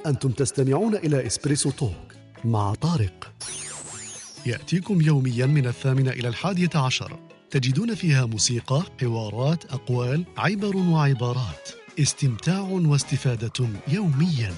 أنتم تستمعون إلى إسبريسو توك مع طارق. يأتيكم يوميا من 8 إلى 11. تجدون فيها موسيقى، حوارات، أقوال، عبر وعبارات. استمتاع واستفادة يوميا.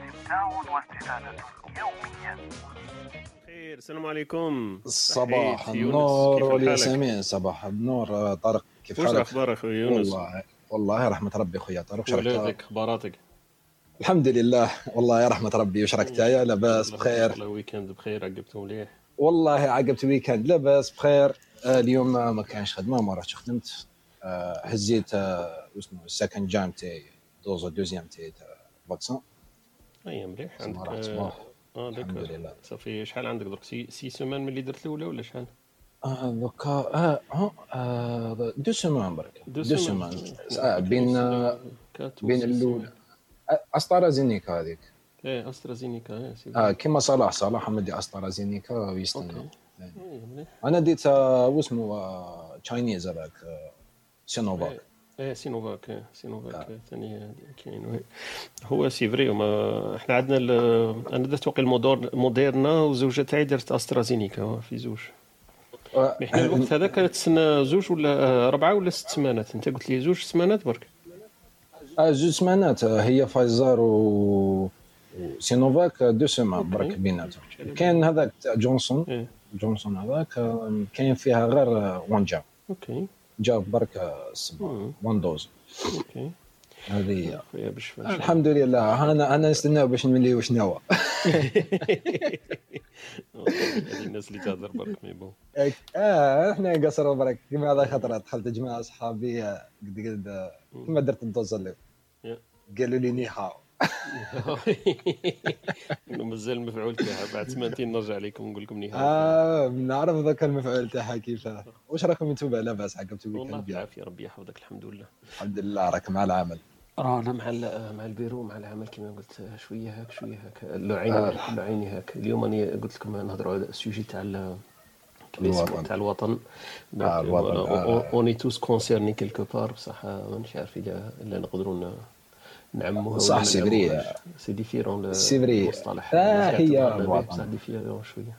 خير، السلام عليكم. صباح النور والياسمين. صباح النور طارق، كيف حالك؟ وش اخبارك خويا يونس؟ والله رحمة ربي خويا طارق. ولادك اخباراتك؟ الحمد لله والله يا رحمة ربي. وش راك تايا؟ لاباس بخير؟ والله ويكند بخير، عقبتو مليح والله. عقبت ويكند لاباس بخير. اليوم ما كانش خدمه، ما رحتش خدمت. هزيت واسمه السكند جام تاعي، دوزيام تاعي تاع فاكسان. اي مليح. عندك الحمد لله. صافي شحال عندك درك؟ 6 سيمان ملي درت الاولى ولا شحال؟ دوكا 2 سيمان برك. 2 سيمان بين الاولى استرازينيكا هذيك. استرازينيكا سي كيما صلاح مدي استرازينيكا ويستنى. انا ديت واسمه تشاينيز هذاك سينوفاك. سينوفاك ثاني كاين. هو سي فري. احنا عندنا انا درت واقع موديرنا، وزوجة تاعي درت استرازينيكا في زوج. احنا الوقت هذا كانت تسنى 2 ولا 4 ولا 6 سمانات. انت قلت لي 2 سمانات برك. 2 سمانات هي فايزر وسينوفاك 2 سمان برك بيناتهم. كان هذاك تاع جونسون هذاك كاين فيها غير 1 جام. اوكي جاب برك 1 دوز. اوكي هذه الحمد لله. انا نستناو باش نوليو شنو. الناس اللي تهضر برك مي بون. احنا قصروا برك. كيما هذا خطره دخلت جماعه اصحابي قد كيما درت الدوز اللي قالوا لي نيحاو. مازال المفعول تاعها بعد 8 نرجع لكم نقول لكم نيحاو. نعرف ذاك المفعول تاعها كيفاه. واش راكم نتوبع لاباس؟ عقبتوا والله بالعافيه، ربي يحفظك. الحمد لله الحمد لله. راك مع العمل؟ رانا مع البيرو مع العمل كما قلت. شويه هاك العيني هاك. اليوم انا قلت لكم نهضروا على السوجي تاع الوطن. اوني توس كونسيرني كيلكو بار. بصح مانيش عارف الا نقدروا نعموها. صح سي ديفيرون المصطلح. هي الوطن صح ديفيرون شويه.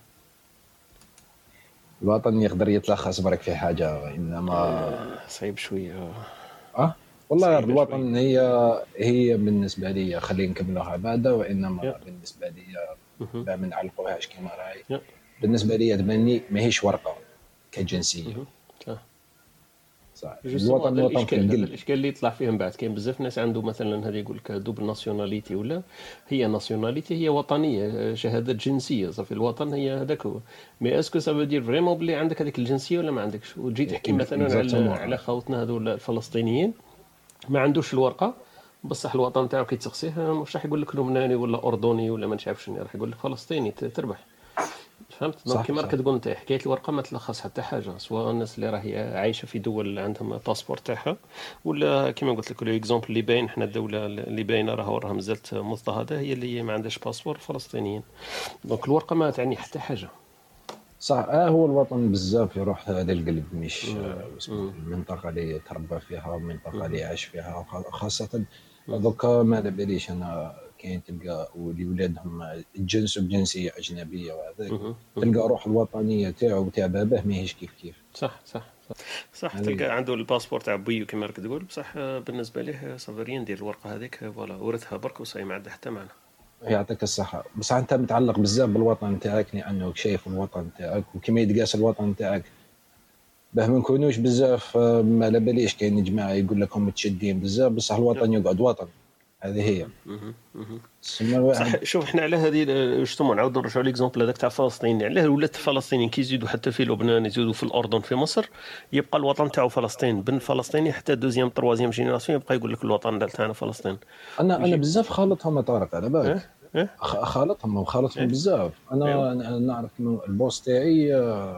الوطن يقدر يتلخص برك في حاجه، انما صعيب شويه. والله الوطن هي بالنسبه لي، خلينا نكملوها بعدا. وانما بالنسبه لي ما نعلقوهاش كما راهي. بالنسبه لي تبني ماهيش ورقه كجنسيه. صح. الوطن وطن في القلب. الاشكال اللي يطلع فيه من بعد كاين بزاف ناس عنده مثلا هذه يقول لك دوبل ناسيوناليتي، ولا هي ناسيوناليتي هي وطنيه، شهاده جنسيه. صافي الوطن هي هذاك هو. مي اسكو سا فو دير فريمون بلي عندك هذيك الجنسيه ولا ما عندكش؟ وتجي تحكي مثلا على خوتنا هذو الفلسطينيين ما عندوش الورقه، بصح الوطن تاعو كيتسقسيه مش راح يقول لك لبناني ولا اردني ولا ما نعرفش شنو، راح يقول لك فلسطيني تربح. فهمت؟ دونك كيما راك تقول انت حكايه الورقه ما تلخص حتى حاجه، سواء الناس اللي راهي عايشه في دول عندهم باسبور تاعها، ولا كيما قلت لك الاكزامبل اللي باين حنا الدوله اللي باينه راها مازالت مضطهده هي اللي ما عندهاش باسبور، فلسطينيين. دونك الورقه ما تعني حتى حاجه. صح. هو الوطن بزاف يروح للقلب، مش المنطقه اللي تربى فيها والمنطقه اللي عاش فيها. خاصه دوكا ما على باليش انا كاين تلقى ولادهم الجنس وجنسيه اجنبيه، وهذاك تلقى روح الوطنيه تاعو وتاع باباه ماهيش كيف. صح تلقى عنده الباسبور تاع بيو كما راك تقول، بصح بالنسبه ليه صافي ندير الورقه هذيك فوالا ورثها برك وصاي ما عندها حتى معنى. يعطيك الصحه. بصح انت متعلق بزاف بالوطن تاعك، لانه شايف الوطن تاعك وكما يتقاس الوطن تاعك. باه ما نكونوش بزاف ما على باليش كاين جماعه يقول لكم متشدين بزاف، بصح الوطن يقعد وطن. هذه هي. صح. شوف احنا على هذه اجتماع نعاودوا نرجعوا ليكزامبل هذاك تاع فلسطين. علاه ولات الفلسطينيين كيزيدوا حتى في لبنان، يزيدوا في الاردن، في مصر، يبقى الوطن تاعو فلسطين. بن فلسطيني حتى دوزيام تروازيام جينيراسيون يبقى يقول لك الوطن تاعنا فلسطين. انا بزاف خالطهم طارق على بالك. خالطهم بزاف. انا نعرف البوس تاعي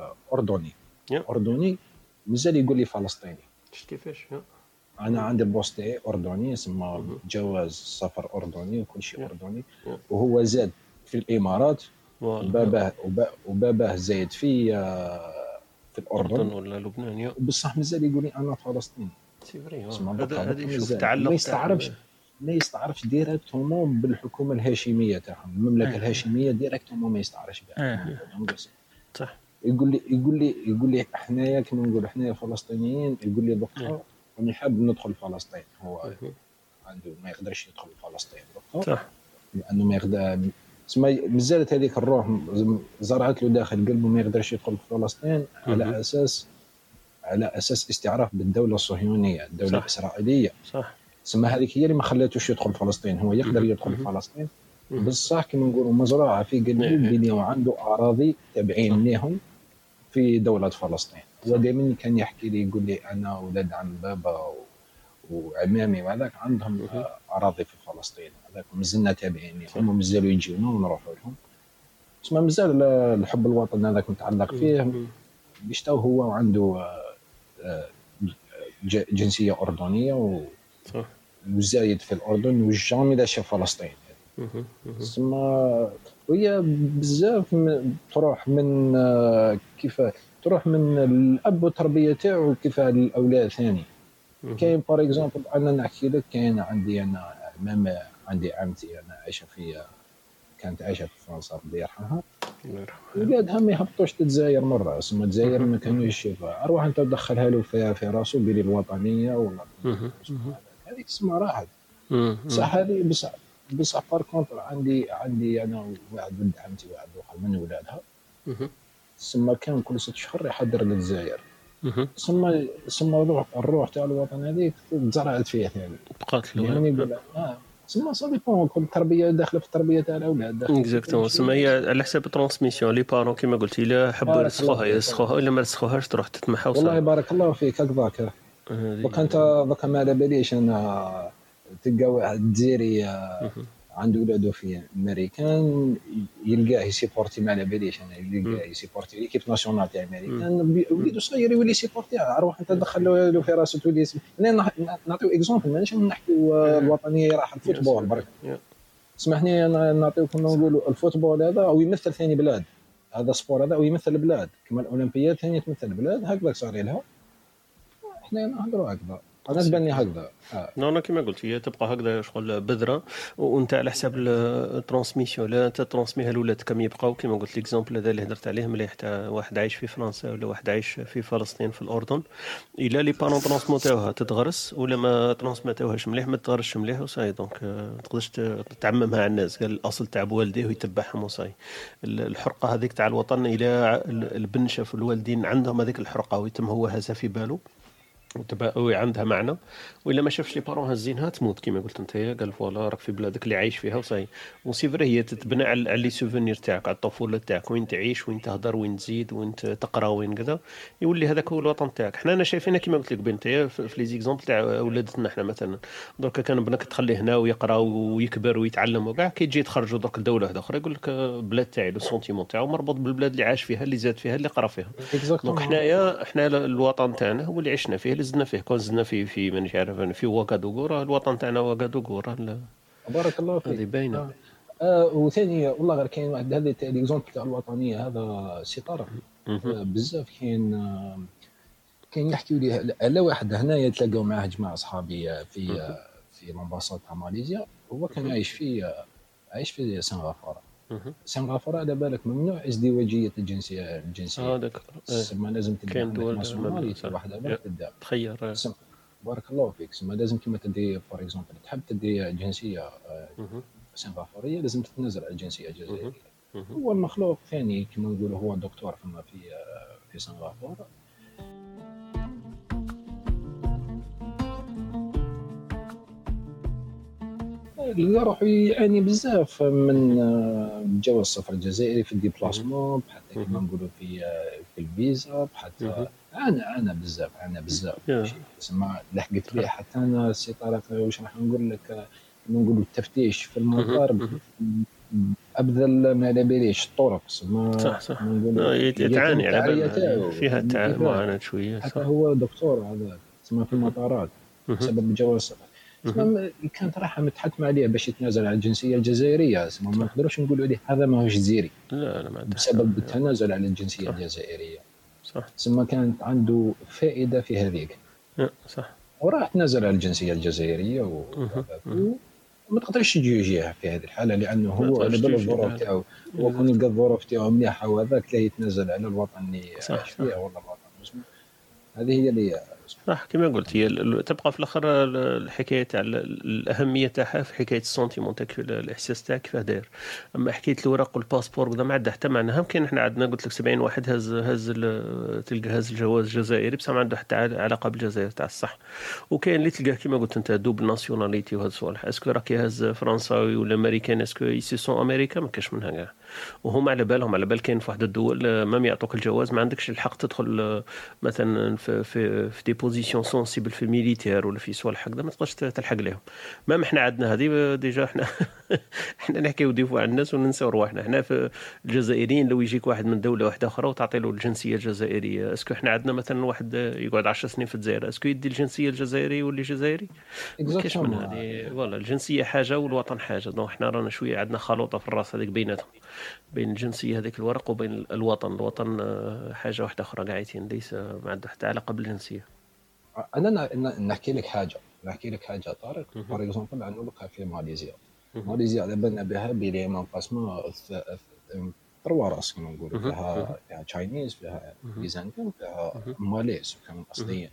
اردني مازال يقول لي فلسطيني. شفت كيفاش؟ انا عندي البوس تاعي اردني، اسمه جواز سفر اردني وكل شيء اردني، وهو زاد في الامارات، وباباه زايد في الاردن ولا لبنان. بصح مازال يقول لي انا فلسطيني. هذا شوف تعلق. ما يستعرفش ما يستعرفش ديريكتومون بالحكومه الهاشميه تاعهم، المملكه الهاشميه ديريكتومون ما يستعرفش بها. صح. يقول لي حنايا كما نقولوا حنايا فلسطينيين، يقول لي دوكا راني حاب ندخل فلسطين. هو عنده ما يقدرش يدخل فلسطين دوكا، صح. لانه ما يقدر تسمى مازالت هذيك الروح زرعت له داخل قلبه، ما يقدرش يدخل فلسطين على اساس استعراف بالدوله الصهيونيه، الدوله الاسرائيليه. صح. تسمى هذيك هي اللي ما خلاتوش يدخل فلسطين. هو يقدر يدخل فلسطين بصح كما نقولوا مزرعه في قلبه بلي عنده اراضي تابعين لهم في دوله فلسطين. هو دائما كان يحكي لي، يقول لي انا ولاد عم بابا وعمامي وهذاك عندهم اراضي في فلسطين، هذاك مازلنا تابعين لهم ومازالوا يجيونا ونروحوا لهم. تسمى مازال الحب الوطن هذاك متعلق فيه. بيشتو هو عنده جنسيه اردنيه وزايد في الاردن وجامي لا شاف فلسطين. تسمى وهي بزاف تروح من كيف تروح من الاب والتربيه تاعو كيف الاولاد ثاني. كاين بار اكزومبل انا نحكي لك، كاين عندي انا ماما، عندي عمتي انا عايشه كانت عايشه في فرنسا ربي يرحمها. ولادها ما يهبطوش الجزائر مره، اسمها الجزائر ما كانوش يشوفها. اروح انت تدخلها له في راسه بلي الوطنيه ولا هذيك اسمها راحت. صح هذه بصح بار كونتر عندي انا واحد ولد عمتي واحد اخر من ولادها ثم كان كل 6 شهور يحضر للجزائر. ثم الروح تاع الوطن هذيك تزرعت فيه ثاني بقات له يعني يقول ثم صافي كل التربيه داخله في التربيه تاع الاولاد. اكزاكتومون. ثم هي على حساب الترانسميسيون لي بارون كيما قلت، الا حبوا يرسخوها ولا ما رسخوهاش تروح تتمحى. والله بارك الله فيك هكذاك. وكانت ذاك ما على باليش انا تلقى واحد جزائري عنده ولاده في امريكان يلقاه يسيبورتي، ما على باليش انا يلقاه يسيبورتي ليكيب ناسيونال تاع امريكان، وليدو صغير يولي سيبورتي. اروح انت دخل له في راسه تولي. انا نعطيو اكزومبل، مانيش نحكيو الوطنيه راح الفوتبول برك. اسمحني انا نعطيو كما نقولوا الفوتبول هذا او يمثل ثاني بلاد، هذا سبور هذا ويمثل بلاد كما الاولمبياد ثاني تمثل بلاد. هكذا صار لها. احنا نهضروا هكذا، انا تبني هكذا. انا كما قلت هي تبقى هكذا شغل بذره، وانت على حساب الترانسميسيون لا تترانسميها لولادك كم يبقاو. كما قلت ليكزامبل هذا اللي هضرت عليه ملي حتى واحد عايش في فرنسا ولا واحد عايش في فلسطين في الاردن، الا لي بارون ترانسموتاوها تتغرس، ولا ما ترانسموتاوهاش مليح ما تغرسش مليح وصاي. دونك ما تقدرش تعممها على الناس، قال الاصل تاع بوالديه ويتبعهم وصاي. الحرقه هذيك تاع الوطن الى البن شاف الوالدين عندهم هذيك الحرقه ويتم هو هزها في باله وتبقى عندها معنى، وإلا ما شافش لي بارون هزينها تموت كما قلت انت. قال فوالا راك في بلادك اللي عايش فيها وصاي. وسيفري هي تتبنى على لي سوفونير تاعك، على الطفوله تاعك، وين تعيش وين تهضر وين تزيد وين تقرا وين كذا، يولي هذاك هو الوطن تاعك. حنا انا شايفينها كما قلت لك بنت في لي زيكزامبل تاع ولادتنا حنا مثلا. درك كان بنك تخليه هنا ويقرا ويكبر ويتعلم وكاع، كي تجي تخرجوا درك الدوله واحده اخرى يقول لك بلاد تاعي، لو سونتيمون تاعو مربوط بالبلاد اللي عاش فيها، اللي زاد فيها، اللي قرا فيها. دونك حنا الوطن تاعنا هو اللي عشنا فيه، اللي زدنا فيه. كون زدنا في مانيش عارف في وagadugu، راه الوطن تاعنا وagadugu راه بارك الله فيك. هذه باينه. وثاني والله غير كاين واحد هذا تاع ليكزومبل تاع الوطنيه هذا سي طارق. بزاف كاين يحكيوا لي على واحد هنايا تلاقاو معاه جماعه اصحابي في الامباساد تاع ماليزيا. هو كان عايش في سنغافوره. سنغافوره على بالك ممنوع ازدواجيه الجنسيه. داك ما لازم تبقى عندك ناسيوناليتي واحده باش تبدا تخير. بارك الله فيك. ما لازم كما تدي فور اكزومبل تحب تدي جنسيه سنغافوريه لازم تتنازل على الجنسيه الجزائريه. هو المخلوق ثاني كما نقولوا هو دكتور في سنغافوره. لقى روحو يعاني بزاف من جواز السفر الجزائري في الديبلاسمون، حتى كما نقولوا في الفيزا، حتى عانى بزاف. تسمى لحقت ليه حتى انا سي طارق واش راح نقول لك، نقولوا التفتيش في المطار ابذل ما على باليش الطرق. صح يتعاني على فيها معاناه شويه. حتى هو دكتور هذا تسمى في المطارات بسبب جواز السفر. كانت راحه متحتمه عليه باش يتنازل على الجنسيه الجزائريه. ما نقدروش نقولوا عليه هذا ماهوش جزائري لا بسبب التنازل على الجنسيه الجزائريه. صح. ثم كانت عنده فائده في هذيك. صح. وراح تنازل على الجنسيه الجزائريه ما تقدرش تجوجيه في هذه الحاله، لانه ما هو تقدرش على بال تجوجيه الظروف فعلا. تاعو، هو كون يلقى الظروف تاعو مليحه وهذاك لا يتنازل على الوطن اللي صح عاش فيه صح ولا الوطن مسلم. هذه هي اللي صح كما قلت، هي تبقى في الاخر الحكايه تاع الاهميه تاعها في حكايه السونتيمون تاعك، الاحساس تاعك كيفاه داير. اما حكايه الوراق والباسبور وكذا ما عندها حتى معنى. يمكن احنا عندنا قلت لك 70 واحد تلقى هز الجواز الجزائري بصح ما عنده حتى علاقه بالجزائر تاع الصح. وكاين اللي تلقاه كما قلت انت دوبل ناسيوناليتي وهذا الصوالح. اسكو راك يهز فرنساوي ولا امريكان، اسكو يسي سون امريكا؟ ما كاش منها كاع. وهما على بالهم، على بال كاين في واحد الدول ما يعطوك الجواز ما عندكش الحق تدخل مثلا في دي بوزيسيون سونسيبل في الميليتير ولا في صوالح هكذا، ما تقدرش تلحق لهم. ما احنا عندنا هذه ديجا. احنا نحكيو ديفوا على الناس وننساو رواحنا. احنا في الجزائريين لو يجيك واحد من دوله واحده اخرى وتعطي له الجنسيه الجزائريه، اسكو احنا عندنا مثلا واحد يقعد 10 سنين في الجزائر، اسكو يدي الجنسيه الجزائريه واللي جزائري؟ ما كاش من هذه. فوالا الجنسيه حاجه والوطن حاجه. دونك احنا رانا شويه عندنا خلوطه في الراس هذيك بيناتهم، بين الجنسيه هذيك الورق وبين الوطن حاجه واحده اخرى قاعدين، ليس ما عنده حتى علاقه بالجنسيه. انا نحكي لك حاجه طارق. فور اكزومبل عندنا لك في ماليزيا على بالنا بها بلي منقسمه تروا راس كما نقولوا، فيها تشاينيز، فيها بيزنطيين، فيها مالي سكان اصليين.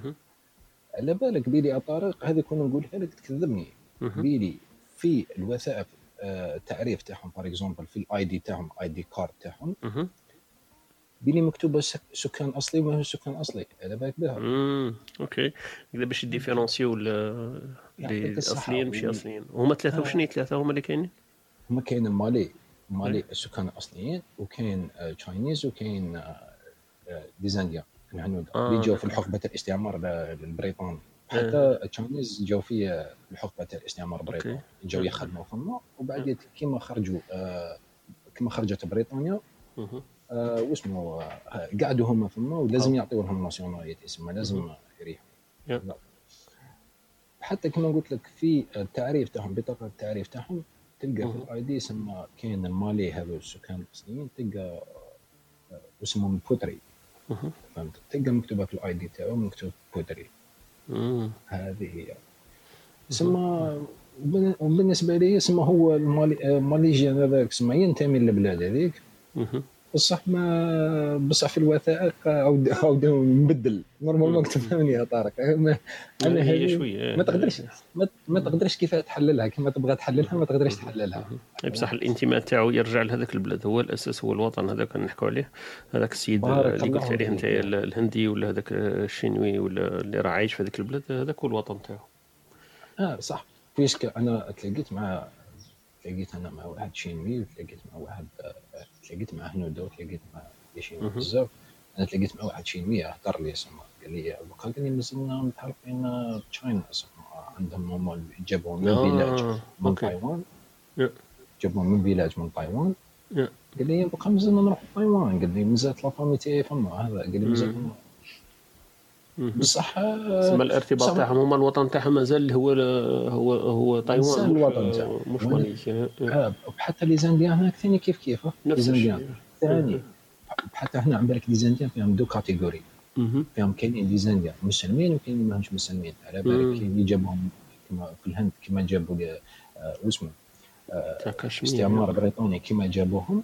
على بالك بلي طارق هذه كنا نقولها لك تكذبني بلي في الوثائق التعريف تاعهم فور اكزومبل في الاي دي تاعهم، اي دي كارد تاعهم، بلي مكتوبه سكان اصلي وما هو سكان اصلي. على بالك بها. اوكي. كذا باش يديفيرونسيو اللي اصليين ماشي اصليين. هما ثلاثه وشني ثلاثه هما اللي كاينين؟ هما كاين المالي السكان الاصليين، وكاين تشاينيز، وكاين ديزانديان الهنود اللي جاوا في حقبه الاستعمار البريطاني. حتى التشاينيز جاوا في الحقبه تاع الاستعمار البريطاني، جاوا يخدموا فما، وبعد كيما خرجوا كيما خرجت بريطانيا واسمه قعدوا هما فما، ولازم يعطيو لهم ناسيوناليتي، اسمها لازم يريحوا. حتى كما قلت لك في التعريف تاعهم، بطاقه التعريف تاعهم تلقى في الاي دي اسمها كاين المالي هذو السكان الاصليين، تلقى اسمهم بوتري، فهمت؟ تلقى مكتوبه في الاي دي تاعو مكتوب بوتري. هذه هي اسمها. وبالنسبه لي اسمه هو الماليجيان هذاك اسمه ينتمي للبلاد هذيك، بصح في الوثائق عاودوا نبدل نورمال مكتوب. فهمني يا طارق؟ انا هي شويه ما تقدرش كيف تحللها، كما تبغى تحللها ما تقدرش تحللها. بصح الانتماء تاعو يرجع لهذاك البلد، هو الاساس، هو الوطن. هذا كان نحكوا عليه، هذاك السيد اللي قلت عليه انت، الهندي ولا هذاك الشينوي ولا اللي راه عايش في هذاك البلاد، هذاك هو الوطن تاعو. صح. فيش انا تلاقيت انا مع واحد شينوي، تلاقيت مع هنود، وتلاقيت مع شينوي بزاف. انا تلاقيت مع واحد شينوي هضر لي اسمه، قال لي مازلنا متعرفين تشاينا عندهم هما جابوا من فيلاج من تايوان، جابوا من فيلاج من تايوان. قال لي بقى مازلنا نروح تايوان، قال لي مازالت لافامي تاعي فما، هذا قال لي مازال بصح تسمى الارتباط تاعهم هما الوطن تاعهم مازال هو تايوان، الوطن تاعهم مش ماليزيا. وحتى لي زانديان هناك ثاني كيف لي زانديان ثاني. حتى هنا عم بالك لي زانديان فيهم دو كاتيجوري، فيهم كاينين لي زانديان مسلمين وكاينين ماهمش مسلمين. على بالك كاين اللي جابهم كما في الهند، كما جابوا واسمه استعمار بريطاني، كما جابوا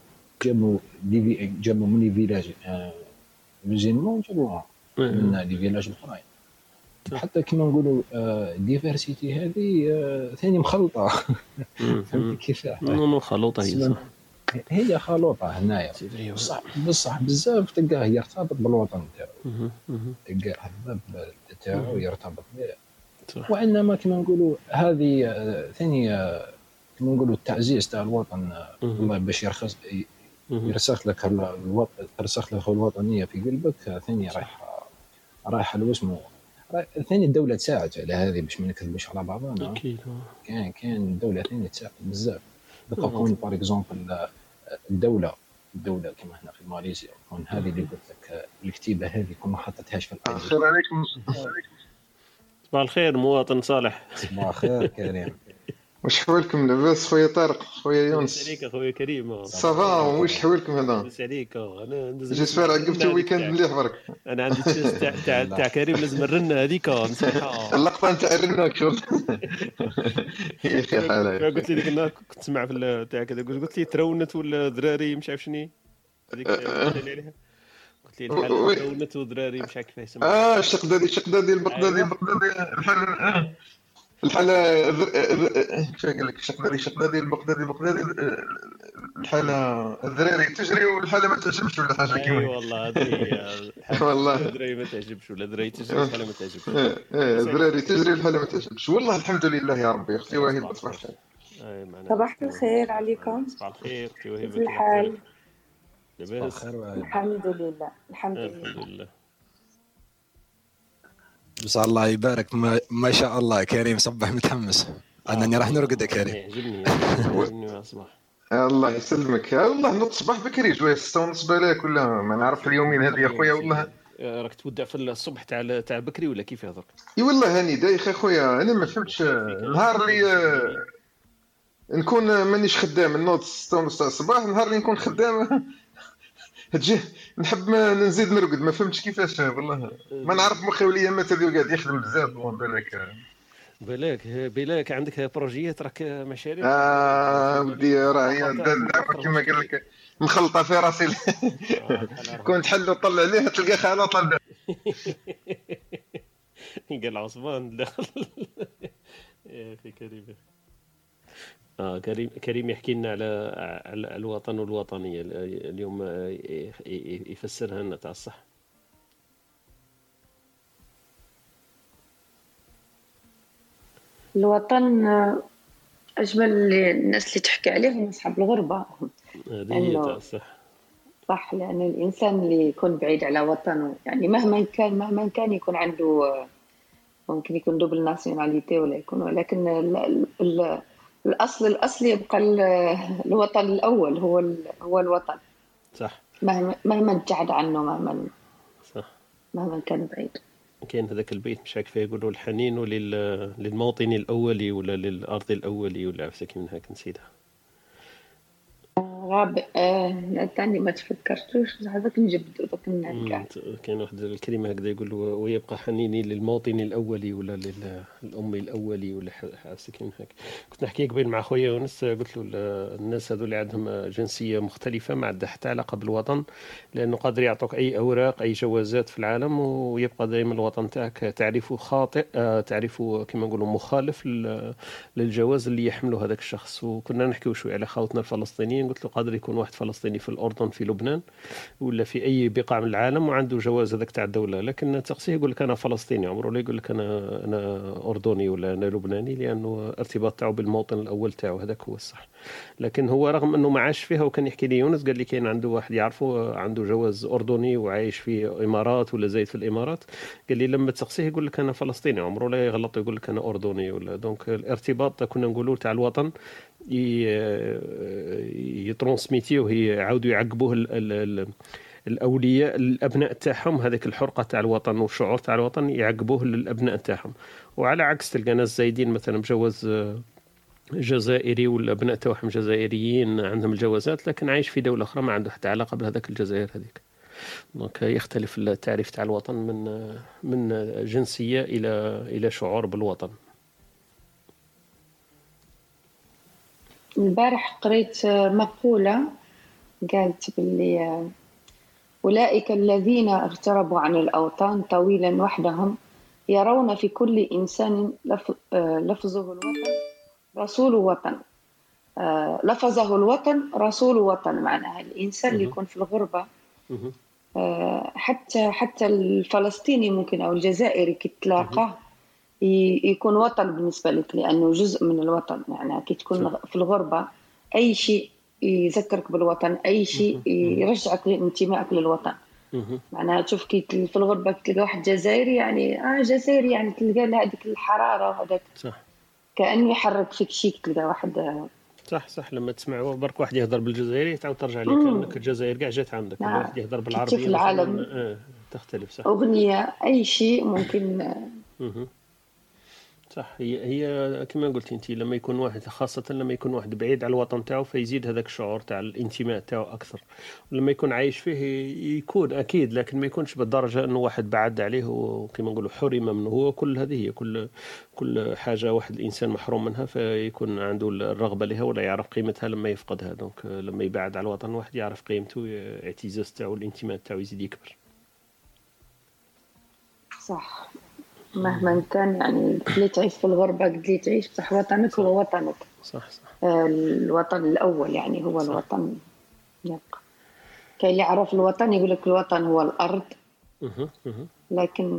من لي فيلاج مسلمون، جابوهم من لي فيلاج الاخرين. حتى كما نقولوا ديفيرسيتي هذه ثاني مخلطه. فهمت كيف؟ خلوطه هي خلوطه هنايا. بصح بزاف تلقاه يرتبط بالوطن تاعو، تلقاه الذب تاعو يرتبط به. وانما كما نقولوا هذه ثاني كما نقولوا التعزيز تاع الوطن، والله باش يرسخ لك الوطن، ترسخ لك الوطنيه في قلبك. ثاني رايح اسمه ثاني الدوله تساعد على هذه، باش ما نكذبوش على بعضنا. اكيد كان الدوله ثاني تساعد بزاف. تكون بار اكزومبل الدوله كما هنا في ماليزيا، كون هذه اللي قلت لك الكتيبه هذه كون ما حطتهاش في الأرض. السلام عليكم. صباح الخير مواطن صالح. صباح الخير كريم. واش حوالكم لاباس خويا طارق خويا لاباس يونس؟ عليك اخويا كريم. صافا صافا واش الحمد حوالكم هذا؟ لاباس عليك. انا لازم نسمع جيسبر في عقبتوا الرنه هذيك ويكاند تاعك. مليح برك. انا عندي التيست لله. تاع كريم، لازم الرنه هذيك نسمعها. اللقطه نتاع الرناك شغل. يا اخي حالة يا قلت لي ديك النهار كنت تسمع في تاعك هذا، قلت لي ترونت ولا دراري مش عارف شنو هذيك اللي قلت لي عليها. قلت لي الحاله ترونت ودراري مش عارف كيفاه يسمى. الشقدادي البغدادي ايوا الحل الحالة كيف قال لك الشقدادي البغدادي الحالة الذراري تجري والحالة ما تعجبش ولا حاجة اي كيما والله هذه هي الحاله والله. تجري ودراري ما تعجبش، ولا دراري تجري والحاله ما تعجبش. الذراري تجري والحالة ما تعجبش. والله الحمد لله يا ربي. اختي وهيب صباح تصبح الخير. اي معناها صباح الخير عليكم. صباح الخير اختي وهبه، كيف الحال؟ لاباس خير وعافية. الحمد لله الحمد الحمد لله. لله. بس الله يبارك ما شاء الله كريم صبح متحمس. انني راح نرقد يا كريم. يعجبني يا صباح. الله يسلمك. والله نوض صباح بكري شويه 6:30 بالك ولا ما نعرف اليومين هذه يا خويا. والله راك تودع في الصبح تاع بكري ولا كيف يهضر؟ اي والله هاني دايخ اخويا. انا ما فهمتش نهار اللي نكون مانيش خدام نوض 6:30 الصباح، نهار اللي نكون خدام تجي نحب نزيد نرقد. ما فهمتش كيفاش والله. ما نعرف مخي وليا متى قاعد يخدم بزاف. بالك عندك بروجيات راك مشاريع. ودي راه هي الدعوه كما قال لك مخلطه في راسي. كنت حل وطلع عليها تلقى خاله طلع. قال عثمان دخل. يا اخي كريم. كريم يحكي لنا على الوطن والوطنيه اليوم، يفسرها لنا تاع الصح. الوطن أجمل الناس اللي تحكي عليهم أصحاب الغربة. هذه هي تاع الصح. صح، لأن الإنسان اللي يكون بعيد على وطنه يعني مهما كان يكون عنده ممكن يكون دوبل ناسيوناليتي ولا يكون، ولكن الأصل يبقى الوطن الأول هو الوطن. صح. مهما ابتعد عنه صح. مهما كان بعيد. كاين هذاك البيت مش عارف يقولوا الحنين للموطن الأولي ولا للأرض الأولي ولا عفسك من هاك نسيتها. غاب تاني ما تفكرتوش هذاك نجبد دوك النهار. كاين واحد الكلمه هكذا يقول ويبقى حنيني للموطن الاولي ولا للام الاولي ولا حاسك من هيك. كنت نحكي قبل مع خويا يونس، قلت له الناس هذول اللي عندهم جنسيه مختلفه ما عندها حتى علاقه بالوطن، لانه قادر يعطوك اي اوراق اي جوازات في العالم ويبقى دائما الوطن تاعك تعرفه خاطئ، تعرفه كما نقولوا مخالف للجواز اللي يحمله هذاك الشخص. وكنا نحكيو شوي على خوتنا الفلسطينيين، قلت له قادر يكون واحد فلسطيني في الأردن في لبنان ولا في أي بقاع من العالم وعنده جواز هذاك تاع الدولة، لكن تقصيه يقول لك أنا فلسطيني، عمره لا يقول لك أنا أردني ولا أنا لبناني، لأنه ارتباط تاعه بالموطن الأول تاعه هذاك هو الصح. لكن هو رغم أنه ما عاش فيها، وكان يحكي لي يونس قال لي كاين عنده واحد يعرفه عنده جواز أردني وعايش في الإمارات ولا زايد في الإمارات، قال لي لما تقصيه يقول لك أنا فلسطيني، عمره لا يغلط يقول لك أنا أردني ولا. دونك الارتباط كنا نقولوا تاع الوطن يترانسميتيوه، يعاودوا يعقبوه الاولياء الابناء تاعهم، هذيك الحرقه تاع الوطن والشعور تاع الوطن يعقبوه للابناء تاعهم. وعلى عكس تلقى ناس زايدين مثلا بجواز جزائري ولا ابناء تاعهم جزائريين عندهم الجوازات، لكن عايش في دوله اخرى ما عنده حتى علاقه بهذاك الجزائر هذيك. دونك يختلف التعريف تاع الوطن من جنسيه الى شعور بالوطن. البارح قريت مقولة قالت باللي أولئك الذين اغتربوا عن الأوطان طويلا وحدهم يرون في كل إنسان لفظه الوطن رسول وطن، لفظه الوطن رسول وطن. معناها الإنسان اللي يكون في الغربة، حتى الفلسطيني ممكن أو الجزائري كتلاقاه يكون وطن بالنسبة لك، لأنه جزء من الوطن. يعني كي تكون في الغربة أي شيء يذكرك بالوطن، أي شيء يرجعك لانتمائك للوطن. معناها تشوف كي في الغربة تلقى واحد جزائري يعني جزائري يعني تلقى له هذيك الحرارة وهذاك كأنه يحرك فيك شيء. تلقى واحد صح لما تسمع برك واحد يهضر بالجزائري تعاود ترجع لك كأنك الجزائر كاع جات عندك. واحد يهضر بالعربية في العالم تختلف. صح. أغنية أي شيء ممكن صح. هي كما قلت انت، لما يكون واحد خاصة لما يكون واحد بعيد على الوطن تاعو فيزيد هذاك الشعور تاع الانتماء تاعو اكثر. لما يكون عايش فيه يكون اكيد، لكن ما يكونش بالدرجة انه واحد بعد عليه وكما نقولوا حرم منه. هو كل هذه هي كل حاجة واحد الانسان محروم منها فيكون عنده الرغبة لها ولا يعرف قيمتها لما يفقدها. دونك لما يبعد على الوطن واحد يعرف قيمته، اعتزاز تاعو الانتماء تاعو يزيد يكبر. صح. مهما كان يعني قد لي تعيش في الغربة، قد لي تعيش بصح وطنك هو وطنك. صح. الوطن الأول يعني هو صح. الوطن يبقى. كاين اللي يعرف الوطن يقول لك الوطن هو الأرض، لكن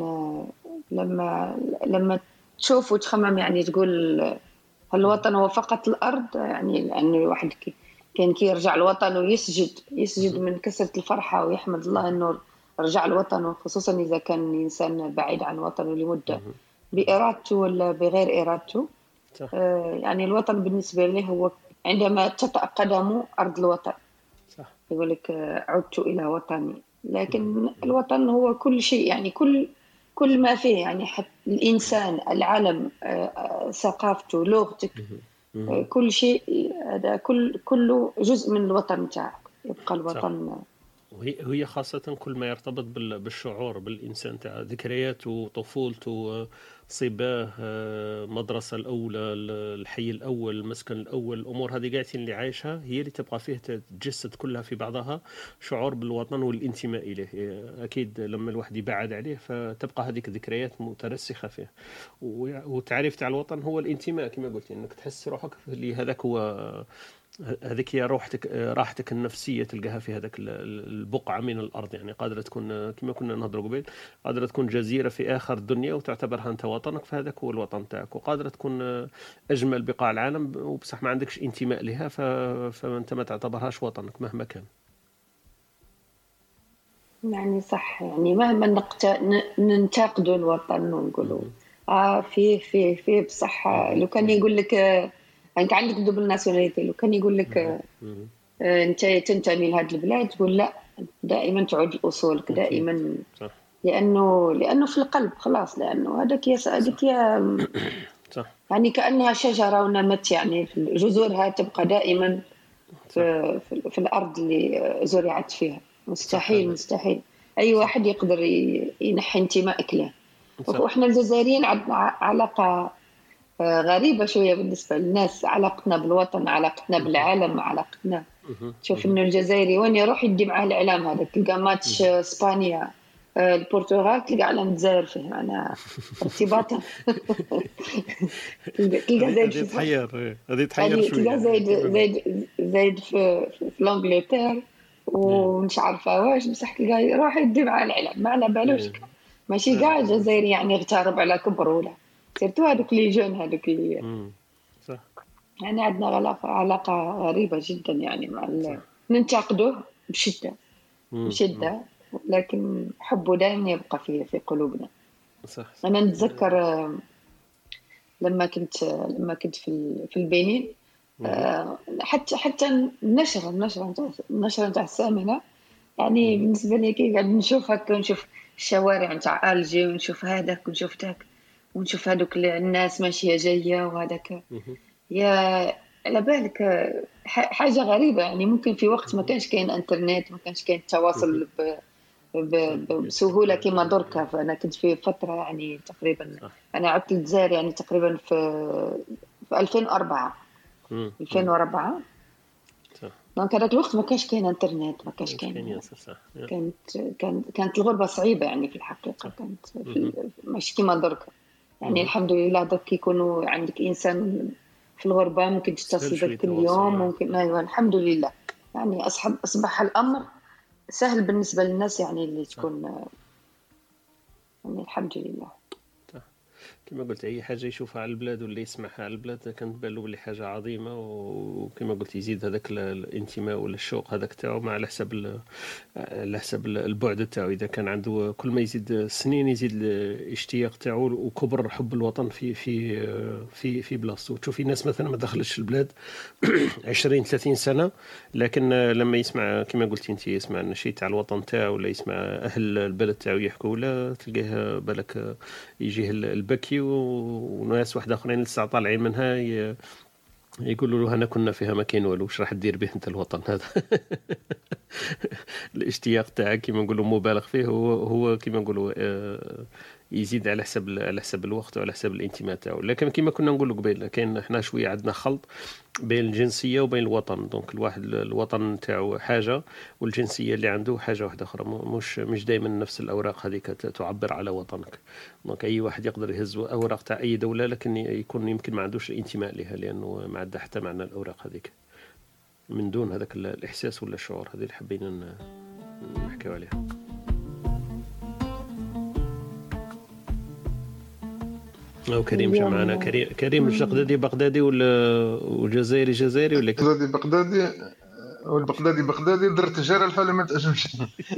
لما تشوف وتخمم يعني تقول هل الوطن هو فقط الأرض؟ يعني لأنه الواحد كان كي يرجع الوطن ويسجد من كثرة الفرحة ويحمد الله أنه رجع الوطن، خصوصا إذا كان إنسان بعيد عن وطنه لمدة بإرادته ولا بغير إرادته. يعني الوطن بالنسبة لي هو عندما تطأ قدمه أرض الوطن. صح. يقول لك عدت إلى وطني. لكن الوطن هو كل شيء، يعني كل ما فيه، يعني حتى الإنسان، العلم، ثقافته، لغتك، كل شيء هذا كله جزء من الوطن تاعك. يبقى الوطن صح. وهي خاصة كل ما يرتبط بالشعور بالإنسان تاع ذكرياته، طفولته، صباه، مدرسة الأولى، الحي الأول، المسكن الأول، الأمور هذه قاعدين اللي عايشها هي اللي تبقى فيه تتجسد كلها في بعضها شعور بالوطن والانتماء إليه. أكيد لما الواحد يبعد عليه فتبقى هذيك الذكريات مترسخة فيه. والتعريف تاع الوطن هو الانتماء كما قلت، إنك تحس روحك اللي هذاك هو، هذيك هي راحتك النفسية تلقاها في هذاك البقعة من الأرض. يعني قادرة تكون كما كنا نهضروا قبل، قادرة تكون جزيرة في آخر الدنيا وتعتبرها أنت وطنك، فهذاك هو الوطن تاعك. وقادرة تكون أجمل بقاع العالم وبصح ما عندكش انتماء لها فأنت ما تعتبرهاش وطنك مهما كان. يعني صح. يعني مهما ننتقدوا الوطن ونقولوا فيه بصح لو كان يقول لك انت عندك دوبل ناسيوناليتي، لو كان يقول لك انت تنتمي لهذه البلاد، تقول لا، دائما تعود لاصولك دائما. صح. لانه في القلب خلاص، لانه هذاك يعني كانها شجره ونمت، يعني جذورها تبقى دائما في الارض اللي زرعت فيها. مستحيل اي واحد يقدر ينحي انتمائك له. واحنا الجزائريين عندنا علاقه غريبة شوية بالنسبة للناس، علاقتنا بالوطن، علاقتنا بالعالم، علاقتنا. شوف إنه الجزائري وين يروح يدي معاه الإعلام هذا، تلقى ماتش إسبانيا البرتغال تلقى علم الجزائر فيه. أنا ارتباطا تلقى زايد تحير شوية، زايد في الانجلترا ومش عارفة واش، بصح تلقى يروح يدي معاه الإعلام ما على بالوش. ماشي كاع الجزائري يعني يغترب على كبر ولا سيرتو هذوك لي جون هذوك اللي صح. يعني عندنا علاقة غريبة جدا يعني مع ننتقده بشدة لكن حبه دائما يبقى في قلوبنا. صح. أنا نتذكر لما كنت في البنين، حتى النشرة نتاع الثامنة، يعني بالنسبة لي كي قاعد نشوف هكا، نشوف الشوارع نتاع ألجي ونشوف هذاك ونشوف ذاك ونشوف هذوك الناس ماشية جاية وهذاك، يا على بالك حاجة غريبة. يعني ممكن في وقت ما كانش كاين انترنت، ما كانش كاين التواصل بسهولة كما دركا. فأنا كنت في فترة يعني تقريبا أنا عدت للجزائر يعني تقريبا في 2004 دونك هذاك الوقت ما كانش كاين انترنت، ما كانش كاين، كانت الغربة صعيبة يعني في الحقيقة. كانت ماشي كما دركا يعني. الحمد لله درك يكونوا عندك إنسان في الغربة ممكن تتصل بك كل يوم، ممكن أيوة الحمد لله. يعني أصبح الأمر سهل بالنسبة للناس يعني اللي تكون يعني الحمد لله. كما قلت أي حاجة يشوفها على البلاد واللي يسمعها على البلاد كانت تبان له بلي حاجة عظيمة. وكما قلت يزيد هذاك الانتماء ولا الشوق هذاك تاعو مع على حسب البعد تاعو. إذا كان عنده كل ما يزيد السنين يزيد الاشتياق تاعو وكبر حب الوطن في بلاصته. وتشوفي ناس مثلا ما دخلتش البلاد 20-30 سنة، لكن لما يسمع كما قلت انت يسمع النشيد تاع الوطن تاعو ولا يسمع أهل البلد تاعو يحكوا، ولا تلقاه بالك يجيه البكي تشكي وناس واحد اخرين لسه طالعين منها يقولوا له انا كنا فيها ما كاين والو، واش راح دير به انت الوطن هذا؟ الاشتياق تاعك كيما نقولوا مبالغ فيه، هو كيما نقولوا يزيد على حسب الوقت وعلى حسب الانتماء تاعو. لكن كيما كنا نقولوا قبيل كاين احنا شويه عندنا خلط بين الجنسيه وبين الوطن. دونك الواحد الوطن تاعو حاجه والجنسيه اللي عنده حاجه واحده اخرى، مش دائما نفس الاوراق هذيك تعبر على وطنك. دونك اي واحد يقدر يهز اوراق تاع اي دوله، لكن يكون يمكن ما عندوش الانتماء لها لانه ما عنده حتى معنى الاوراق هذيك من دون هذاك الاحساس ولا الشعور. هذه اللي حبينا نحكيو عليها. أو كريم جا معنا. كريم الجقدادي بغدادي ولا جزائري ولا بغدادي والبغدادي درت جار الحالة ما تأجمش.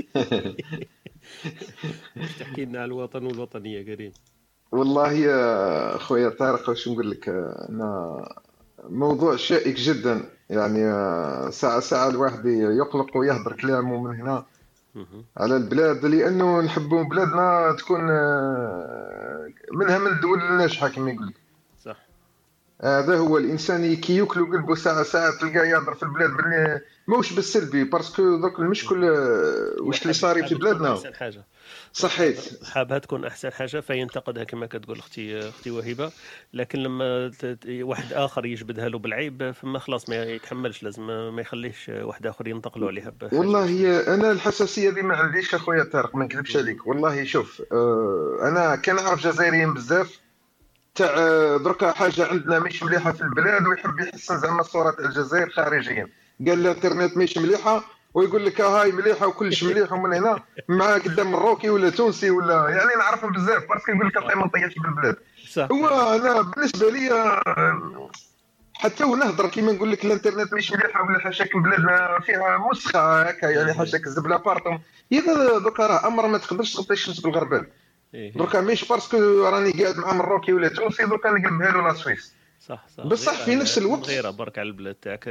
تحكي لنا على الوطن والوطنية كريم. والله يا خويا طارق واش نقول لك، أنا موضوع شائك جدا يعني. ساعة الواحد يقلق ويهدر كلامه من هنا على البلاد، لأنه نحبوا بلادنا تكون منها من الدول الناجحة كما يقول. صح. هذا هو الإنسان كي ياكل قلبه ساعة تلقاه يهضر في البلاد باللي موش بالسلبي، باسكو دوك المشكل واش اللي صار في بلادنا. أحسن حاجة صحيت حابها تكون أحسن حاجة فينتقدها كما كتقول أختي وهبة. لكن لما واحد آخر يجبدها له بالعيب فما خلاص ما يتحملش، لازم ما يخليش واحد آخر ينتقلوا عليها. والله أنا الحساسية دي ما عنديش أخويا طارق، ما نكذبش عليك. والله شوف، أنا كنعرف جزائريين بزاف تاع دركا حاجة عندنا مش مليحة في البلاد ويحب يحسن زعما صورة الجزائر خارجيا. قال الانترنت مش مليحة ويقول لك هاي مليحة وكلش مليح، ومن هنا مع قدام مروكي ولا تونسي ولا يعني نعرفهم بزاف باسكو يقول لك ما نطيحش بالبلاد. هو أنا بالنسبة لي حتى ونهضر كيما نقول لك الانترنت مش مليحة ولا حاشاك بلادنا فيها مسخة هكا يعني حاشاك الزبلة بارتم. إذا دوكا راه أمر ما تقدرش تغطي الشمس بالغربال. دركا مش باسكو راني قاعد مع مروكي ولا تونسي دركا نقلبها له لا سويس. صح بصح في نفس الوقت غير برك على البلاد تاعك.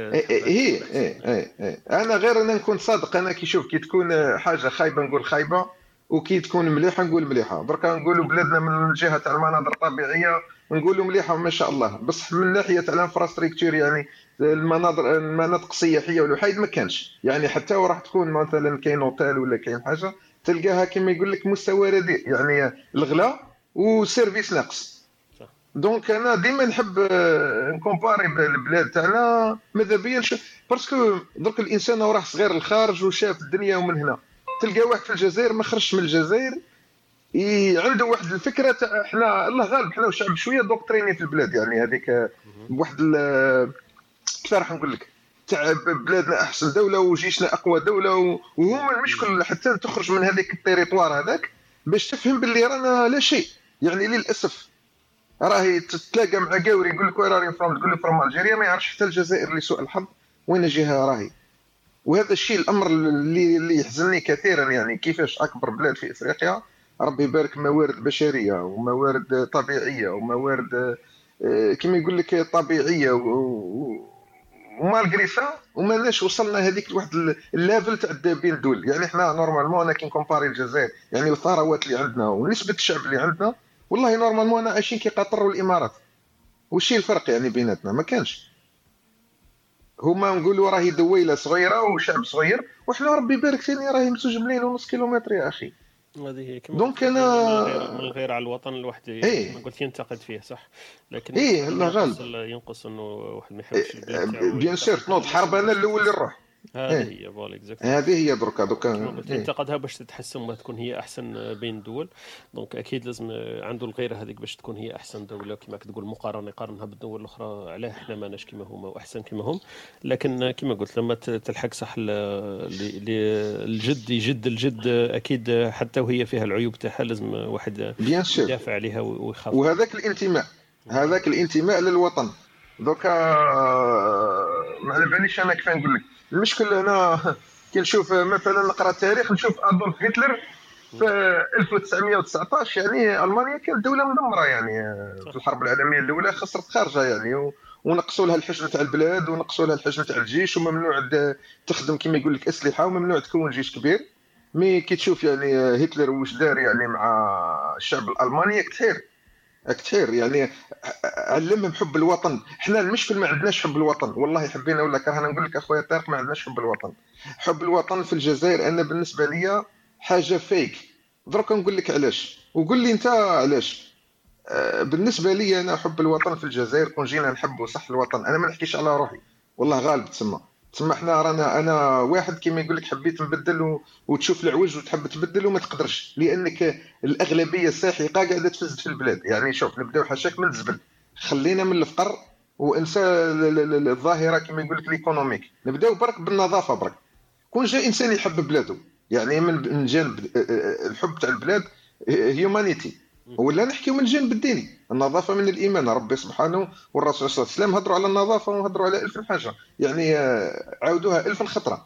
انا غير انا نكون صادق. انا كي شوف كي تكون حاجه خايبه نقول خايبه، وكي تكون مليحه نقول مليحه. دركا نقولوا بلادنا من الجهه تاع المناظر الطبيعيه نقولوا مليحه ما شاء الله، بصح من ناحيه تاع الانفراستركتور يعني المناطق السياحيه والوحيد ما كانش يعني. حتى وراح تكون مثلا كاين اوتيل ولا كاين حاجه تلقاها كما يقول لك مستوى رديء يعني الغلاء وسيرفيس ناقص. دونك انا ديما نحب نكومباري بالبلاد تاعنا ماذا بيا باسكو درك الانسان راه صغير الخارج وشاف الدنيا، ومن هنا تلقى واحد في الجزائر ما خرجش من الجزائر عنده واحد الفكره تاع احنا الله غالب احنا وشعب شويه دوكتريني في البلاد يعني هذيك بواحد كيف راح نقول لك تاع بلادنا احسن دوله وجيشنا اقوى دوله، وهما المشكل حتى تخرج من هذيك التيريطوار هذاك باش تفهم باللي رانا لا شيء يعني. للاسف راهي تتلاقى مع قاوري يقول لك وين راني فروم، تقول له فروم الجيريا، ما يعرفش حتى الجزائر لسوء الحظ وين جهه راهي. وهذا الشيء الامر اللي يحزنني كثيرا يعني. كيفاش اكبر بلاد في افريقيا ربي يبارك موارد بشريه وموارد طبيعيه وموارد كما يقول لك طبيعيه ومالغري سا وماناش وصلنا هذيك لواحد الليفل تاع بين الدول يعني. احنا نورمالمون انا كي نكومباري الجزائر يعني الثروات اللي عندنا ونسبه الشعب اللي عندنا والله نورمالمون انا عايشين كي قطر والامارات. وش الفرق يعني بيناتنا؟ ما كانش. هما نقولوا راهي دويله صغيره وشعب صغير، وحنا ربي يبارك فينا راهي 2.5 ملايين كيلومتر يا اخي. هذه هي كما دونك انا من الغير على الوطن الواحد كما قلت ينتقد فيه صح، لكن الله غالب ينقص انه واحد ما يحبش البلاد تاعو. بيان سير نوض حرب انا الاول اللي نروح. هذه هي فوالا هذه هي دركا تنتقدها باش تتحسن وتكون هي احسن بين الدول. دونك اكيد لازم عنده الغيره هذيك باش تكون هي احسن دوله كما كتقول مقارنه يقارنها بالدول الاخرى. علاه احنا ماناش كما هما واحسن كما هم، لكن كما قلت لما تلحق صح الجد الجد اكيد حتى وهي فيها العيوب تاعها لازم واحد يدافع عليها ويخاف. وهذاك الانتماء للوطن دوكا ما على باليش انا كيف نقول لك. المشكل هنا كي نشوف مثلا نقرا التاريخ نشوف ادولف هتلر في 1919 يعني المانيا كانت دوله مدمره يعني في الحرب العالميه الاولى خسرت خارجه يعني، ونقصوا لها الحجم تاع البلاد ونقصوا لها الحجم تاع الجيش وممنوع تخدم كما يقول لك اسلحه وممنوع تكون جيش كبير. مي كي تشوف يعني هتلر واش دار يعني مع الشعب الالماني كثير كثير يعني. علمهم حب الوطن. احنا المشكل ما عندناش حب الوطن، والله حبينا ولا كرهنا. نقول لك اخويا طارق ما عندناش حب الوطن. حب الوطن في الجزائر انا بالنسبه لي حاجه فيك. دروك نقول لك علاش وقول لي انت علاش. بالنسبه لي انا حب الوطن في الجزائر كون جينا نحبوا صح الوطن. انا ما نحكيش على روحي والله غالب تسمى احنا رانا انا واحد كيما يقول لك حبيت نبدل وتشوف العوج وتحب تبدل وما تقدرش لانك الاغلبيه الساحقه قاعده تفسد في البلاد. يعني شوف نبداو حاشاك من الزبل، خلينا من الفقر وانسى الظاهره كيما يقول لك ليكونوميك. نبداو برك بالنظافه برك. كون جا انسان يحب بلاده يعني من جانب الحب تاع البلاد هيومانيتي، ولا نحكيو من الجانب الديني. النظافه من الايمان، ربي سبحانه والرسول صلى الله عليه وسلم هضروا على النظافه وهضروا على الف حاجه يعني عاودوها الف خطره.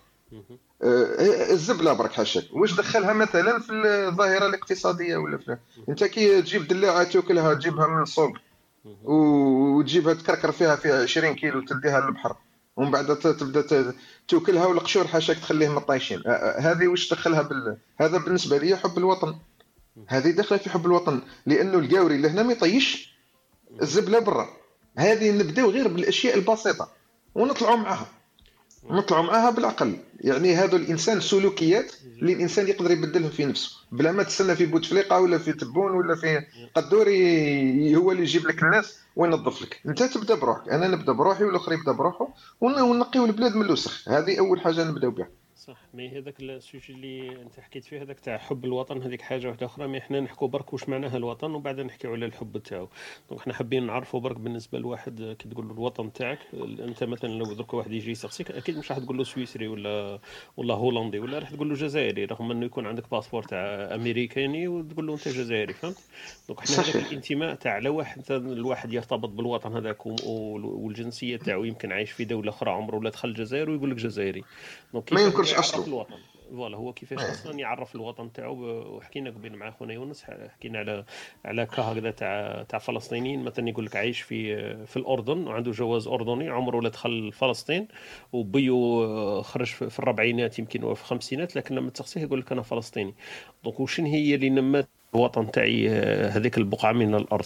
الزبله برك حاشاك واش دخلها مثلا في الظاهره الاقتصاديه ولا في انت كي تجيب دلاعه تاكلها تجيبها من السوق وتجيبها تكركر فيها 20 كيلو تديها للبحر ومن بعد تبدا تاكلها والقشور حاشاك تخليهم طايشين. هذه واش دخلها هذا بالنسبه لي حب الوطن. هذه داخله في حب الوطن لانه القاوري لهنا ما يطيش الزبله برا. هذه نبداو غير بالاشياء البسيطه ونطلعوا معها بالعقل. يعني هذا الانسان سلوكيات اللي الانسان يقدر يبدلهم في نفسه بلا ما تستنى في بوتفليقه ولا في تبون ولا في قدوري هو اللي يجيب لك الناس وينظف لك. انت تبدا بروحك، انا نبدا بروحي والاخر يبدا بروحه ونقيو البلاد من الوسخ. هذه اول حاجه نبداو بها. صح. مي هذاك السوجي اللي انت حكيت فيه هذاك تاع حب الوطن هذيك حاجه واحده اخرى. مي احنا نحكوا برك واش معناها الوطن وبعدين نحكيو على الحب تاعو. دونك احنا حابين نعرفوا برك بالنسبه لواحد كي تقول له الوطن تاعك انت مثلا لو درك واحد يجي يسقسيك اكيد مش راح تقول له سويسري ولا هولندي ولا راح تقول له جزائري رغم انه يكون عندك باسبور تاع امريكاني وتقول له انت جزائري. فهمت؟ دونك احنا هذاك الانتماء تاع لو الواحد يرتبط بالوطن هذاك والجنسيه تاعو يمكن عايش في دوله اخرى عمره ولا دخل الجزائر ويقول لك جزائري. دونك ما ينكرش اصله الوطن. فوالا هو كيفاش اصلا يعرف الوطن تاعو. وحكينا قبل مع خونا يونس حكينا على هكذا تاع فلسطينيين مثلا يقول لك عايش في الاردن وعنده جواز اردني عمره لا دخل فلسطين وبيو خرج في الربعينات يمكن وفي الخمسينات لكن لما تسقسيه يقول لك انا فلسطيني. دونك وشن هي اللي نمت الوطن تاعي هذيك البقعه من الارض؟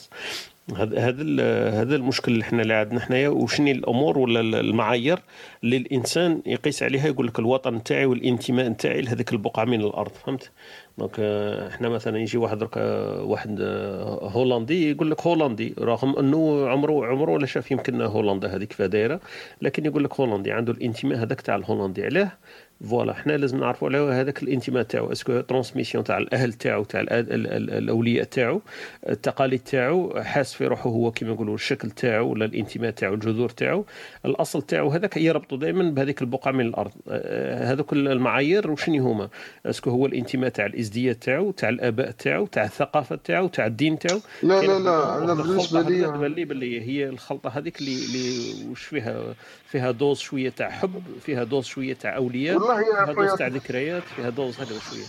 هذا المشكل اللي احنا اللي عندنا حنايا. وشني الامور ولا المعايير اللي الانسان يقيس عليها يقول لك الوطن تاعي والانتماء تاعي لهذيك البقعه من الارض. فهمت؟ دونك احنا مثلا يجي واحد هولندي يقول لك هولندي رغم انه عمره ولا شاف يمكن هولندا هذيك كيف دايره لكن يقول لك هولندي عنده الانتماء هذاك تاع الهولندي. علاه؟ فوالا احنا لازم نعرفوا على هذاك الانتماء تاعو اسكو ترانسميسيون تاع الاهل تاعو تاع الاولياء تاعو التقاليد تاعو حاس في روحه هو كما نقولوا الشكل تاعو ولا الانتماء تاعو الجذور تاعو الاصل تاعو هذاك يربطوا دائما بهذيك البقعه من الارض. هذوك المعايير وشنو هما؟ اسكو هو الانتماء تاع الازدياد تاعو تاع الاباء تاعو تاع الثقافه تاعو تاع الدين تاعو. لا انا بالنسبه لي باللي هي الخلطه هذيك اللي وش فيها دوز شويه تاع حب فيها دوز شويه تاع اولياء فيها دوز تاع ذكريات فيها دوز هذا شويه.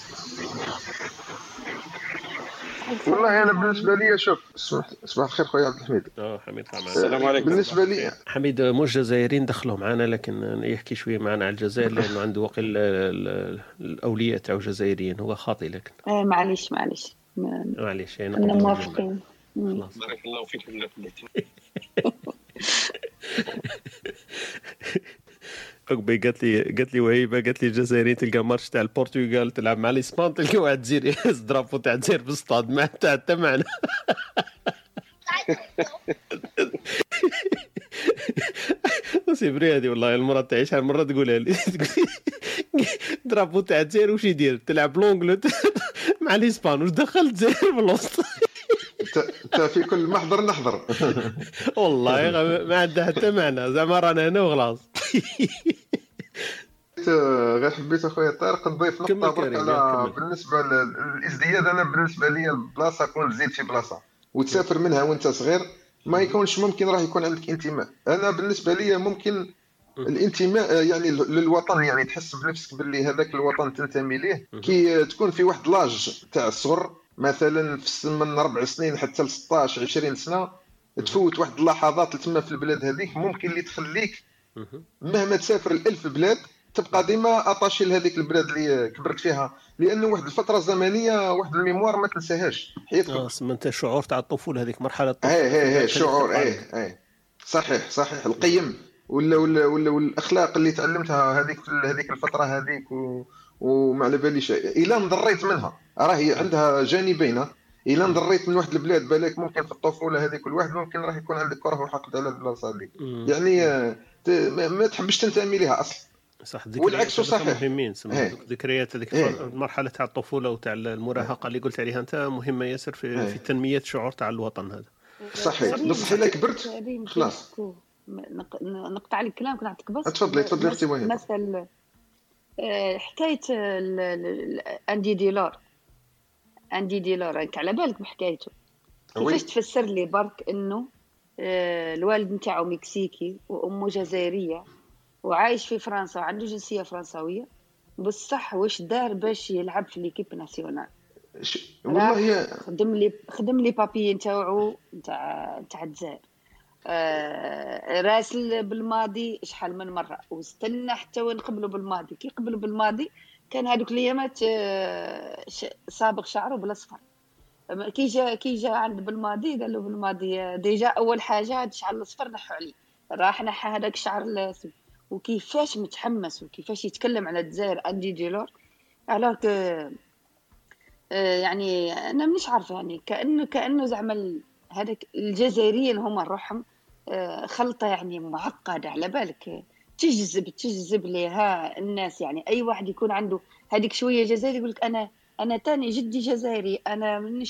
والله انا بالنسبه لي شوف صباح الخير خويا عبد الحميد. حميد السلام عليكم. بالنسبه لي حميد مش جزائريين دخلوا معنا لكن يحكي شويه معنا على الجزائر لانه عنده وقت الاولياء تاعو جزائريين هو خاطئ لكن معليش انا موافقين. خلاص بارك الله فيكم. عقبي قالت لي وهيبه قالت لي الجزائريين تلقى ماتش تاع البرتغال تلعب مع الاسبان تلقى واحد جزيري يهز درابو تاع الجزائر بالصطاد ما حتى معنا. نصيب هذه والله المرة تعيش المرة تقولها لي درابو تاع الجزائر وش يدير تلعب لونجلو مع الاسبان وش دخل الجزائر بالوسط. انت في كل محضر نحضر والله ما عنده حتى معنى زعما رانا هنا وخلاص. غير حبيت اخويا طارق نضيف نقطه برك على بالنسبه للازدياد. انا بالنسبه لي البلاصه كون تزيد في بلاصه وتسافر منها وانت صغير ما يكونش ممكن راح يكون عندك انتماء. انا بالنسبه لي ممكن الانتماء يعني للوطن يعني تحس بنفسك باللي هذاك الوطن تنتمي ليه كي تكون في واحد لاج تاع الصغر مثلا في السن من 4 سنين حتى ل 16 20 سنه تفوت واحد اللحظات تما في البلاد هذيك ممكن اللي تخليك مهما تسافر ال1000 بلاد تبقى ديما اتاشي لهذيك البلاد اللي كبرت فيها، لانه واحد الفتره زمنيه واحد الميموار ما تنساهاش حياتك. انت الشعور تاع الطفوله، هذيك مرحله الطفوله هي شعور. صحيح القيم ولا والاخلاق اللي تعلمتها هذيك الفتره هذيك، وما على باليش الا نضريت منها، راهي عندها جانبين. الا نضريت من واحد البلاد بالك ممكن في الطفوله هذيك كل واحد ممكن راح يكون عندك كره وحقد على البلاصه هذيك، يعني ما تحبش تنتمي لها اصلا. صح، والعكس صحيح مهمين. ذكريات هذيك المرحله تاع الطفوله وتاع المراهقه اللي قلت عليها انت مهمه ياسر في تنميه الشعور تاع الوطن هذا. صحيح، بصح الا كبرت خلاص. نقطع على الكلام كنت نعطيك بس. تفضلي اختي وهي. مثلا حكايه اندي ديلور على بالك بحكايته، كيفاش تفسر لي برك انه الوالد نتاعو مكسيكي وامه جزائريه وعايش في فرنسا وعنده جنسيه فرنساويه، بصح واش دار باش يلعب في ليكيب ناسيونال؟ والله خدم لي بابي نتاعو نتاع الجزائر، راسل بالماضي شحال من مره، واستنى حتى وين قبلوا بالماضي. كي قبلوا بالماضي كان هذوك الايامات صابغ شعره بالاصفر. كي جا عند بالماضي قال له بالماضي ديجا اول حاجه هاد الشعر الاصفر نحوا عليه، راح نحى هذاك الشعر الاسود. وكيفاش متحمس وكيفاش يتكلم على الجزائر اندي ديلور. الوغ يعني انا مانيش عارفه، يعني كانه زعما هذاك الجزائريين هما روحهم خلطه يعني معقده. على بالك تجذب لها الناس، يعني اي واحد يكون عنده هذيك شويه جزائري يقول لك انا تاني جدي جزائري. انا مانيش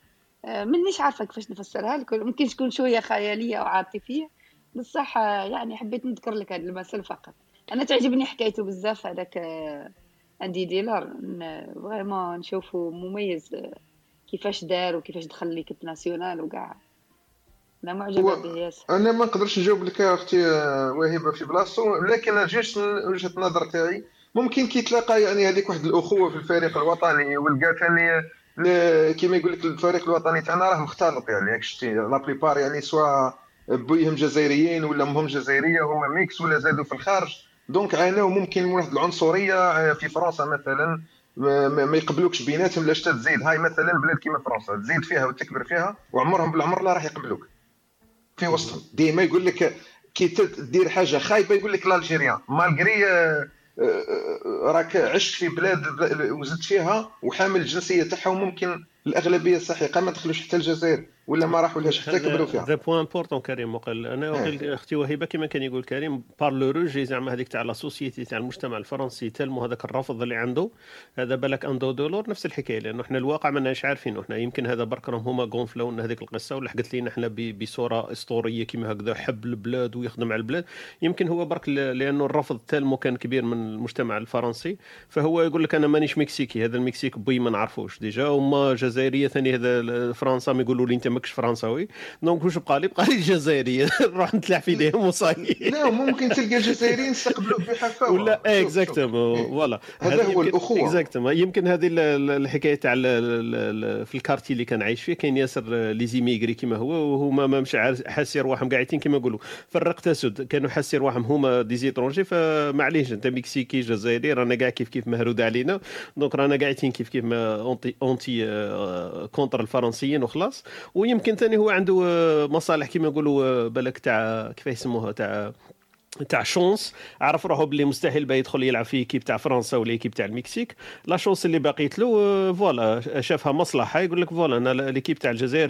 عارفه كيفاش نفسرها لك، ممكن تكون شويه خياليه او عاطفيه، بصح يعني حبيت نذكر لك هذا المثل فقط. انا تعجبني حكايته بزاف هذاك اندي ديلار، فريمون نشوفه مميز كيفاش دار وكيفاش دخل ليكيب ناسيونال وكاع. انا معجبه به ياسر. انا ما نقدرش نجاوب لك يا اختي وهبه في بلاصتو، لكن جيت وجهه النظر تاعي ممكن كيتلاقى يعني هذيك واحد الاخوه في الفريق الوطني، ولقى ثاني كيما يقول لك الفريق الوطني تاعنا راه مختلط، يعني ياك شتي لا بليبار يعني سوا بويهم جزائريين ولا امهم جزائريه هما ميكس ولا زادوا في الخارج، دونك عاناو ممكن من واحد العنصريه في فرنسا مثلا، ما يقبلوكش بيناتهم. لاش تزيد هاي مثلا بلاد كيما فرنسا تزيد فيها وتكبر فيها وعمرهم بالعمر لا راح يقبلوك في وسطهم. ديما يقول لك كي تدير حاجه خايبه يقول لك الجيريان مالغري راك عشت في بلاد وزدت فيها وحامل الجنسيه تاعها، وممكن الاغلبيه السحيقه ما دخلوش حتى الجزائر ولا ما راحوا لهاش حتى كبروا فيها. هذا بوين امبورطون كريم وقال. انا وقال اختي وهبه كما كان يقول كريم بار لو روجي زعما هذيك تاع لا سوسيتي تاع المجتمع الفرنسي تلمو هذاك الرفض اللي عنده. هذا بالك اندو دولور نفس الحكايه، لانه احنا الواقع ماناش عارفينه. احنا يمكن هذا برك راهم هما غونفلو لنا هذيك القصه ولحقت لينا احنا بصوره اسطوريه كيما هكذا حب البلاد ويخدم على البلاد. يمكن هو برك لانه الرفض تلمو كان كبير من المجتمع الفرنسي، فهو يقول لك انا مانيش مكسيكي، هذا المكسيك بوي ما نعرفوش ديجا، وما جزائريه ثاني هذا فرنسا ما يقولوا لي انت ماكش فرنساوي، دونك واش بقى لي الجزائريه نروح نتلاح في ايديهم وصاي. لا ممكن تلقى الجزائريين يستقبلوك بحفاوه ولا اكزاكتومون فوالا هذا هو الاخوه اكزاكتومون. يمكن هذه الحكايه تاع في الكارتي اللي كان عايش فيه كاين ياسر لي زيميغري كيما هو، وهما ما مش حاسين رواحهم قاعدين كيما يقولوا فرق تسد، كانوا حاسين رواحهم هما دي زيترونجي. فمعليش انت مكسيكي جزائري رانا كاع كيف مهرود علينا، دونك رانا قاعدين كيف ما اونتي كونتر الفرنسيين وخلاص. ويمكن ثاني هو عنده مصالح كيما يقولوا بالك تاع كيف يسموها تاع شونس، عرف روحو بلي مستحيل با يدخل يلعب في كيب تاع فرنسا ولا كيب تاع المكسيك. لا شونس اللي باقيت له فوالا شافها مصلحه، يقول لك فوالا انا ليكيب تاع الجزائر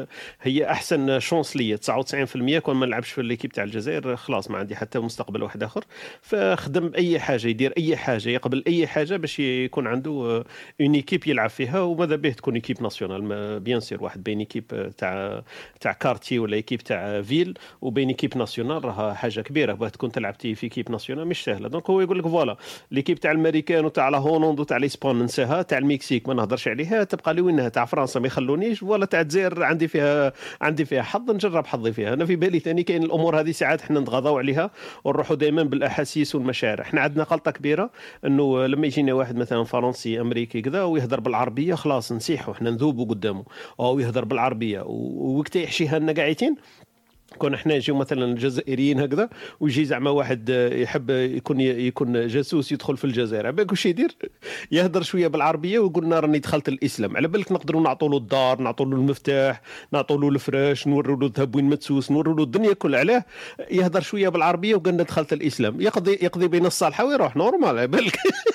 هي احسن شونس ليا 99%. كون ما نلعبش في ليكيب تاع الجزائر خلاص ما عندي حتى مستقبل واحد اخر. فخدم اي حاجه، يدير اي حاجه، يقبل اي حاجه باش يكون عنده اون ايكيب يلعب فيها. وماذا به تكون ايكيب ناسيونال بيان سير، واحد بين ايكيب تاع كارتي ولا ايكيب تاع فيل وبين ايكيب ناسيونال راه حاجه كبيره. تكون تلعبتي في كيب ناسيونال مش سهله. دونك هو يقول لك فوالا ليكيب تاع الامريكان وتاع لا هولندا وتاع الاسبان ننساها، تاع المكسيك ما نهضرش عليها، تبقى لي وينها تاع فرنسا ما يخلونيش، ولا تاع الجزائر عندي فيها حظ نجرب حظي فيها. انا في بالي ثاني كاين الامور هذه ساعات احنا نتغاضوا عليها ونروحوا دائما بالاحاسيس والمشاعر. احنا عندنا غلطه كبيره انه لما يجينا واحد مثلا فرنسي امريكي كذا ويهضر بالعربيه خلاص نسيحوا احنا نذوبوا قدامه، او يهضر بالعربيه ووقت يحشيها لنا قاعدين كون احنا نجيو مثلا الجزائريين هكذا ويجي زعما واحد يحب يكون جاسوس يدخل في الجزائر، على بالك واش يدير؟ يهضر شويه بالعربيه ويقول لنا راني دخلت الاسلام. على بالك نقدروا نعطوا له الدار، نعطوا له المفتاح، نعطوا له الفراش، نوروا له الذهب وين مدسوس، نوروا له الدنيا كلها. علاه؟ يهضر شويه بالعربيه وقال لنا دخلت الاسلام. يقضي بين الصالحه ويروح نورمال. على بالك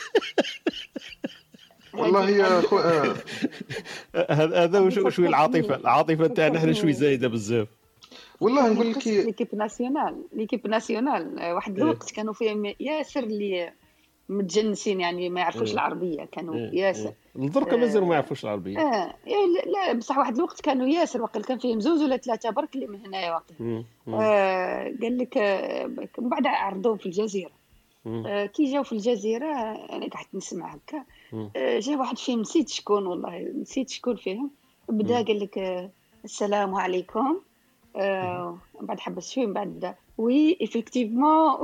والله يا خو هذا شوي العاطفه تاعنا احنا شوي زايده بزاف. والله نقول لك ليكيب ناسيونال واحد الوقت كانوا فيهم ياسر اللي متجنسين، يعني ما يعرفوش العربيه، كانوا ياسر. درك مازالوا ما يعرفوش العربيه. لا بصح واحد الوقت كانوا ياسر، وقيل كان فيهم 2 ولا 3 برك اللي من هنايا وقيل. قال لك من بعد عرضوهم في الجزيره. كي جاو في الجزيره انا قعدت نسمع هكا، جا واحد فيهم نسيت شكون، والله نسيت شكون فيهم، بدا قال لك السلام عليكم. بعد حبس شوي، من بعد بدا وي ايفيكتيفمون.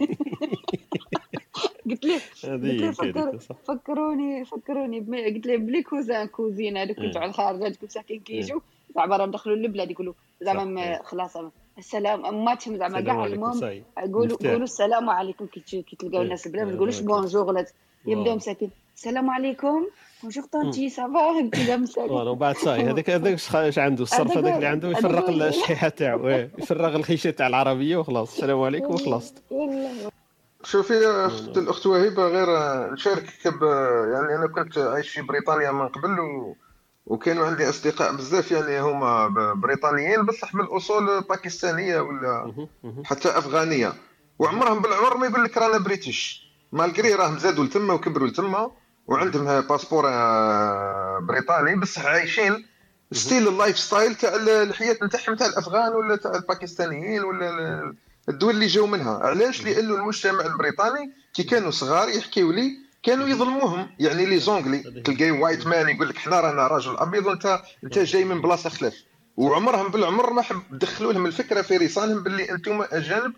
قلت له فكروني قلت له بلي كوزين هذوك تاع الخارج، هذوك ساكن كيجوا زعما راهم دخلوا للبلاد يقولوا زعما خلاص السلام اماتهم زعما كاع. المهم قولوا السلام عليكم كي تلقاو الناس البلاد، ما تقولوش بونجور ولا يبداو مساكين السلام عليكم بونجور طونتي سافا كذا مساكين. ومن بعد صاي هذاك اش عنده الصرف هذاك اللي عنده يفرغ الشحيحه تاعو، يفرغ الخيشه تاع العربيه وخلاص السلام عليكم وخلصت. شوفي الاخت وهبه، غير نشاركك يعني انا كنت عايش في بريطانيا من قبل وكانوا عندي اصدقاء بزاف يعني هما بريطانيين بصح من الاصول باكستانيه ولا حتى افغانيه، وعمرهم بالعمر ما يقول لك رانا بريتش، مالغري راهم زادوا لتما وكبروا لتما وعندهم باسبور بريطاني، بصح عايشين ستيل اللايف ستايل تاع الحياه نتاعهم تاع الافغان ولا تاع الباكستانيين ولا الدول اللي جاوا منها. علاش؟ لانه المجتمع البريطاني كي كانوا صغار يحكيوا لي كانوا يظلموهم، يعني لي زونغلي تلقاي وايت مان يقول لك حنا رانا راجل ابيض وانت جاي من بلاصه خلاف، وعمرهم بالعمر ما حب دخلوا لهم الفكره في رصانهم باللي انتم اجانب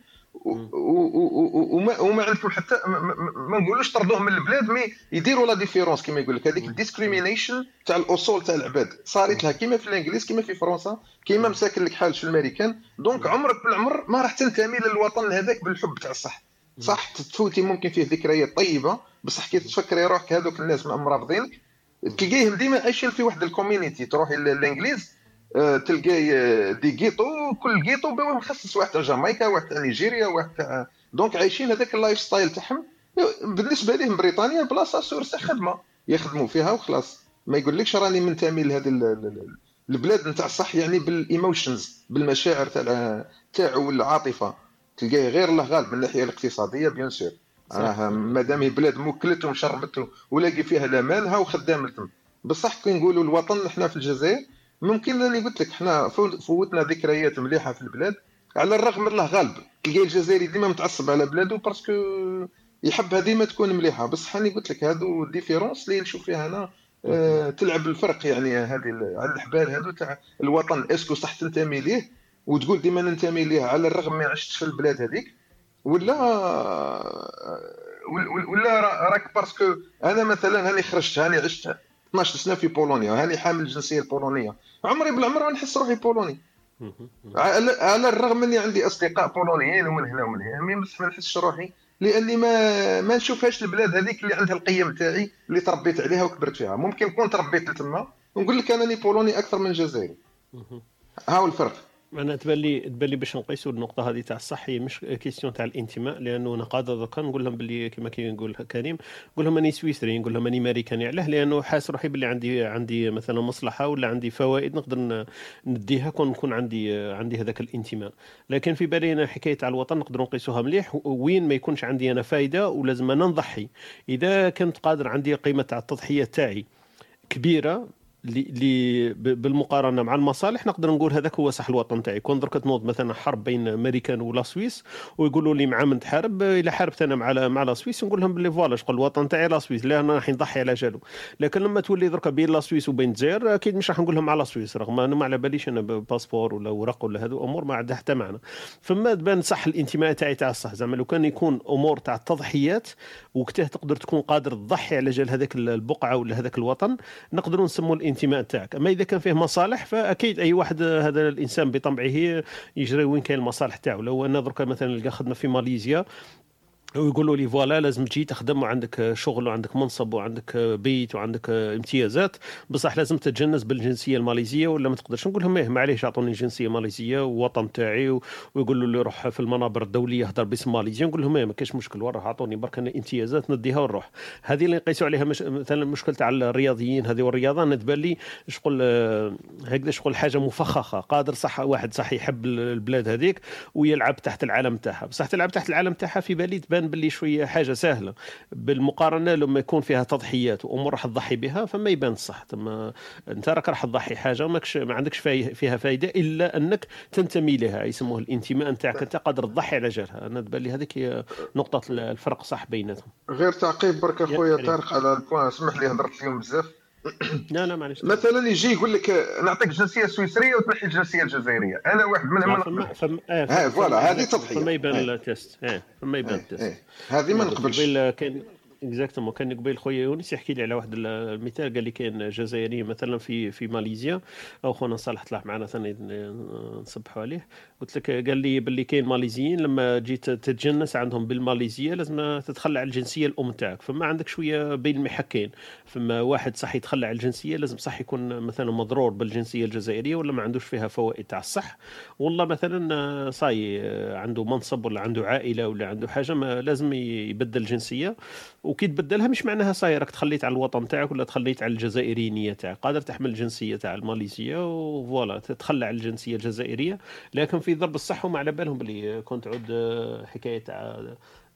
وما عندكم حتى ما نقولوش طردوهم من البلاد، مي يديروا لا ديفيرونس كما يقول لك، هذيك الديسكريمينيشن تاع الاصول تاع العباد صارت لها كيما في الانجليز كيما في فرنسا كيما مساكن لك حال في الامريكان. دونك عمرك بالعمر ما راح تنتمي للوطن هذاك بالحب تاع صح تفوتي ممكن فيه ذكريات طيبه، بصح كي تفكري روحك هذوك الناس مرافضينك تلقايهم ديما عايشين في واحد الكوميونيتي. تروحي للانجليز تلقاي دي جيتو، كل جيتو بواه مخصص، واحد تاع جامايكا واحد تاع نيجيريا واحد تاع، دونك عايشين هذاك اللايف ستايل تاعهم. بالنسبه لهم بريطانيا بلاصه سورس خدمه يخدموا فيها وخلاص، ما يقولكش راني منتمي لهذه البلاد نتاع الصح، يعني بالايموشنز بالمشاعر تاعو والعاطفه. تلقاه غير الله غالب من الناحيه الاقتصاديه بيان سور، مادام هي بلاد موكلته وشربته ولاقي فيها الامان ها وخدام لكم. بصح كي نقولوا الوطن احنا في الجزائر ممكن راني قلت لك احنا فوتنا ذكريات مليحه في البلاد، على الرغم من الله غالب تلقى الجزائري ديما متعصب على بلاده باسكو يحبها ديما تكون مليحه. بصح راني قلت لك هذو ديفيرونس اللي نشوف فيها انا تلعب الفرق، يعني هذه على الحبال هذو تاع الوطن اسكو صح تنتمي ليه وتقول ديما ننتمي ليه على الرغم ما عشتش في البلاد هذيك، ولا راك باسكو انا مثلا هاني خرجت هاني عشت 12 سنه في بولونيا وهاني حامل الجنسيه البولونيه، عمري بالعمر نحس روحي بولوني على الرغم اني عندي اصدقاء بولونيين ومن هنا ومن هنا، بس ما نحسش روحي لاني ما نشوفهاش البلاد هذيك اللي عندها القيم تاعي اللي تربيت عليها وكبرت فيها. ممكن نكون تربيت تما ونقول لك انني بولوني اكثر من جزائري، ها هو الفرق. انا تبان لي باش نقيسوا النقطه هذه تاع الصح هي مش كيستيون تاع الانتماء، لانه انا قادر دوكا نقول لهم باللي كما كيقول كريم، نقول لهم اني سويسري، نقول لهم اني امريكاني. علاه؟ لانه حاس روحي باللي عندي مثلا مصلحه ولا عندي فوائد نقدر نديها كون نكون عندي هذاك الانتماء. لكن في بالي انا حكايه على الوطن نقدر نقيسوها مليح وين ما يكونش عندي انا فائده ولازم انا نضحي. اذا كنت قادر عندي قيمه تاع التضحيه تاعي كبيره بالمقارنه مع المصالح، نقدر نقول هذاك هو صح الوطن تاعي. كون درك تنوض مثلا حرب بين امريكان ولا سويس ويقولوا لي مع من تحارب، الا حاربت انا مع لا سويس نقول لهم باللي فوالا شغل الوطن تاعي لا سويس، لا انا راح نضحي على جالو. لكن لما تولي درك بين لا سويس وبين الجزائر اكيد مش راح نقول لهم على سويس، رغم انا ما على باليش انا باسبور ولا ورق ولا هذو امور ما عندها حتى معنى. فما تبان صح الانتماء تاعي تاع الصح زعما لو كان يكون امور تاع التضحيات وقتها تقدر تكون قادر تضحي على جال هذاك البقعه ولا هذاك الوطن، نقدروا نسموا الانتماء تاعك. اما اذا كان فيه مصالح فاكيد اي واحد هذا الانسان بطبعه يجري وين كاين المصالح تاعو. لو انا درك مثلا نلقى خدمه في ماليزيا ويقولوا لي فوالا لازم تجي تخدم وعندك شغل وعندك منصب وعندك بيت وعندك امتيازات، بصح لازم تتجنس بالجنسيه الماليزيه ولا ما تقدرش. نقول لهم ايه معليش اعطوني جنسيه ماليزيه ووطن تاعي، ويقولوا لي روح في المنابر الدوليه هضر باسم ماليزيا. نقول لهم ايه ما كاينش مشكل، وراه اعطوني برك امتيازات نديها ونروح. هذه اللي نقيسوا عليها مثلا المشكل تاع الرياضيين هذه والرياضه. انا تبان لي شغل هكذا شغل حاجه مفخخه. قادر صح واحد صح يحب البلاد هذيك ويلعب تحت العالم تاعها، بصح تلعب تحت العالم تاعها في بالي تبان باللي شويه حاجه سهله بالمقارنه لما يكون فيها تضحيات وامور راح تضحي بها، فما يبان صح. تما انت راك راح تضحي حاجه ما عندكش فيها فائده الا انك تنتمي لها، يسموه الانتماء نتاعك. انت قادر تضحي على جالها. انا تبان لي هذيك هي نقطه الفرق صح بيناتهم. غير تعقيب برك اخويا طارق على البوان، اسمح لي هضرت اليوم بزاف. لا معليش. مثلا يجي يقول لك نعطيك الجنسيه السويسريه وتنحي الجنسيه الجزائريه، انا واحد منهم. فوالا هذه تضحيه. فما يبان التيست. فما يبان التيست. هذه ما نقبلش. كان اكزاكتومون كان قبيل خويا يونس يحكي لي على واحد المثال. قال لي كاين جزائري مثلا في ماليزيا، او خونا صالح طلع معنا ثاني نصبحوا عليه. قلت لك قال لي باللي كاين ماليزيين لما جيت تتجنس عندهم بالماليزيه لازم تتخلى على الجنسيه الام تاعك. فما عندك شويه بين المحكين. فما واحد صح يتخلى على الجنسيه لازم صح يكون مثلا مضرور بالجنسيه الجزائريه ولا ما عندوش فيها فوائد تاع الصح، والله مثلا صاي عنده منصب ولا عنده عائله ولا عنده حاجه ما لازم يبدل الجنسيه. وكي تبدلها مش معناها صاير راك تخليت على الوطن تاعك ولا تخليت على الجزائرية تاعك. قادر تحمل الجنسيه تاع الماليزيه وفوالا تتخلى على الجنسيه الجزائريه. لكن في ضرب الصح وما على بالهم بلي كنت عود حكايه تاع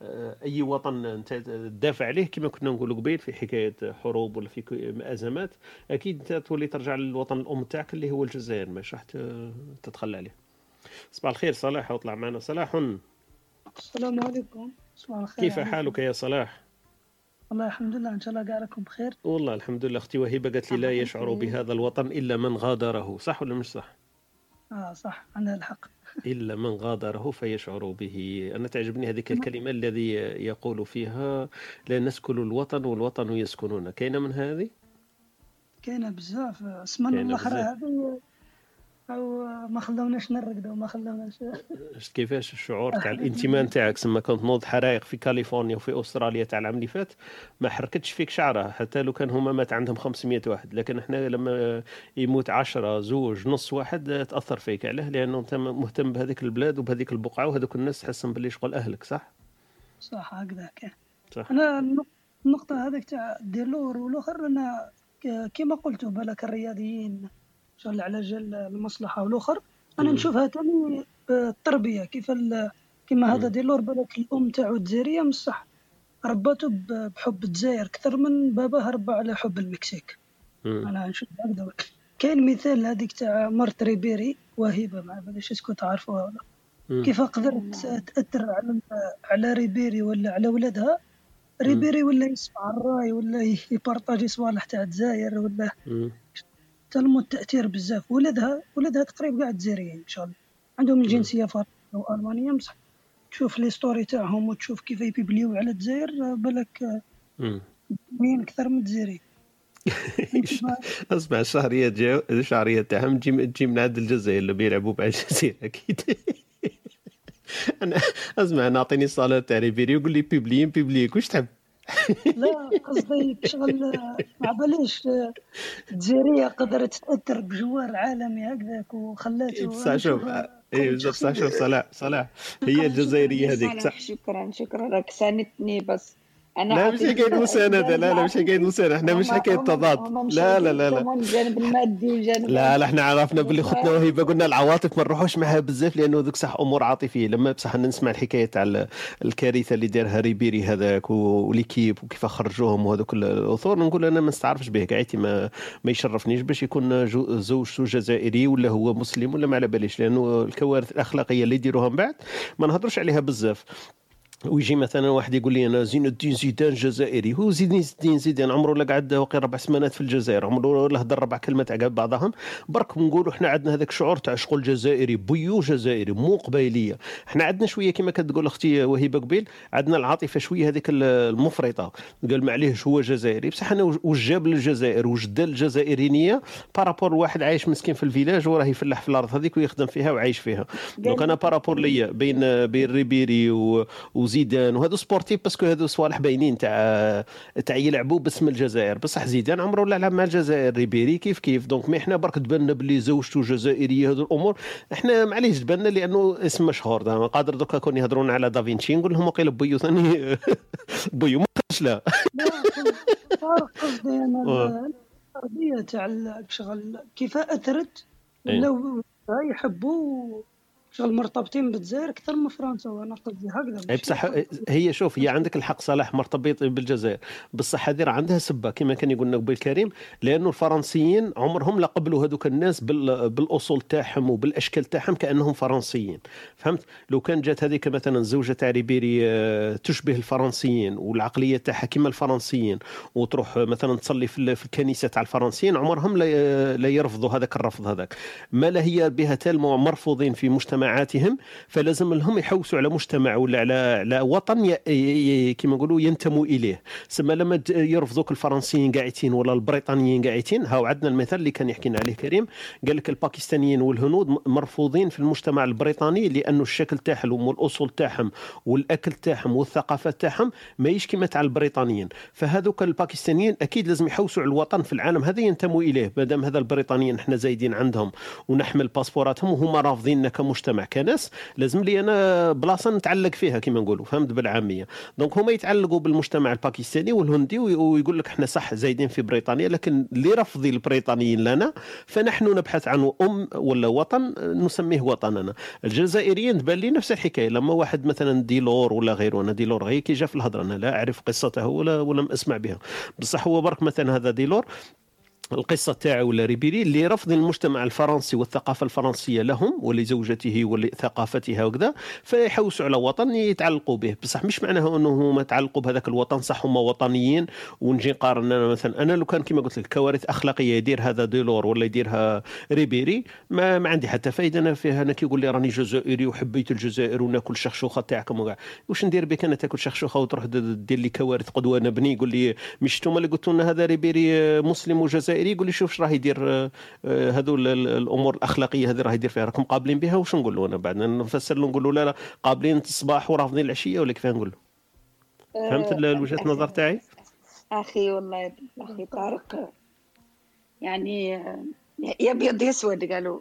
اي وطن انت تدافع عليه كما كنا نقولوا قبيل في حكايه حروب ولا في ازمات، اكيد انت تولي ترجع للوطن الام تاعك اللي هو الجزائر، مش راح تتخلى عليه. صباح الخير صلاح، اطلع معنا صلاح. السلام عليكم. صباح الخير. كيف حالك يا صلاح؟ والله الحمد لله، ان شاء الله قاعدكم بخير. والله الحمد لله. اختي وهبه قالت لي لا يشعر بهذا الوطن الا من غادره، صح ولا مش صح؟ صح، عندها الحق. إلا من غادره فيشعر به. أنا تعجبني هذه الكلمة الذي يقول فيها لا نسكن الوطن والوطن يسكنون. كاينة من هذه؟ كاينة بزاف. اسمنا الأخرى هذه أو ما خلوناش نرقدوا وما خلوناش. شفت كيفاش الشعور تاع الانتماء تاعك؟ سما كنت نوض حرائق في كاليفورنيا وفي أستراليا تاع العام اللي فات ما حركتش فيك شعرة، حتى لو كان هما مات عندهم 500 واحد. لكن احنا لما يموت 10 زوج نص واحد تأثر فيك. علاه؟ لأنه انت مهتم بهذيك البلاد وبهذيك البقعة وهذوك الناس تحسن باللي شغل أهلك. صح هكذا كان. صح. أنا النقطة هذيك تاع ديلور والآخر، أنا كما قلتوا بالك الرياضيين شغل على جال المصلحة والآخر، أنا نشوفها تاني التربية. كما هذا ديلور بالك الأم تاعو الجزائرية مصح رباته بحب الجزائر أكثر من باباه ربى على حب المكسيك. أنا نشوف هكذا. كاين مثال هذيك تاع مرت ريبيري وهبة، ما باليش اسكو تعرفوها ولا كيف قدرت تأثر على ريبيري ولا على ولادها. ريبيري ولا يسمع الراي ولا يبارطاجي صوالح تاع الجزائر ولا تلمو التأثير بزاف. ولدها تقريبا قاعد جزائريين إن شاء الله، عندهم الجنسية فرنسية وألمانية. مصح تشوف لي ستوري تاعهم وتشوف كيف يبيبليو على الجزائر بالك مين أكثر من الجزائري. اسمع الشهرية تاعهم تجي من عند الجزائر اللي بيلعبوا مع الجزائر أكيد. أنا أسمع نعطيني صالة تاع ريبيري يقول لي بيبليك واش تحب. لا قصدي شغل ما باليش الجزائرية قدرت تأثر بجوار عالمي هكذاك وخلاته. صح شوف صح شوف صلاح هي الجزائرية هذيك صح. شكرا لك ساندتني. بس أنا لا مش حكاية مساندة. لا مش حكاية مساندة. احنا مش حكاية تضاد. لا الجانب المادي وجانب لا احنا عرفنا باللي خطنا وهبة قلنا العواطف ما نروحوش معها بزاف لأنه ذوك صح أمور عاطفية. لما بصح نسمع الحكاية تاع الكارثة اللي دارها ريبيري هذاك وليكيب وكيف خرجوهم وهذوك الأثور نقول أنا ما نستعرفش به قاعدتي ما يشرفنيش باش يكون زوجته جزائري ولا هو مسلم ولا ما على باليش، لأنه الكوارث الأخلاقية اللي يديروها من بعد ما نهضروش عليها بزاف. ويجي مثلا واحد يقول لي انا زين الدين زيدان جزائري. هو زين الدين زيدان عمره لا قعد وقيل 4 سمانات في الجزائر، عمره لا هضر 4 كلمات عقب بعضهم. برك نقولوا احنا عندنا هذاك الشعور تاع شغل جزائري، بيو جزائري مو قبيليه. احنا عندنا شويه كما كتقول اختي وهبه قبيل، عندنا العاطفه شويه هذيك المفرطه. قال معليهش هو جزائري، بصح انا واش جاب للجزائر، واش دا الجزائرينيه بارابور واحد عايش مسكين في الفيلاج وراه يفلح في الارض هذيك ويخدم فيها وعايش فيها. دونك انا بارابور ليا بين ريبيري وزيدان وهذو سبورتيف، باسكو هذو صوالح باينين تاع يلعبوا باسم الجزائر. بصح زيدان عمره لا لعب مع الجزائر، ريبيري كيف دونك. ما احنا برك تبان باللي زوجته جزائريه هذو الامور. احنا معليش تبان لانه اسم مشهور. قادر دوكا كون يهضرون على دافينشي نقول لهم وقيل بيو ثاني بيو لا قصدي انا الارضيه تاع شغل كيف اثرت ولاو يحبوا شغل مرتبطين بالجزائر اكثر من فرنسا. وانا قصدي هكذا. اي بصح هي شوف، هي عندك الحق صلاح مرتبط بالجزائر، بصح هذه عندها سبه كما كان يقول لنا قبيل كريم، لانه الفرنسيين عمرهم لا قبلوا هذوك الناس بالاصول تاعهم وبالاشكال تاعهم كانهم فرنسيين. فهمت؟ لو كان جات هذيك مثلا زوجه تاع ريبيري تشبه الفرنسيين والعقليه تاعها كما الفرنسيين، وتروح مثلا تصلي في الكنيسه تاع الفرنسيين، عمرهم لا يرفضوا هذاك الرفض هذاك. ما لا هي بها تالمو مرفوضين في مجتمعاتهم، فلازم لهم يحوسوا على مجتمع ولا على وطن كما نقولوا ينتموا اليه. سما لما يرفضوك الفرنسيين قاعدين ولا البريطانيين قاعدين، هاو عندنا المثال اللي كان يحكينا عليه كريم، قال لك الباكستانيين والهنود مرفوضين في المجتمع البريطاني لانه الشكل تاعهم والاصول تاعهم والاكل تاعهم والثقافه تاعهم ماهيش كما تاع البريطانيين. فهذوك الباكستانيين اكيد لازم يحوسوا على الوطن في العالم هذا ينتموا اليه. مادام هذا البريطانيين احنا زايدين عندهم ونحمل باسبوراتهم وهم رافضيننا كمجتمع كناس، لازم لي انا بلاصه نتعلق فيها كما نقولوا. فهمت بالعاميه؟ دونك هما يتعلقوا بالمجتمع الباكستاني والهندي ويقول لك احنا صح زايدين في بريطانيا، لكن اللي رفضي البريطانيين لنا فنحن نبحث عن ولا وطن نسميه وطننا. الجزائريين تبان لي نفس الحكايه. لما واحد مثلا ديلور ولا غيره، انا ديلور غير كي جا في الهضره انا لا اعرف قصته ولم اسمع بها، بصح هو برك مثلا هذا ديلور القصة تاعو ولا ريبيري اللي رفض المجتمع الفرنسي والثقافة الفرنسية لهم ولزوجته ولثقافتها وكذا، فيحوسوا على وطن يتعلقوا به. بصح مش معناه انه هما تعلقوا بهذاك الوطن صح هما وطنيين. ونجي نقارن انا مثلا، انا لو كان كما قلت لك كوارث اخلاقيه يدير هذا ديلور ولا يديرها ريبيري ما عندي حتى فايده. انا فيها انا كيقول لي راني جزائري وحبيت الجزائر وناكل شخشوخه تاعكم وكاع، واش ندير بك انا تاكل شخشوخه وتروح دير لي كوارث قدوه نبني؟ يقول لي مش انتم اللي قلتوا لنا هذا ريبيري مسلم وجزائري؟ يقول لي شوف اش راه يدير هذول الامور الاخلاقيه هذه راه يدير فيها، راكم قابلين بها. واش نقول له انا بعد نفسر له نقول له لا قابلين الصباح ورافضين العشيه ولا كيف نقول له؟ فهمت وجهه النظر تاعي اخي؟ والله اخي طارق يعني يا ابيض يا اسود قالوا.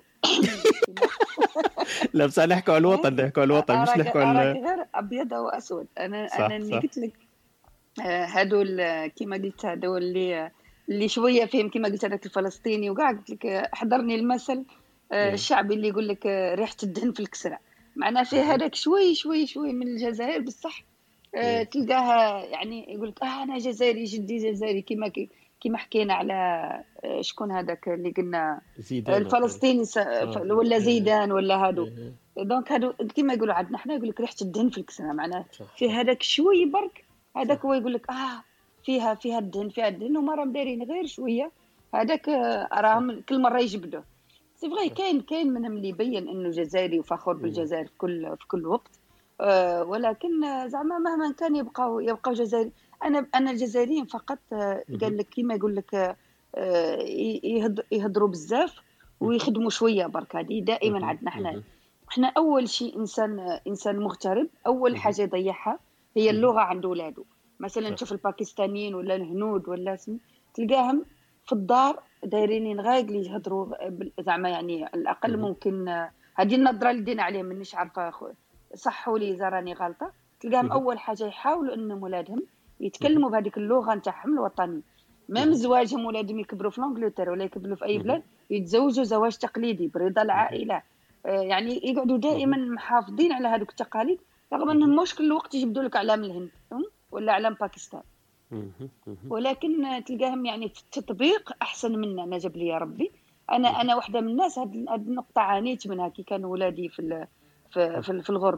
لا بس نحكوا على الوطن، نحكوا على الوطن مش نحكوا على غير ابيض او اسود. انا اللي قلت لك هذول كيما قلت هذول اللي شويه فيهم كما قلت هذاك الفلسطيني وقاع قلت لك حضرني المثل الشعبي اللي يقول لك ريحه الدهن في الكسره. معناه فيه هذاك شوي من الجزائر بصح تلقاها يعني يقول لك انا جزائري جدي جزائري كما حكينا على شكون هذاك اللي قلنا الفلسطيني ولا زيدان ولا هادو. دونك هادو كما يقولوا عندنا احنا يقول لك ريحه الدهن في الكسره. معناه في هذاك شوي برك هذاك هو يقول لك فيها الدهن وما راهم دايرين غير شويه. هذاك راهم كل مره يجبدوه. سي فغي كاين منهم اللي يبين انه جزائري وفخور بالجزائر في كل وقت. ولكن زعما مهما كان يبقاو جزائري. انا الجزائريين فقط قال لك كيما يقول لك يهضروا بزاف ويخدموا شويه برك. هذه دائما عندنا احنا اول شيء انسان مغترب اول حاجه يضيعها هي اللغه عند اولاده. مثلا تشوف الباكستانيين ولا الهنود ولا تلقاهم في الدار دايرين غايق اللي يهضروا زعما يعني على الاقل ممكن هذه النظره اللي دينا عليهم مانيش عارفه صحوا لي اذا راني غلطه. تلقاهم اول حاجه يحاولوا انهم ولادهم يتكلموا بهذيك اللغه نتاعهم الوطني. ميم زواجهم ولادهم يكبروا في انجلترا ولا يكبروا في اي بلاد يتزوجوا زواج تقليدي برضا العائله. يعني يقعدوا دائما محافظين على هذوك التقاليد رغم انهم مش كل وقت يجبدوا لك اعلام الهند ولا اعلام باكستان. ولكن تلقاهم يعني في التطبيق احسن منا. انا جاب لي يا ربي. انا واحده من الناس هذه النقطه عانيت منها كي كانوا ولادي في الغربه.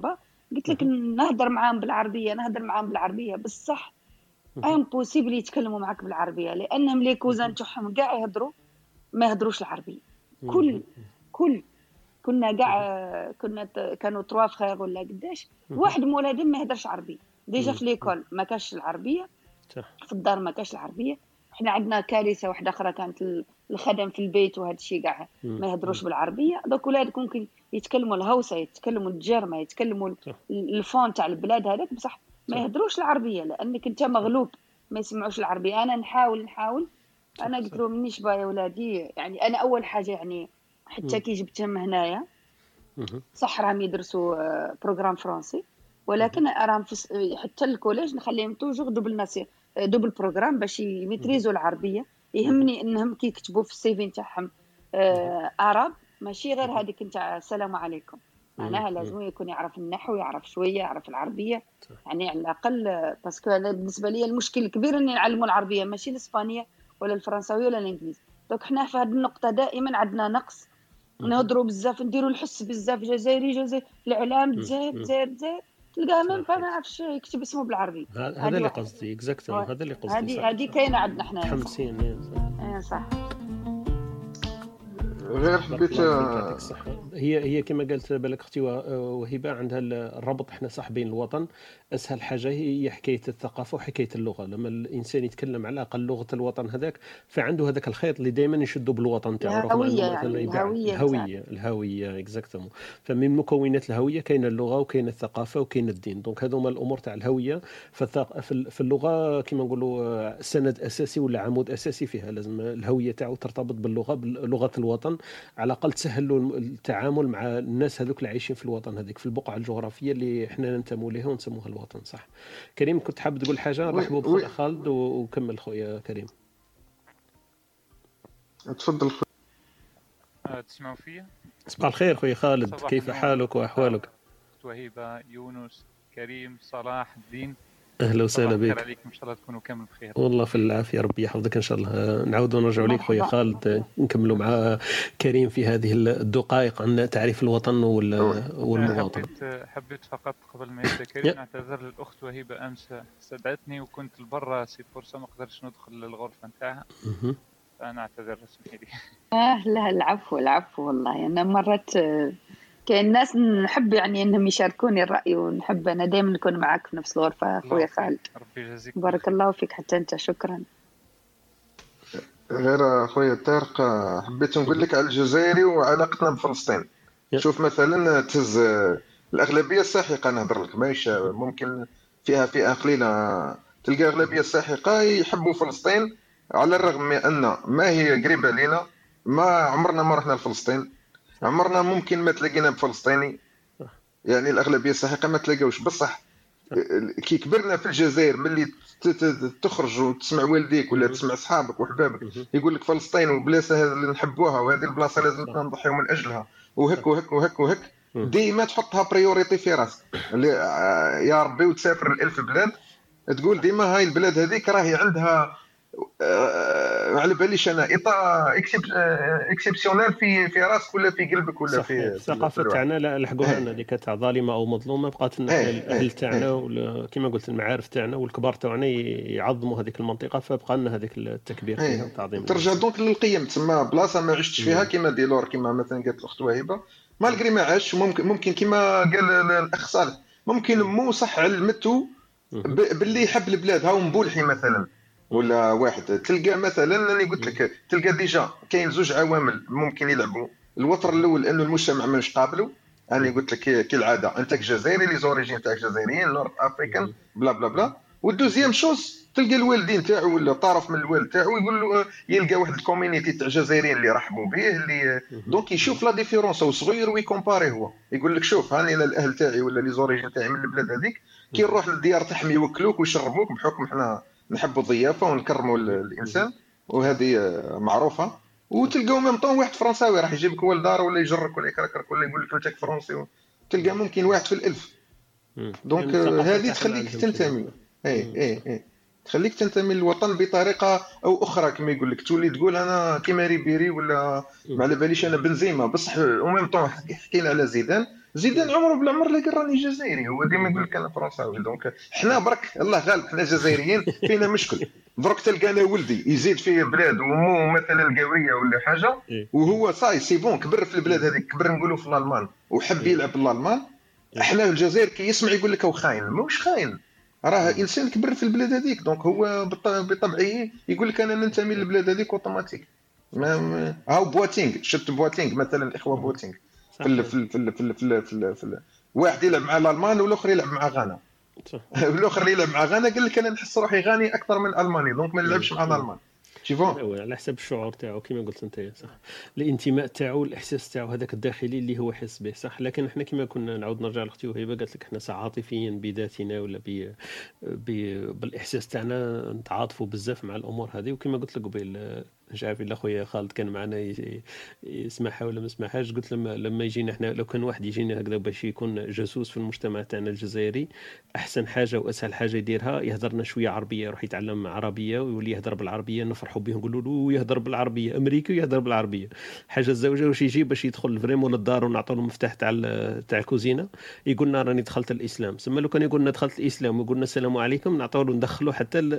قلت لك نهضر معاهم بالعربيه بصح امبوسيبل يتكلموا معك بالعربيه، لانهم لي كوزان تاعهم كاع يهضروا ما يهضروش العربيه. كل كنا كاع كانوا 3 فخير ولا قداش، واحد من ولادهم ما يهضرش عربي ديجا في ليكول، ما كاش العربيه في الدار، ما كاش العربيه. احنا عندنا كارثه واحده اخرى، كانت الخدم في البيت وهذا الشيء كاع ما يهضروش بالعربيه. دوك ولادك ممكن يتكلموا الهوسه، يتكلموا الجرمه، يتكلموا الفون تاع البلاد هذاك، بصح ما يهضروش العربيه لانك انت مغلوب ما يسمعوش العربيه. انا نحاول انا قلت لهم مانيش بايا ولادي، يعني انا اول حاجه يعني حتى كي جبتهم هنايا صح راهم يدرسوا بروغرام فرنسي، ولكن راهم حتى الكوليج نخليهم توجور دوبل بروغرام باش يميتريزوا العربيه. يهمني انهم كي يكتبوا في السي في نتاعهم عرب، ماشي غير هذيك نتاع السلام عليكم، معناها لازم يكون يعرف النحو، يعرف شويه، يعرف العربيه، يعني على الاقل. باسكو انا بالنسبه لي المشكل الكبير اني نعلموا العربيه ماشي الاسبانيه ولا الفرنساويه ولا الانجليزي. دونك حنا في هذه النقطه دائما عندنا نقص، نهضروا بزاف، نديروا الحس بزاف، جزائري الاعلام جزائر تلقاه ما نعرفش يكتب اسمه بالعربي. هذا اللي قصدي اكزاكتومون، هذا اللي قصدي. هذه كاينه عندنا حنا متحمسين. صح. غير حبيت هي كما قالت بالك اختي وهبه، عندها الربط احنا صح بين الوطن. اسهل حاجه هي حكايه الثقافه وحكايه اللغه. لما الانسان يتكلم على الاقل لغه الوطن هذاك، فعنده هذاك الخيط اللي دائما يشدوا بالوطن تاعو، رغم انه مثلا الهويه اكزاكتومون. فمن مكونات الهويه كاين اللغه وكاين الثقافه وكاين الدين. دونك هذوما الامور تاع الهويه في اللغه كما نقولوا سند اساسي ولا عمود اساسي فيها. لازم الهويه تاعو ترتبط بلغه الوطن، على الاقل تسهل له التعامل مع الناس هذوك اللي عايشين في الوطن هذيك، في البقعه الجغرافيه اللي احنا ننتموا لها ونسموها الوطن. صح. كريم كنت حاب تقول حاجه؟ رحبوا بخويا خالد وكمل خويا كريم. تفضل تسمعوا فيا؟ صباح الخير خويا خالد، كيف حالك واحوالك؟ وهبه، يونس، كريم، صلاح الدين، اهلا وسهلا بك. خير عليكم، ان شاء الله تكونوا كامل بخير. والله في العافيه، ربي يحفظك ان شاء الله. نعاودوا نرجعوا لك خويا خالد، نكملوا مع كريم في هذه الدقائق عن تعريف الوطن والمواطن. حبيت فقط قبل ما يبدا كريم نعتذر للاخت وهبه، امس استدعتني وكنت لبرا سي فرصه ما قدرتش ندخل للغرفه نتاعها، فانا اعتذر، اسمحي لي. لا العفو والله. انا مرات كاين ناس نحب يعني انهم يشاركوني الراي، ونحب انا دائما نكون معك في نفس الغرفه خويا خالد. ربي يجازيك، بارك الله فيك حتى انت، شكرا. غير خويا طارق، حبيت نقول لك على الجزائري وعلاقتنا بفلسطين. شوف مثلا تهز الاغلبيه الساحقه، نهضر لك ماهيش ممكن فيها فئه قليله، تلقى اغلبيه الساحقه يحبوا فلسطين، على الرغم من ان ما هي قريبه لنا، ما عمرنا ما رحنا لفلسطين، عمرنا ممكن ما تلاقينا بفلسطيني، يعني الاغلبيه الساحقه ما تلاقاوش. بصح كي كبرنا في الجزائر، ملي تخرج وتسمع والديك ولا تسمع اصحابك وحبابك يقول لك فلسطين وبلاصه اللي نحبوها، وهذه البلاصه لازم نضحيو من اجلها، وهك ديما تحطها بريوريتي في راسك، يا ربي، وتسافر ل1000 بلاد، تقول ديما هاي البلاد هذيك راهي عندها على باليش انا اطار اكسبسيونيل في راسك ولا في قلبك ولا في الثقافه تاعنا. لا لحقوها لنا ديك تاع ظالمه او مظلومه، بقات الاهل تاعنا كما قلت المعارف تاعنا والكبار تاعنا يعظموا هذيك المنطقه، فبقى لنا هذيك التكبير فيها والتعظيم. ترجع دونك للقيم، تسمى بلاصه ما عشتش فيها كما ديلور، كما مثلا قالت الاخت وهبه، مالغري ما عاش، ممكن كما قال الاخ صالح، ممكن مو صح علمته باللي يحب البلاد. هاو مبولحي مثلا ولا واحد، تلقى مثلا انا قلت لك، تلقى ديجا كاين زوج عوامل ممكن يلعبوا. الوتر الاول انه المجتمع مش قابله، انا قلت لك كالعاده انت جزائري، لي زوريجين تاعك جزائريين، نورث افريكان، بلا بلا بلا. والدوزيام شوز تلقى الوالدين تاعو ولا طرف من الوالد تاعو يقول له، يلقى واحد الكوميونيتي تاع جزائريين اللي رحبوا به، اللي دونك يشوف لا ديفيرونس وصغير ويكومباري. هو يقول لك شوف هاني انا الاهل تاعي ولا لي زوريجين تاعي من البلاد هذيك، كي نروح للديار تاعهم يوكلوك ويشربوك، بحكم احنا نحبوا الضيافه ونكرموا الانسان، وهذه معروفه. وتلقاو ميم طون واحد فرنساوي راح يجيبك هو لدار ولا يجرك ولا يكركرك ولا يقول لك انت فرنسي، تلقى ممكن واحد في الألف. دونك هذه تخليك تنتمي، اي تخليك تنتمي للوطن بطريقه او اخرى، كما يقول لك تولي تقول انا كيما ريبيري ولا ما على باليش انا بنزيما. بصح وميم طون حكينا على زيدان، زيدان عمره بلا عمر اللي قال راني جزائري، هو ديما يقول لك انا فرنساوي. دونك حنا برك الله غالب حنا جزائريين فينا مشكل. درك تلقى انا ولدي يزيد في بلاد ومو مثلا القاوريه ولا حاجه، وهو صاي سي بون كبر في البلاد هذيك، كبر نقولوا في الالمان وحب يلعب بالالمان. احنا في الجزائر كي يسمع يقول لك هو خاين، ماهوش خاين، راه انسان كبر في البلاد هذيك. دونك هو بطبعه يقول لك انا ننتمي للبلاد هذيك اوتوماتيك. هاو بواتينغ، شفت بواتينغ مثلا، الاخوه بواتينغ في واحد يلعب مع الالمان والاخر يلعب مع غانا، الاخر اللي يلعب مع غانا قال لك انا نحس روحي غاني اكثر من الماني، دونك ما نلعبش مع الالمان. هو على حسب الشعور تاعو كما قلت انت، صح، الانتماء تاعو، الاحساس تاعو هذاك الداخلي اللي هو حس به، صح. لكن احنا كما كنا نعاود نرجع لاختي وهبه، قالت لك احنا عاطفيا بذاتنا ولا بالاحساس تاعنا نتعاطفوا بزاف مع الامور هذه. وكما قلت لك قبيل، مش عارف الا خويا خالد كان معنا يسمعها ولا ما يسمعهاش، قلت لما يجينا احنا، لو كان واحد يجينا هكذا باش يكون جاسوس في المجتمع تاعنا الجزائري، احسن حاجه واسهل حاجه يديرها يهضرنا شويه عربيه، يروح يتعلم عربيه ويولي يهضر بالعربيه، نفرحوا به، نقولوا له يهضر بالعربيه، امريكي يهضر بالعربيه. حاجه الزوجه واش يجي باش يدخل فريمون للدار ونعطوا له المفتاح تاع الكوزينه، يقول لنا راني دخلت الاسلام. ثم لو كان يقول لنا دخلت الاسلام ويقول لنا السلام عليكم، نعطوا له ندخلوا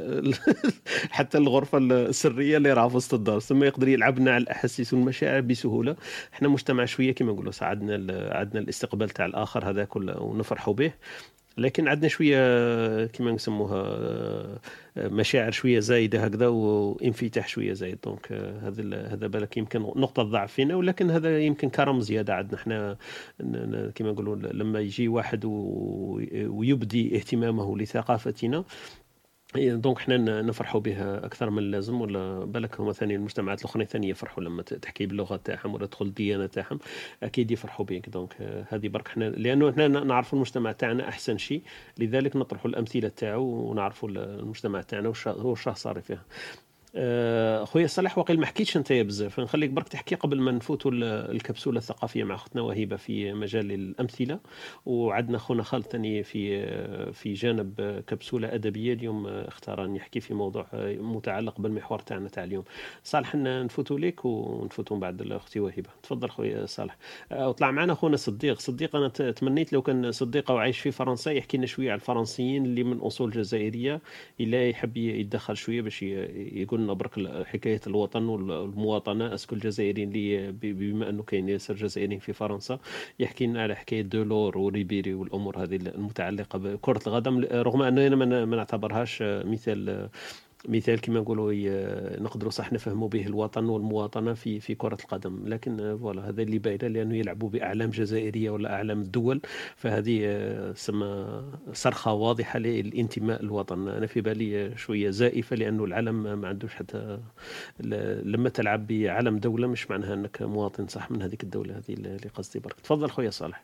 حتى الغرفه السريه اللي راه في وسط الدار، ثم يقدر يلعبنا على الاحاسيس والمشاعر بسهوله. احنا مجتمع شويه كما نقولوا عندنا الاستقبال تاع الاخر هذا كله ونفرحوا به، لكن عندنا شويه كما نسموها مشاعر شويه زايده هكذا وانفتاح شويه زايد. دونك هذا بالك يمكن نقطه ضعف فينا، ولكن هذا يمكن كرم زياده عندنا احنا كما نقولوا. لما يجي واحد ويبدي اهتمامه لثقافتنا، دونك احنا نفرحوا بها اكثر من اللازم. ولا بالك هما ثاني المجتمعات الاخرى ثاني يفرحوا لما تحكي باللغه تاعهم ولا تدخل الديانه تاعهم، اكيد يفرحوا بك. دونك هذه برك احنا لانه احنا نعرفوا المجتمع تاعنا احسن شيء، لذلك نطرحوا الامثله تاعو ونعرفوا المجتمع تاعنا وش صار فيها. خويا صالح، واقيلا ما حكيتش انت بزاف، نخليك برك تحكي قبل ما نفوتوا الكبسوله الثقافيه مع اختنا وهبه في مجال الامثله، وعندنا خونا خالد ثاني في جانب كبسوله ادبيه اليوم اختار ان يحكي في موضوع متعلق بالمحور تاعنا تاع اليوم. صالح نفوتوا لك ونفوتوا من بعد اختي وهبه. تفضل خويا صالح. وطلع معنا خونا صديق انا تمنيت لو كان صديق وعايش في فرنسا يحكي لنا شويه على الفرنسيين اللي من اصول جزائريه، الا يحب يتدخل شويه باش يقول لنا برك حكايه الوطن والمواطنه. اسكو الجزائريين اللي بما انه كاين ياسر جزائريين في فرنسا، يحكي لنا على حكايه دولور وريبيري والامور هذه المتعلقه بكره القدم، رغم اننا ما نعتبرهاش مثال كما نقولوا نقدروا صح نفهموا به الوطن والمواطنه في كره القدم. لكن فوالا هذا اللي باينه، لانه يلعبوا باعلام جزائريه ولا اعلام الدول، فهذه سما صرخه واضحه للانتماء الوطن. انا في بالي شويه زائفه، لانه العلم ما عندوش حتى لما تلعب بعلم دوله مش معناها انك مواطن صح من هذيك الدوله. هذه اللي قصدي برك. تفضل خويا صالح.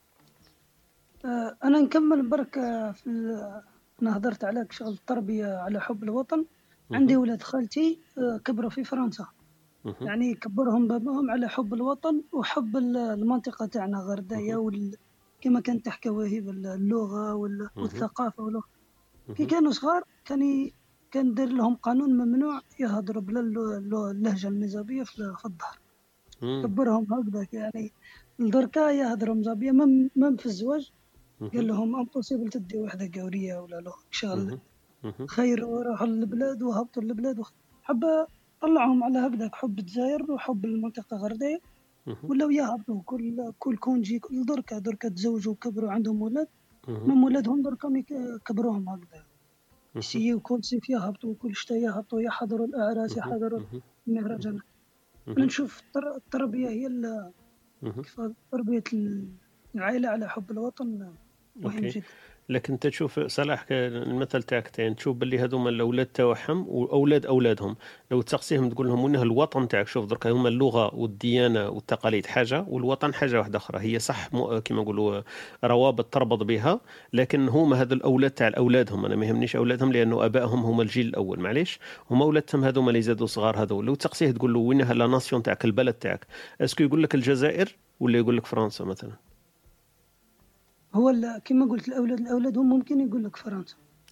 انا نكمل برك أنا هضرت عليك شغل التربية على حب الوطن. عندي ولاد خالتي كبروا في فرنسا، يعني كبرهم باباهم على حب الوطن وحب المنطقة تاعنا غردايا كما كانت تحكي وهي اللغة والثقافة واللغة. كي كانوا صغار كان دير لهم قانون ممنوع يهضروا باللهجة المزابية في الظهر. كبرهم هكذا، يعني الدركا يهضروا مزابية مم في الزواج. قال لهم امبوسيبل تدي وحده قوريه ولا لغه شغل خير، وراحوا للبلاد وهبطوا للبلاد حب طلعهم على هكذاك حب الجزائر وحب المنطقه غردايه، ولاو يهبطوا كل كونجي كل دركا تزوجوا وكبروا عندهم ولاد، من ولادهم دركا كبروهم هكذا سي كل صيف يهبطوا كل شتاء يهبطوا، يحضروا الاعراس يحضروا المهرجان. انا نشوف التربيه هي كيف تربيه العائله على حب الوطن مهم جدا. لكن انت تشوف صلاح المثل تاعك تشوف باللي هذوما الاولاد تاعهم واولاد اولادهم، لو تسقسيهم تقول لهم وين الوطن تاعك، شوف درك هما اللغه والديانه والتقاليد حاجه والوطن حاجه واحده اخرى. هي صح كما نقولوا روابط تربط بها، لكن هما هذو الاولاد تاع اولادهم. انا ما يهمنيش اولادهم لانه ابائهم هما الجيل الاول، معليش هما اولادهم هذوما اللي زادوا صغار. هذو لو تسقسيه تقول له وين لا ناسيون تاعك البلد تاعك، اسكو يقول لك الجزائر ولا يقول لك فرنسا مثلا؟ هو كما قلت الأولاد هم ممكن يقول لك فرنسا.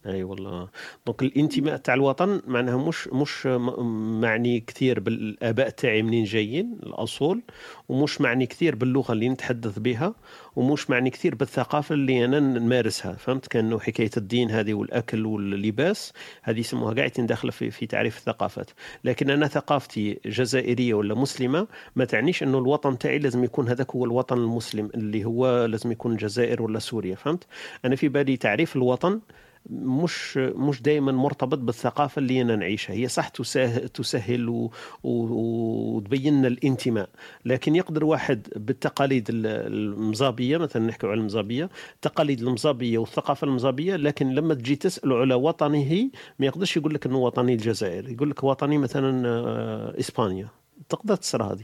اي والله. دونك الانتماء تاع الوطن معناها مش معني كثير بالاباء تاعي منين جايين الاصول، ومش معني كثير باللغه اللي نتحدث بها، ومش معني كثير بالثقافه اللي انا نمارسها. فهمت؟ كانه حكايه الدين هذه والاكل واللباس هذه يسموها قاعدين داخله في تعريف الثقافات. لكن انا ثقافتي جزائريه ولا مسلمه ما تعنيش انه الوطن تاعي لازم يكون هذاك هو الوطن المسلم اللي هو لازم يكون الجزائر ولا سوريا. فهمت؟ انا في بالي تعريف الوطن مش دائما مرتبط بالثقافة اللي أنا نعيشها. هي صح تسهل وتبين لنا الانتماء، لكن يقدر واحد بالتقاليد المزابية، مثلا نحكي على المزابية، التقاليد المزابية والثقافة المزابية، لكن لما تجي تسأله على وطنه ما يقدرش يقول لك أنه وطني الجزائر، يقول لك وطني مثلا إسبانيا. تقدر تصير هذه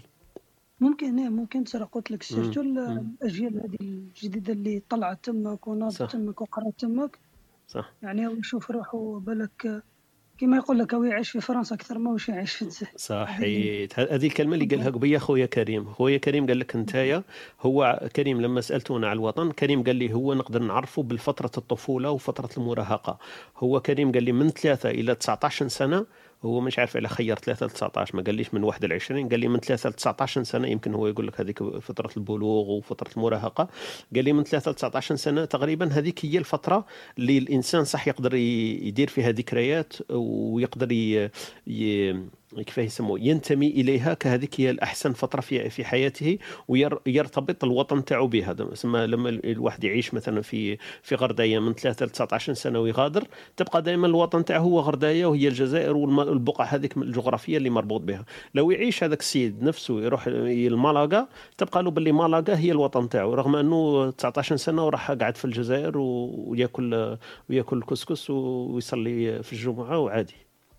ممكن تصير. قلت لك سيرتو الأجيال هذه الجديدة اللي طلعت تمك وناضت تمك وقرأت تمك، صح. يعني هو يشوف روحه بالك كما يقول لك هو يعيش في فرنسا أكثر ما وش يعيش في الجزائر. صحيت. هذه الكلمة اللي قالها قبيا خويا كريم. خويا كريم قال لك انتايا، هو كريم لما سألتونا على الوطن، كريم قال لي هو نقدر نعرفه بالفترة الطفولة وفترة المراهقة. هو كريم قال لي من 3 إلى 19 سنة، هو مش عارف على خير 3 ل 19، ما قاليش من 21، قال لي من 3 ل 19 سنة. يمكن هو يقول لك هذيك فترة البلوغ وفترة المراهقة. قال لي من 3 ل 19 سنة تقريبا هذيك هي الفترة اللي الإنسان صح يقدر يدير فيها ذكريات، ويقدر كيف يسموه ينتمي إليها كهذيك هي الأحسن فترة في حياته، ويرتبط الوطن تاعو بها. لما الواحد يعيش مثلا في غرداية من 3 ل 19 سنة ويغادر، تبقى دائما الوطن تاعو هو غرداية وهي الجزائر والبقعة هذيك الجغرافية اللي مربوط بها. لو يعيش هذاك السيد نفسه يروح لمالاغا، تبقى له باللي مالاغا هي الوطن تاعو، رغم أنه 19 سنة وراح قاعد في الجزائر ويأكل الكسكس ويصلي في الجمعة وعادي.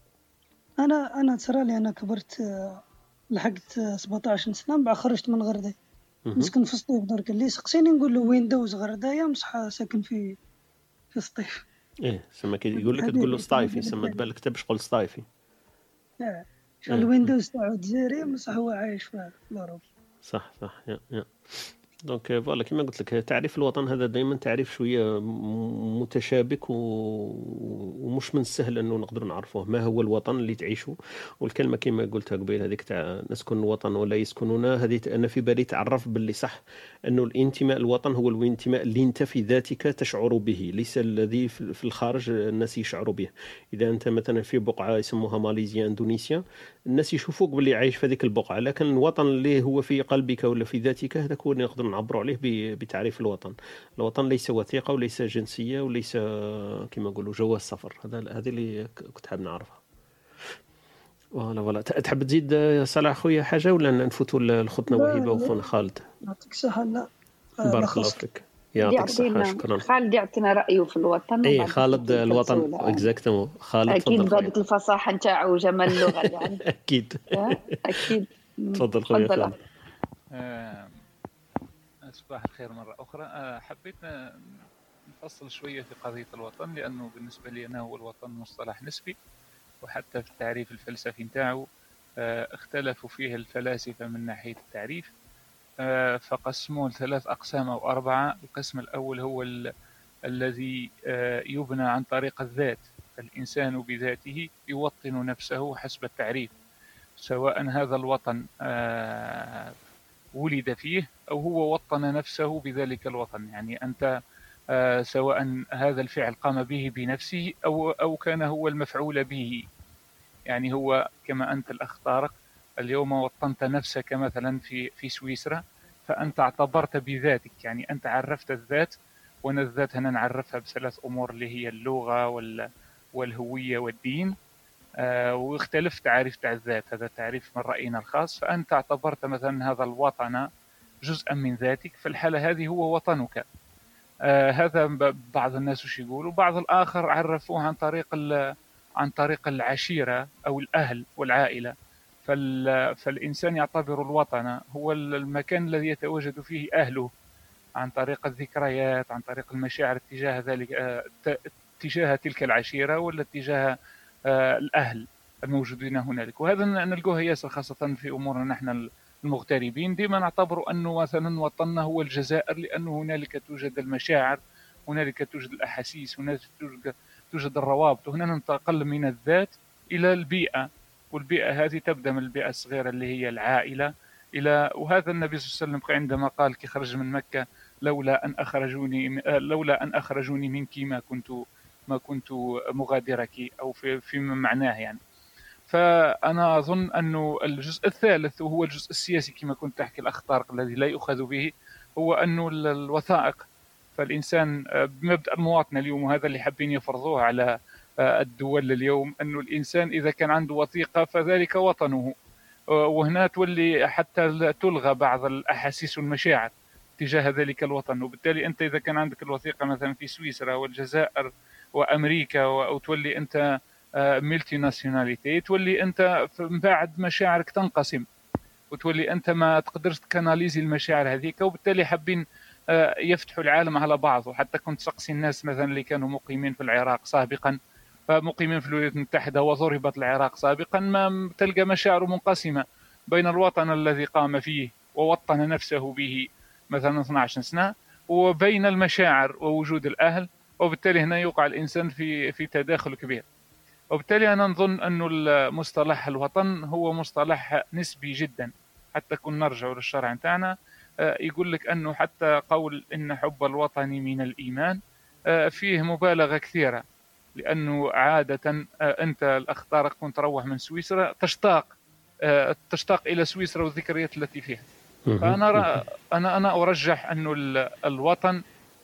انا ترى لي انا كبرت، لحقت 17 سنه بعد خرجت من غردايه، نسكن في سطيف درك. اللي سقسيني نقول له وين دوز غردايه، مصح ساكن في سطيف. ايه سما يقول لك تقول له سطايفي، سما تبالك تبش قول سطايفي. شو الويندوز تاعو جزائري، مصح هو عايش في الأوروب. صح يا دونك فوالا كما قلت لك، تعريف الوطن هذا دائما تعريف شويه متشابك ومش من السهل انه نقدر نعرفوه. ما هو الوطن اللي تعيشه؟ والكلمه كما قلتها قبيل هذيك تاع نسكن الوطن ولا يسكننا، هذه انا في بالي تعرف باللي صح انه الانتماء الوطن هو الانتماء اللي انت في ذاتك تشعر به، ليس الذي في الخارج الناس يشعروا به. اذا انت مثلا في بقعه يسموها ماليزيا اندونيسيا، الناس يشوفوك باللي عايش في هذيك البقعه، لكن الوطن اللي هو في قلبك ولا في ذاتك هذاك هو اللي نقدر نعبروا عليه بتعريف الوطن. الوطن ليس وثيقه وليس جنسيه وليس كما نقولوا جواز سفر. هذه اللي كنت حاب نعرفها. ولا تحب تزيد يا صلاح خويا حاجه ولا نفوتوا لخوتنا وهبه وخونا خالد؟ يعطيك الصحه. لا بارك الله فيك، يعطيك الصحه. شكرا. خالد يعطينا رايه في الوطن. اي خالد الوطن اكزاكتومون. خالد اكيد بهذيك الفصاحه نتاعو وجمال اللغه اللي عنده. اكيد اكيد. تفضل خويا خالد. صباح الخير مرة أخرى. حبيت نفصل شوية في قضية الوطن، لأنه بالنسبة لي أنا هو الوطن مصطلح نسبي، وحتى في التعريف الفلسفي نتاعو اختلفوا فيه الفلاسفة من ناحية التعريف، فقسموه ل3 أقسام أو 4. القسم الأول هو الذي يبنى عن طريق الذات، فالإنسان بذاته يوطن نفسه حسب التعريف، سواء هذا الوطن ولد فيه أو هو وطن نفسه بذلك الوطن. يعني أنت سواء هذا الفعل قام به بنفسه أو كان هو المفعول به. يعني هو كما أنت الأخ طارق اليوم وطنت نفسك مثلا في سويسرا، فأنت اعتبرت بذاتك، يعني أنت عرفت الذات. وأنا الذات هنا نعرفها ب3 أمور اللي هي اللغة والهوية والدين. واختلف تعريف تاع الذات، هذا تعريف من رأينا الخاص. فأنت اعتبرت مثلا هذا الوطن جزءا من ذاتك، في الحالة هذه هو وطنك. هذا بعض الناس وش يقولوا. بعض الآخر عرفوه عن طريق العشيرة أو الأهل والعائلة. فالإنسان يعتبر الوطن هو المكان الذي يتواجد فيه أهله، عن طريق الذكريات، عن طريق المشاعر تجاه ذلك، تجاه تلك العشيرة ولا تجاه الأهل الموجودين هنالك. وهذا نلقوه ياسر خاصة في أمورنا نحن المغتربين. ديما نعتبر أنه مثلا وطننا هو الجزائر، لأنه هنالك توجد المشاعر، هنالك توجد الأحاسيس، هنالك توجد توجد الروابط. وهنا ننتقل من الذات إلى البيئة، والبيئة هذه تبدأ من البيئة الصغيرة اللي هي العائلة وهذا النبي صلى الله عليه وسلم عندما قال كي خرج من مكة لولا أن أخرجوني منك ما كنت مغادرك، أو فيما معناه يعني. فأنا أظن أنه الجزء الثالث وهو الجزء السياسي كما كنت تحكي الأخ طارق الذي لا يؤخذ به، هو أنه الوثائق. فالإنسان بمبدأ المواطنة اليوم، وهذا اللي حابين يفرضوه على الدول اليوم، أنه الإنسان إذا كان عنده وثيقة فذلك وطنه، وهنا تولي حتى تلغى بعض الأحاسيس والمشاعر تجاه ذلك الوطن. وبالتالي أنت إذا كان عندك الوثيقة مثلا في سويسرا والجزائر وأمريكا، وتولي أنت ملتي ناسيوناليتي، تولي أنت من بعد مشاعرك تنقسم، وتولي أنت ما تقدرش تكاناليزي المشاعر هذيك. وبالتالي حابين يفتحوا العالم على بعضه. حتى كنت سقسي الناس مثلا اللي كانوا مقيمين في العراق سابقا، مقيمين في الولايات المتحدة وضربت العراق سابقا، ما تلقى مشاعر منقسمة بين الوطن الذي قام فيه ووطن نفسه به مثلا 12 سنة، وبين المشاعر ووجود الأهل. وبالتالي هنا يوقع الإنسان في تداخل كبير. وبالتالي أنا نظن أن المصطلح الوطن هو مصطلح نسبي جدا. حتى كنا نرجع للشرع نتاعنا، يقول لك أنه حتى قول إن حب الوطن من الإيمان فيه مبالغة كثيرة، لأنه عادة أنت الأخ طارق كنت تروح من سويسرا تشتاق إلى سويسرا والذكريات التي فيها. فأنا أرجح أنه الوطن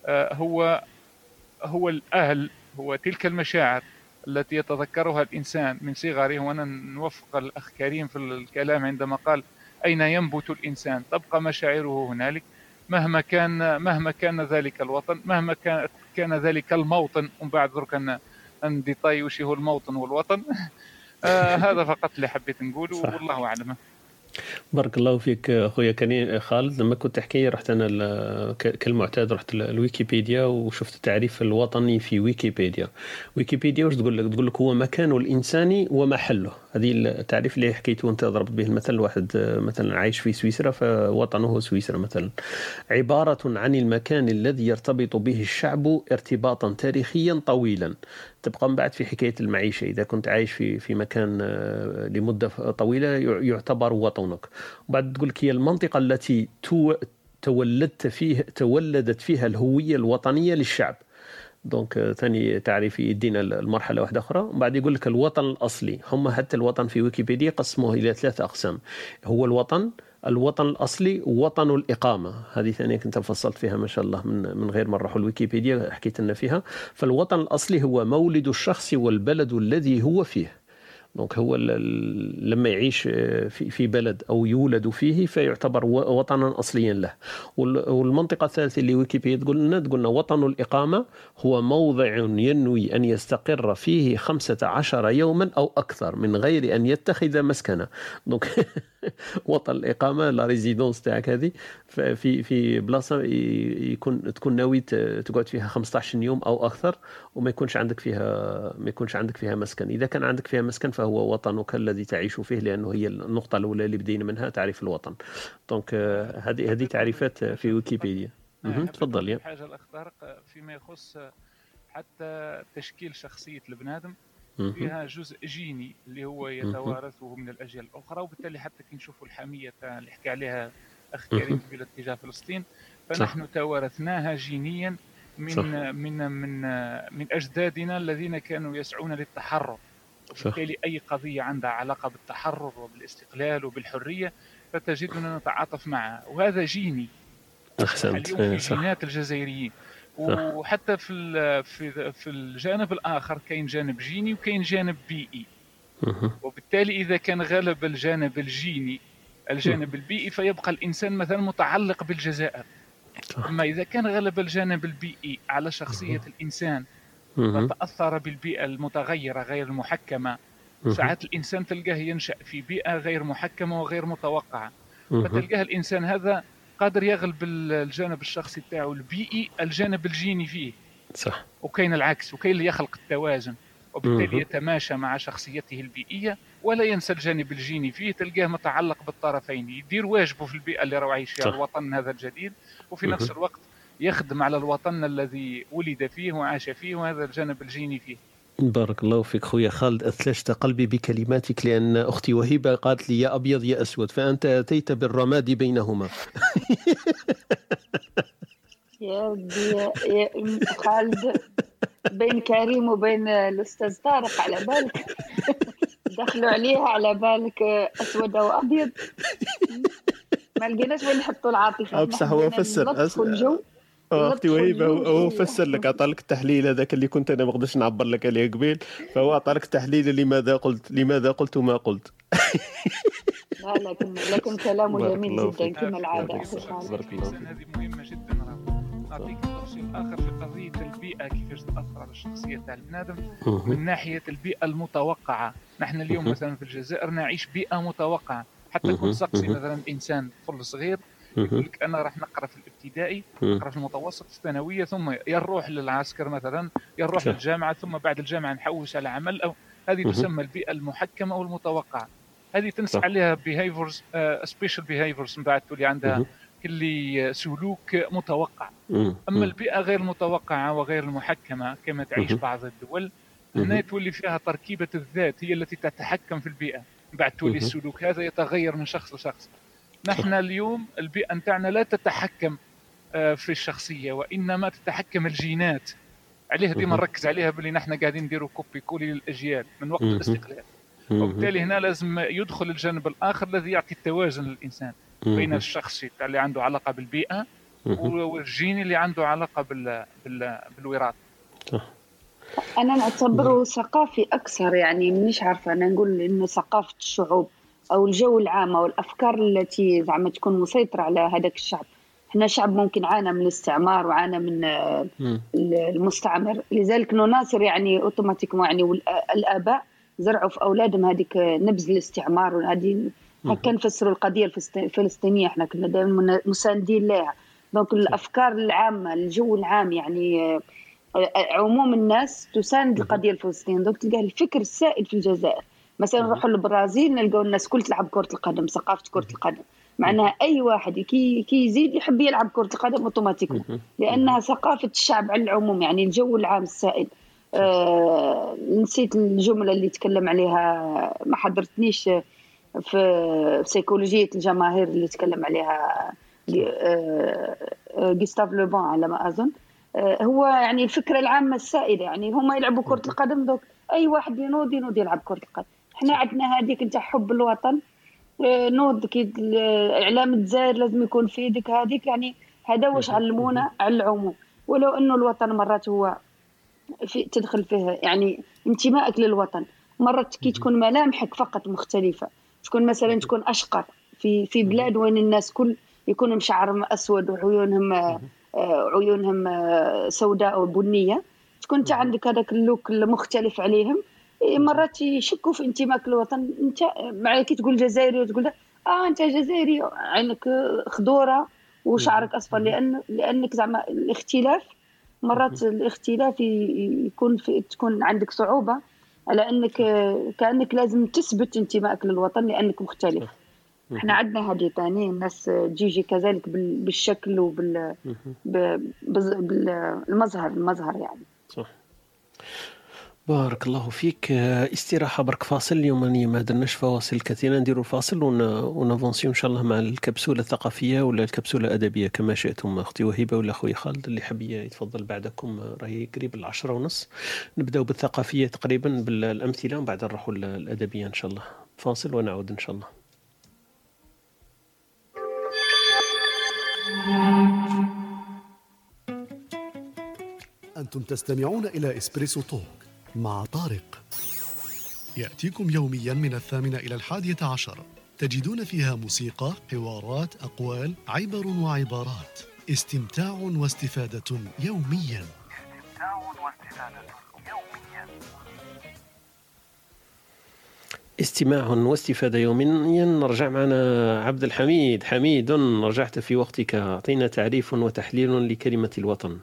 هو الأهل، هو تلك المشاعر التي يتذكرها الإنسان من صغره. وأنا نوفق الأخ كريم في الكلام عندما قال أين ينبت الإنسان تبقى مشاعره هنالك، مهما كان ذلك الوطن، مهما كان ذلك الموطن. ومن بعد ذلك أن ديتاي وش هو الموطن والوطن. هذا فقط اللي حبيت نقوله، والله أعلم. بارك الله فيك اخويا كريم. خالد، لما كنت تحكي رحت انا كالمعتاد رحت الويكيبيديا وشفت التعريف الوطني في ويكيبيديا. واش تقول لك هو مكان الانسان ومحله. هذه التعريف اللي حكيته انت ضربت به المثل. واحد مثلا عايش في سويسرا فوطنه سويسرا مثلا، عبارة عن المكان الذي يرتبط به الشعب ارتباطا تاريخيا طويلا. تبقى من بعد في حكاية المعيشة، إذا كنت عايش في مكان لمدة طويلة يعتبر وطنك. وبعد تقول لك هي المنطقة التي تولدت فيها الهوية الوطنية للشعب. دونك ثاني تعريف يدينا المرحلة واحدة أخرى. وبعد يقول لك الوطن الأصلي. هم حتى الوطن في ويكيبيديا قسموه إلى 3 أقسام. هو الوطن الأصلي ووطن الإقامة. هذه ثانية كنت فصلت فيها ما شاء الله من غير ما نروح الويكيبيديا حكيت لنا فيها. فالوطن الأصلي هو مولد الشخص والبلد الذي هو فيه. دونك هو لما يعيش في بلد أو يولد فيه فيعتبر وطنا أصليا له. والمنطقة الثالثة اللي ويكيبيديا تقولنا وطن الإقامة هو موضع ينوي أن يستقر فيه 15 يوما أو أكثر من غير أن يتخذ مسكنا. دونك وطن الإقامة لا ريزيدونس تاعك هذه في بلاصة تكون ناوي تقعد فيها 15 يوم أو أكثر، وما يكونش عندك فيها مسكن. إذا كان عندك فيها مسكن فهو وطنك الذي تعيش فيه، لأنه هي النقطة الأولى اللي بدينا منها تعريف الوطن. دونك هذه تعريفات في ويكيبيديا. تفضل. يا حاجة الأخ طارق فيما يخص حتى تشكيل شخصية البنادم، فيها جزء جيني اللي هو يتوارثه من الأجيال الأخرى. وبالتالي حتى كي نشوفوا الحمية اللي حكى عليها أخ كريم في اتجاه فلسطين، فنحن توارثناها جينيا من أجدادنا الذين كانوا يسعون للتحرر. وبالتالي أي قضية عندها علاقة بالتحرر وبالاستقلال وبالحرية فتجدنا نتعاطف معها، وهذا جيني. أحسنت. اليوم في جينات الجزائريين. وحتى في الجانب الآخر كاين جانب جيني وكاين جانب بيئي. وبالتالي إذا كان غلب الجانب الجيني الجانب البيئي فيبقى الإنسان مثلا متعلق بالجزائر. أما إذا كان غلب الجانب البيئي على شخصية الإنسان فتأثر بالبيئة المتغيرة غير المحكمة، ساعات الإنسان تلقاه ينشأ في بيئة غير محكمة وغير متوقعة، فتلقاه الإنسان هذا قادر يغلب الجانب الشخصي بتاعه البيئي الجانب الجيني فيه. صح. وكاين العكس، وكاين اللي يخلق التوازن، وبالتالي يتماشى مع شخصيته البيئية ولا ينسى الجانب الجيني فيه. تلقاه متعلق بالطرفين، يدير واجبه في البيئة اللي راهو عايش فيها الوطن هذا الجديد، وفي نفس الوقت يخدم على الوطن الذي ولد فيه وعاش فيه، وهذا الجانب الجيني فيه. بارك الله فيك خويا خالد، أثلجت قلبي بكلماتك، لأن أختي وهبة قالت لي يا أبيض يا أسود، فأنت أتيت بالرماد بينهما. يا ودي يا خالد، بين كريم وبين الأستاذ طارق على بالك دخلوا عليها على بالك أسود وأبيض. ما لقيناش وين نحطوا العاطفة، بصح هو فسر اللطف والجو. اختي وهيبه هو فسر لك، عطى لك التحليل هذاك اللي كنت انا ما قدرتش نعبر لك عليه قبيل، فهو عطى لك تحليل لماذا قلت ما قلت. لا لكن كلامه جميل جدا كما العاده. بارك الله فيك. هذه مهمه جدا. نعطيك تفصيل اخر في قضيه البيئه كيفاش تاثر على الشخصيه تاع البنادم من ناحيه البيئه المتوقعه. نحن اليوم مثلا في الجزائر نعيش بيئه متوقعه، حتى كنت سقسي مثلا انسان طفل صغير يقول لك انا راح نقرا في الابتدائي، نقرا في المتوسط الثانويه، ثم يروح للعسكر مثلا، يروح للجامعه، ثم بعد الجامعه نحوس على عمل. أو هذه تسمى البيئه المحكمه والمتوقعه. هذه تنسى عليها behaviors special behaviors، من بعد تولي عندها كل سلوك متوقع. اما البيئه غير المتوقعه وغير المحكمه كما تعيش بعض الدول، هنا تولي فيها تركيبه الذات هي التي تتحكم في البيئه، من بعد تولي السلوك هذا يتغير من شخص لشخص. نحن اليوم البيئة نتاعنا لا تتحكم في الشخصية، وإنما تتحكم الجينات. عليها ديما نركز عليها، باللي نحن قاعدين نديروا كوبي كولي للأجيال من وقت الاستقلال. وبالتالي هنا لازم يدخل الجانب الآخر الذي يعطي التوازن للإنسان بين الشخص اللي عنده علاقة بالبيئة والجين اللي عنده علاقة بالوراثة. أنا نعتبره ثقافي أكثر، يعني مش عارفة، أنا نقول إنه ثقافة الشعوب أو الجو العام أو الأفكار التي زعما تكون مسيطرة على هذاك الشعب. إحنا شعب ممكن عانى من الاستعمار وعانى من المستعمر، لذلك نناصر يعني أوتوماتيكمون، يعني الآباء زرعوا في أولادهم هذيك نبذ الاستعمار، وهذه هكا نفسروا القضية الفلسطينية. إحنا كنا دائما مساندين لها. دونك الأفكار العامة، الجو العام، يعني عموم الناس تساند القضية الفلسطينية. دونك تلقى الفكر السائد في الجزائر. مثلا نروحوا للبرازيل نلقاو الناس كل تلعب كرة القدم، ثقافة كرة القدم، معناها أي واحد كي يزيد يحب يلعب كرة القدم أوتوماتيكو، لأنها ثقافة الشعب على العموم، يعني الجو العام السائد. نسيت الجملة اللي تكلم عليها، ما حضرتنيش في سيكولوجية الجماهير اللي تكلم عليها غيستاف لوبون على ما أظن. هو يعني الفكرة العامة السائدة، يعني هم يلعبوا كرة القدم، دوك أي واحد ينوض يلعب كرة القدم. احنا عندنا هذيك انت حب الوطن، نوض كي اعلام الجزائر لازم يكون في يدك هذيك، يعني هذا واش علمونا على العموم. ولو انه الوطن مرات هو تدخل فيه يعني انتمائك للوطن، مرات كي تكون ملامحك فقط مختلفة، تكون مثلا تكون اشقر في بلاد وين الناس كل يكونوا مشعرهم اسود وعيونهم سوداء وبنية، تكون انت عندك هذاك اللوك المختلف عليهم، مرات يشكوا في انتمائك للوطن. انت مع كي تقول جزائري وتقول انت جزائري، عينك خضوره وشعرك اصفر، لانك زعما الاختلاف، مرات الاختلاف يكون تكون عندك صعوبه على انك كانك لازم تثبت انتمائك للوطن لانك مختلف. احنا عندنا هذه ثاني الناس تجي كذلك بالشكل المظهر يعني. صح. بارك الله فيك. استراحة برك فاصل. اليوم ما درناش فواصل كثيرة، نديروا الفاصل ونافونسيو إن شاء الله مع الكبسولة الثقافية ولا الكبسولة الأدبية كما شئتم، أختي وهبة ولا أخوي خالد اللي حب يتفضل بعدكم. راهي قريب 10:30. نبدأ بالثقافية تقريبا بالأمثلة ومن بعد نروحوا الأدبية إن شاء الله. فاصل ونعود إن شاء الله. أنتم تستمعون إلى إسبريسو توك مع طارق، يأتيكم يوميا من 8 إلى 11. تجدون فيها موسيقى، حوارات، أقوال، عبر وعبارات، استمتاع واستفادة يوميا. استماع واستفادة يوميا. نرجع معنا عبد الحميد. حميد، رجعت في وقتك، أعطينا تعريف وتحليل لكلمة الوطن.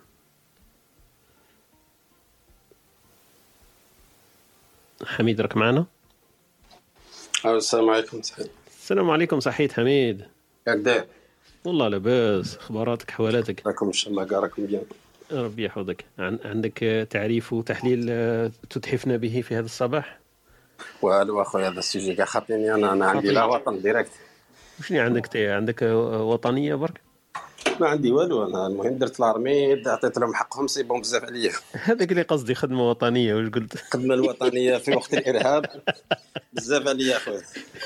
حميد راك معنا؟ السلام عليكم. صحيح. السلام عليكم. صحيت حميد؟ ياك داير؟ والله لاباس. اخباراتك، حوالاتك؟ راكم ان شاء الله قاركم بيان. ربي يحفظك. عندك تعريف وتحليل تتحفنا به في هذا الصباح؟ والو اخويا هذا السوجي كاع خاطيني انا عندي لا وطن ديريكت. وشنو عندك وطنيه برك؟ ما عندي والو انا المهم درت لارمي عطيت لهم حقهم سيبهم بزاف عليا. هذاك اللي قصدي خدمه وطنيه. واش قلت؟ الخدمه الوطنيه في وقت الارهاب بزاف عليا اخويا.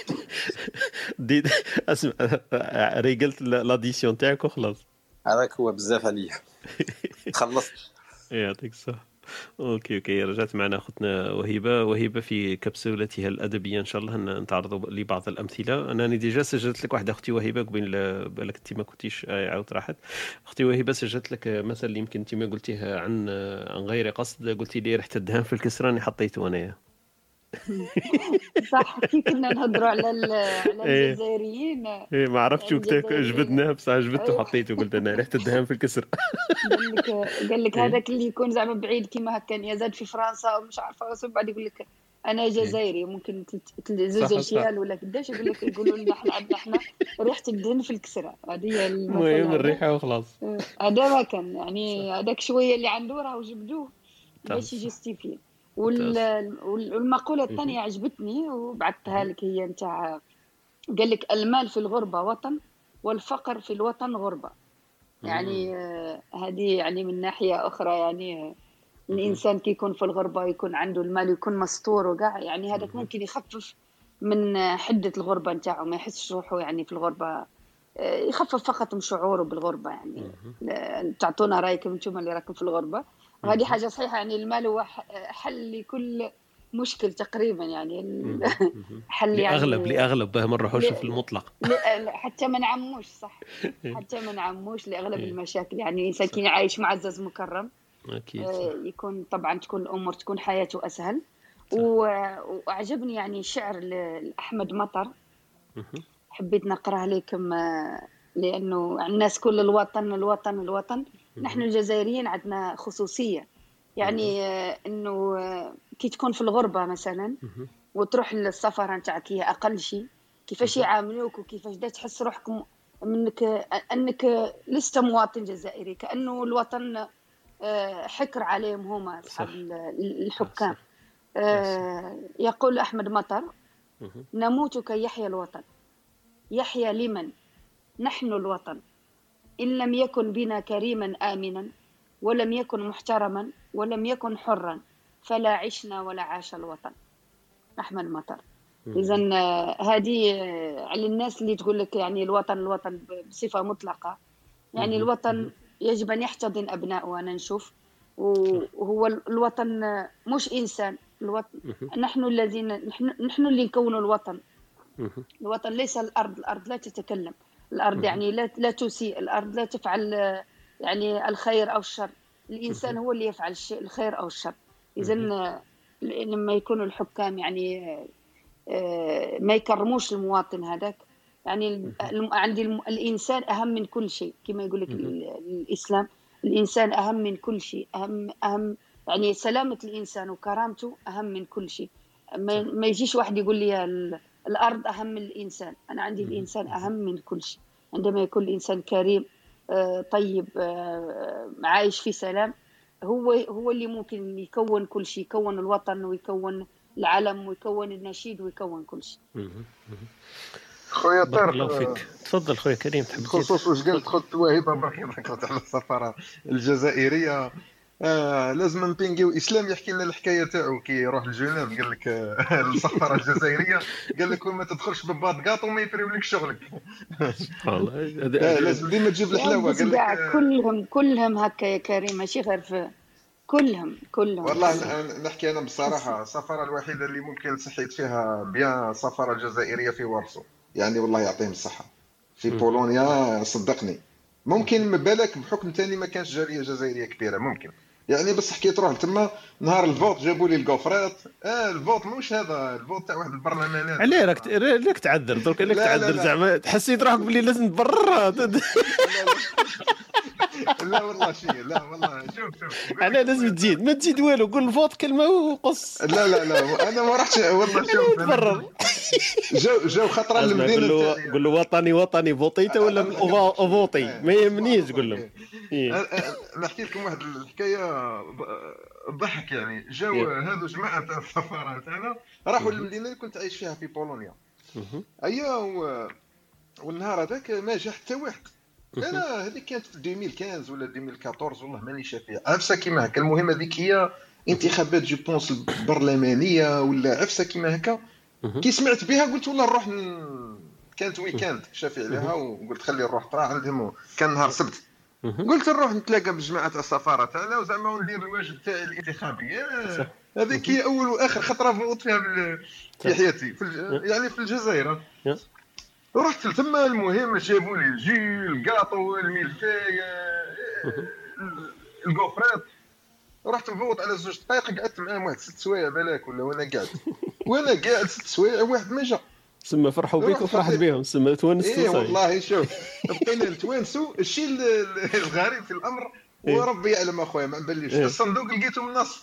اسمع ريقلت لاديسيون تاعك وخلاص. هذاك هو بزاف عليا. خلصت. يعطيك الصحة. اوكي رجعت معنا اختنا وهبه في كبسولتها الادبيه. ان شاء الله نتعرضوا لبعض الامثله. انا ديجا سجلت لك واحده اختي وهبه قبل بالك انت ما كنتيش عاود راحت. اختي وهبه سجلت لك مثل اللي يمكن انت ما قلتيه عن غير قصد. قلتي لي ريحه الدهان في الكسره راني حطيته انايا. صح كي كنا نهضروا على الجزائريين. ما عرفتش جبدناه بصح جبدته وحطيته قلت انا ريحه الدهان في الكسر. قال لك هذاك اللي يكون زعما بعيد كيما هكا يزاد في فرنسا ومش عارفه ومن بعد يقول لك انا جزائري ممكن زوج اشيال ولا قداش يقول لك يقولوا لنا احنا ريحه الدهن في الكسره. هذه هي المهم الريحه وخلاص. هذا ما كان يعني هذاك شويه اللي عنده راهو جبدوه باش يجستيفي. والمقولة الثانية عجبتني وبعثتها لك هي نتاع قال لك المال في الغربة وطن والفقر في الوطن غربة. يعني هذه يعني من ناحية أخرى يعني الإنسان كي يكون في الغربة يكون عنده المال يكون مستور وقاع يعني هذا ممكن يخفف من حدة الغربة نتاعه ما يحسش روحه يعني في الغربة يخفف فقط من شعوره بالغربة. يعني تعطونا رأيكم أنتم اللي راكم في الغربة. وهذه حاجة صحيحة يعني المال هو حل لكل مشكل تقريبا يعني حل يعني لأغلب ما نروحوش في المطلق حتى ما نعموش صح حتى ما نعموش لأغلب المشاكل. يعني الإنسان كي عايش معزز مكرم أكيد يكون طبعا تكون الأمور تكون حياته أسهل. وأعجبني يعني شعر لأحمد مطر حبيت نقرأه لكم لأنه الناس كل الوطن. نحن الجزائريين عندنا خصوصية يعني إنه كي تكون في الغربة مثلا وتروح للسفر نتاعك هي أقل شيء كيفاش يعاملوك وكيفاش دا تحس روحك منك أنك لست مواطن جزائري كأنه الوطن حكر عليهم هما أصحاب الحكام. يقول أحمد مطر نموت كي يحيى الوطن يحيى لمن نحن الوطن إن لم يكن بنا كريما آمنا ولم يكن محترما ولم يكن حرا فلا عشنا ولا عاش الوطن. أحمد مطر. إذن هذه على الناس اللي تقول لك يعني الوطن بصفة مطلقة يعني الوطن يجب أن يحتضن أبنائه. أنا نشوف وهو الوطن مش إنسان. الوطن نحن اللي نكون الوطن. الوطن ليس الأرض لا تتكلم. الأرض يعني لا تسيء. الأرض لا تفعل يعني الخير أو الشر. الإنسان هو اللي يفعل الخير أو الشر. إذن لما يكونوا الحكام يعني ما يكرموش المواطن هذاك يعني عندي الإنسان أهم من كل شيء كما يقول لك الإسلام. الإنسان أهم من كل شيء. أهم يعني سلامة الإنسان وكرامته أهم من كل شيء. ما يجيش واحد يقول لي الأرض أهم من الإنسان. أنا عندي الإنسان أهم من كل شيء. عندما يكون الإنسان كريم طيب عايش في سلام هو اللي ممكن يكون كل شيء. يكون الوطن ويكون العلم ويكون النشيد ويكون كل شيء. خويا طارق الله فيك. تفضل خويا كريم. تحب بخصوص واش قالت خط وهبه برك ذكرت على السفاره الجزائريه. لازم نبينغيو اسلام يحكي لنا الحكايه تاعو كي يروح لجنيف. قال لك السفاره الجزائريه قال لك ما تدخلش بباط قاط وما يفريولك شغلك. والله لازم ديما تجيب الحلاوه. قال لك كلهم هكا يا كريم ماشي غير في كلهم والله نحكي انا بصراحه السفاره الوحيده اللي ممكن صحيت فيها بيان سفاره الجزائريه في وارسو. يعني والله يعطيهم الصحه. في بولونيا صدقني ممكن ما بالك بحكم ثاني ما كانش جاليه جزائريه كبيره ممكن يعني بس حكيت روح تما نهار الفوت جابوا لي الكوفرات. الفوت مش هذا الفوت تاع واحد البرلمانات. عليه راك تعذر درك لك تعذر زعما حسيت روحك بلي لازم تبرر. لا والله شيء لا والله شوف انا لازم تزيد ما تزيد والو قول الفوت كلمه وقص. لا انا ما رحتش والله. شوف جاو خطره المدينه تاعي. قول له وطني فوطيته ولا من اوفوطي ما يهمنيش. قول له نحكي لكم واحد الحكايه ضحك يعني. جاو هذو جماعه تاع السفاره تاعنا راحوا للمدينه اللي كنت عايش فيها في بولونيا. والنهار هذاك ما جا حتى واحد. انا هذيك كانت في 2015 ولا 2014 والله مانيش فيها عفسه كيما هكا. المهم هذيك هي انتخابات جو بونس البرلمانيه ولا عفسه كيما هكا. كي سمعت بها قلت والله نروح كانت ويكاند شافي عليها وقلت خلي نروح طرا عندهم كان نهار سبت. قلت نروح نتلاقى بجماعه السفاره تاعنا وزعما وندير الواجب تاعي الانتخابي. هذيك هي اول واخر خطره فوت فيها في حياتي يعني في الجزائر. رحت لتما. المهم جابوا لي الكاطو الملفاي الكوفرات. رحت نفوت على 2 دقائق قعدت معاهم واحد 6 سوايع بالك ولا وانا قاعد 6 سوايع واحد ما جا. سما فرحوا بيك وفرحت بهم. سما تونستوا. والله شوف بقينا نتوانسوا. الشيء الغريب في الامر وربي يعلم اخويا ما نبليش الصندوق لقيته من نصف.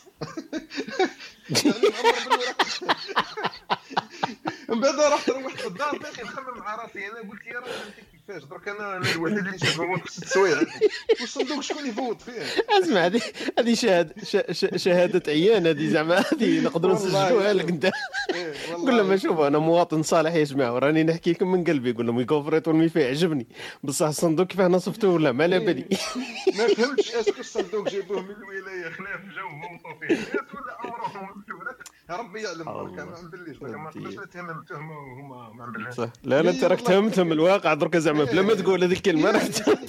من بعد رحت روحت للدار باقي نخمم مع راسي. انا قلت يا رب انت كيفاش درك انا الوحيد اللي تفوت 6 سوايع والصندوق شكون يفوت فيه؟ اسمع هذه شهاده عيان. هذه زعما هذه نقدروا نسجلوها لك انت. قول لهم شوفوا انا مواطن صالح يا جماعه وراني نحكي لكم من قلبي. قول لهم يكوفريت والميفي عجبني بصح الصندوق كيفاه نصفته ولا ما على بالي. ما فهمتش اسكو الصندوق جابوه من الولايه خلاف جاو فوتوا فيه ولا امرهم ربي يعلم. ما نبليش ما نقدرش نتهم التهمه وهما ما نبليش. لا انت راك تهمتهم الواقع درك زعما بلا ما تقول هذيك الكلمه. سبحان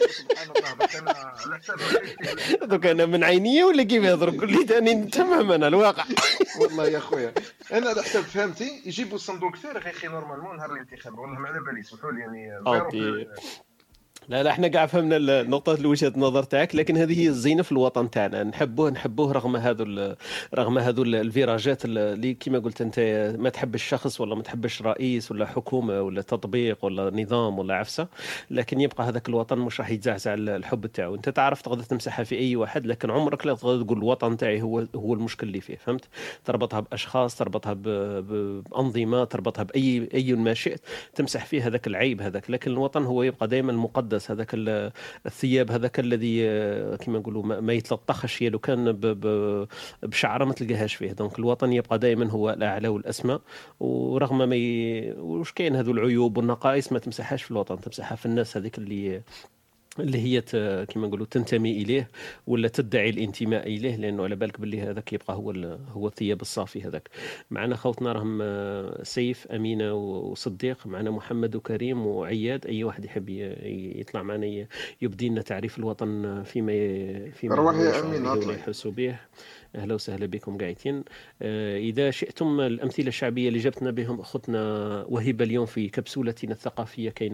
الله على حساب دوك انا من عينيه ولا كيف يهضر؟ قول لي ثاني نتمم انا الواقع. والله يا خويا انا على حساب فهمتي يجيبوا الصندوق فارغ يا اخي نورمالمون نهار الانتخاب. والله ما على بالي سمحوا لي يعني. لا احنا قاع فهمنا النقطة وجهة النظر تاعك. لكن هذه هي الزينة في الوطن تاعنا. نحبوه رغم هذو الفيراجات اللي كما قلت انت ما تحب الشخص ولا ما تحبش رئيس ولا حكومة ولا تطبيق ولا نظام ولا عفسة. لكن يبقى هذاك الوطن مش راح يتزعزع الحب تاعه. انت تعرف تقدر تمسحها في اي واحد لكن عمرك لا تقدر تقول الوطن تاعي هو المشكل اللي فيه. فهمت؟ تربطها باشخاص تربطها بانظمة تربطها باي ما شئت تمسح فيه هذاك العيب هذاك. لكن الوطن هو يبقى دائما مقدس. هذاك الثياب هذاك الذي كما نقولوا ما يتلطخش لو كان بشعره ما تلقاهاش فيه. دونك الوطن يبقى دائما هو الاعلى والاسمى. ورغم ما وش كاين هذو العيوب والنقائص ما تمسحهاش في الوطن تمسحها في الناس هذيك اللي هي كما نقولوا تنتمي اليه ولا تدعي الانتماء اليه. لانه على بالك باللي هذاك يبقى هو الثياب الصافي هذاك. معنا خوتنا راهم سيف امينه وصديق. معنا محمد وكريم وعياد. اي واحد يحب يطلع معنا يبدي لنا تعريف الوطن فيما روح يا امين يحسوا به. اهلا وسهلا بكم قاعدين. اذا شئتم الامثله الشعبيه اللي جبتنا بهم اخوتنا وهبه اليوم في كبسولتنا الثقافيه. كاين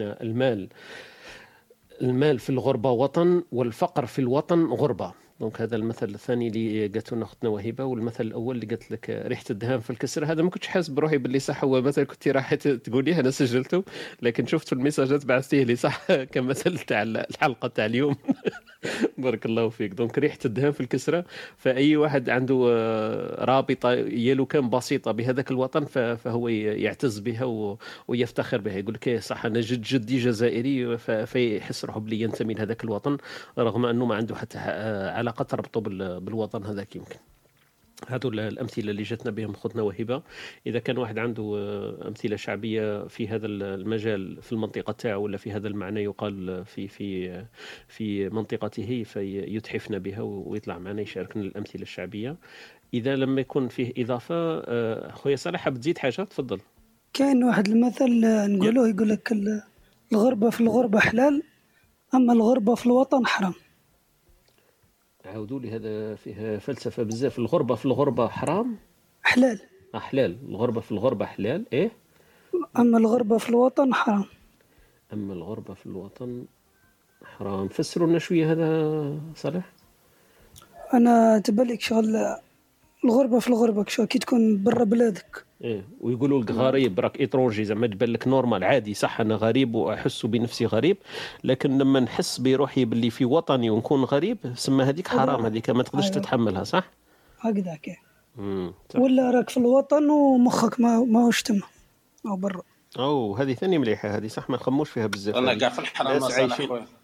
المال في الغربة وطن والفقر في الوطن غربة. دونك هذا المثل الثاني اللي قالت لنا اختنا وهبه. والمثل الاول اللي قالت لك ريحه الدهان في الكسر. هذا ما كنتش حاسس بروحي باللي صح هو مثل كنت راح تقوليه انا سجلته لكن شفت في الميساجات بعثتيه لي صح كمثل تاع الحلقه تاع اليوم. بارك الله فيك. دونك ريحه الدهان في الكسره. فاي واحد عنده رابطه يلو كان بسيطه بهذاك الوطن فهو يعتز بها ويفتخر بها. يقول لك صح انا جدي جزائري فيحس روحه بلي ينتمي لهذاك الوطن رغم انه ما عنده حتى علاقه تربطه بالوطن هذاك. يمكن هذو الأمثلة اللي جاتنا بهم خطنا وهبة. إذا كان واحد عنده أمثلة شعبية في هذا المجال في المنطقة تاعه ولا في هذا المعنى يقال في منطقته فيتحفنا بها ويطلع معنا يشاركنا الأمثلة الشعبية. إذا لما يكون فيه إضافة خويا صالح حاب تزيد حاجة تفضل. كاين واحد المثل نقولوه يقول لك الغربة في الغربة حلال أما الغربة في الوطن حرام. عاودوا لي هذا فيه فلسفة بزاف. الغربة في الغربة حرام حلال. حلال. الغربة في الغربة حلال إيه. أما الغربة في الوطن حرام. أما الغربة في الوطن حرام. فسروا لنا شوية هذا صالح. أنا تبالك شغل الغربة في الغربة شو كي تكون برا بلادك. إيه ويقولوا لك غريب راك إترونجي زعما تبان لك نورمال عادي صح أنا غريب وأحس بنفسي غريب لكن لما نحس بروحي باللي في وطني ونكون غريب سما هذيك حرام. هذيك ما تقدرش تتحملها صح. هكذاك ولا راك في الوطن ومخك ما هوش تما أو برا. أو هذه ثاني مليحة، هذه صح ما نخموش فيها بزاف. انا كاع في الحرام ناس صالح عايشين. خويا.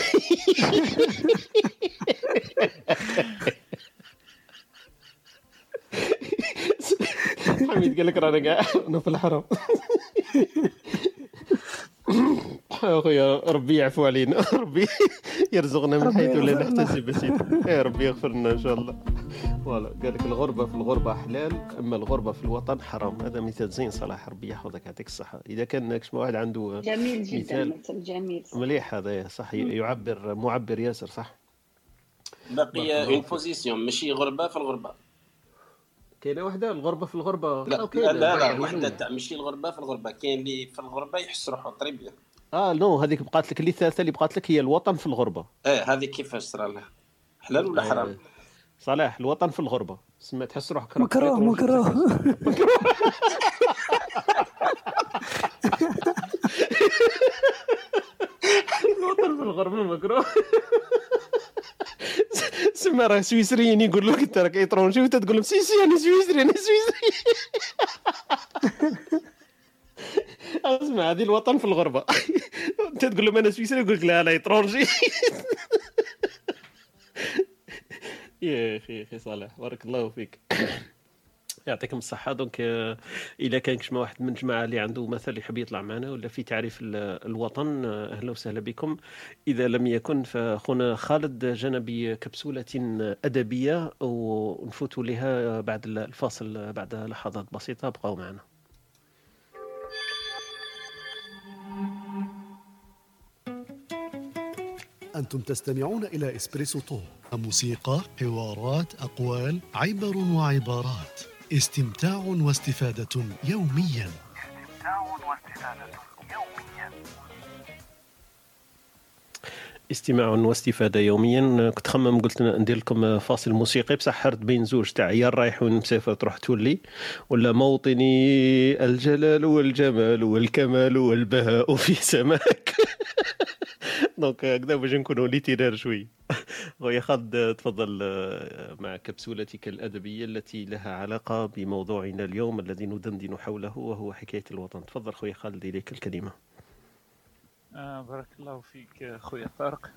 حميد قال لك رانا كاع انا في الحرام. اخويا ربي يعفو علينا، ربي يرزقنا من حيث لا نحتسب سيدي، يا ربي يغفر لنا ان شاء الله. فوالا قال لك الغربه في الغربه حلال، اما الغربه في الوطن حرام. هذا مثال زين صلاح، ربي يحفظك يعطيك الصحه. اذا كان كش واحد عنده جميل جدا، مثال مثل جميل مليح هذا صح، يعبر معبر ياسر صح. باقي اون بوزيسيون ماشي غربه في الغربه. كاينه وحده الغربه في الغربه. لا وحده تاع ماشي الغربه في الغربه، كاين اللي في الغربه يحس روحه طريبيا. نو هذيك بقات لك اللي الثالثه اللي بقات لك هي الوطن في الغربه. هذه كيفاش صرا لها حلال ولا حرام؟ صلاح الوطن في الغربه سمعت تحس روحك مكروه. الوطن في الغربه مكروه. سما راه سويسريين يقول لك انت راك ايطرونجي وانت تقول لهم سي انا سويسري. اسمع هذه الوطن في الغربه. انت تقول لهم انا سويسري يقول لك لا انا ايطرونجي. يا اخي صالح بارك الله فيك، يعطيكم الصحة. دونك إذا كان كشما واحد من الجماعة اللي عنده مثل يحب يطلع معنا ولا في تعريف الوطن، أهلا وسهلا بكم. إذا لم يكن فأخونا خالد جانا بكبسولة أدبية ونفوت لها بعد الفاصل بعد لحظات بسيطة. بقوا معنا. أنتم تستمعون إلى إسبريسو توك، موسيقى، حوارات، أقوال، عبر وعبارات، استمتاع واستفادة يوميا. استماع واستفادة يوميا. كنت خمم قلت ندير لكم فاصل موسيقي بصح حرت بين زوج تاع يا رايح ومسافر تروح تولي، ولا موطني الجلال والجمال والكمال والبهاء في سماك. دونك هكذا باش نكونوا ليتيرار شوي. خويا خالد تفضل مع كبسولتك الأدبية التي لها علاقة بموضوعنا اليوم الذي ندندن حوله وهو حكاية الوطن. تفضل خويا خالد إليك الكلمة. بارك الله فيك خويا طارق.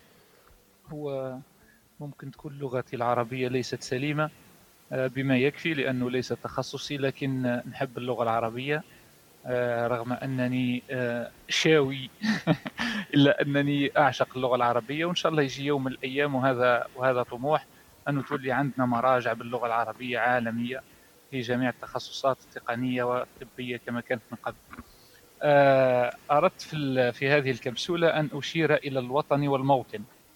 هو ممكن تكون لغتي العربية ليست سليمة بما يكفي لأنه ليس تخصصي، لكن نحب اللغة العربية رغم أنني شاوي إلا أنني أعشق اللغة العربية، وإن شاء الله يجي يوم من الأيام وهذا طموح أن تولي عندنا مراجع باللغة العربية عالمية في جميع التخصصات التقنية والطبية كما كانت من قبل. أردت في هذه الكبسولة أن أشير إلى الوطن والموطن.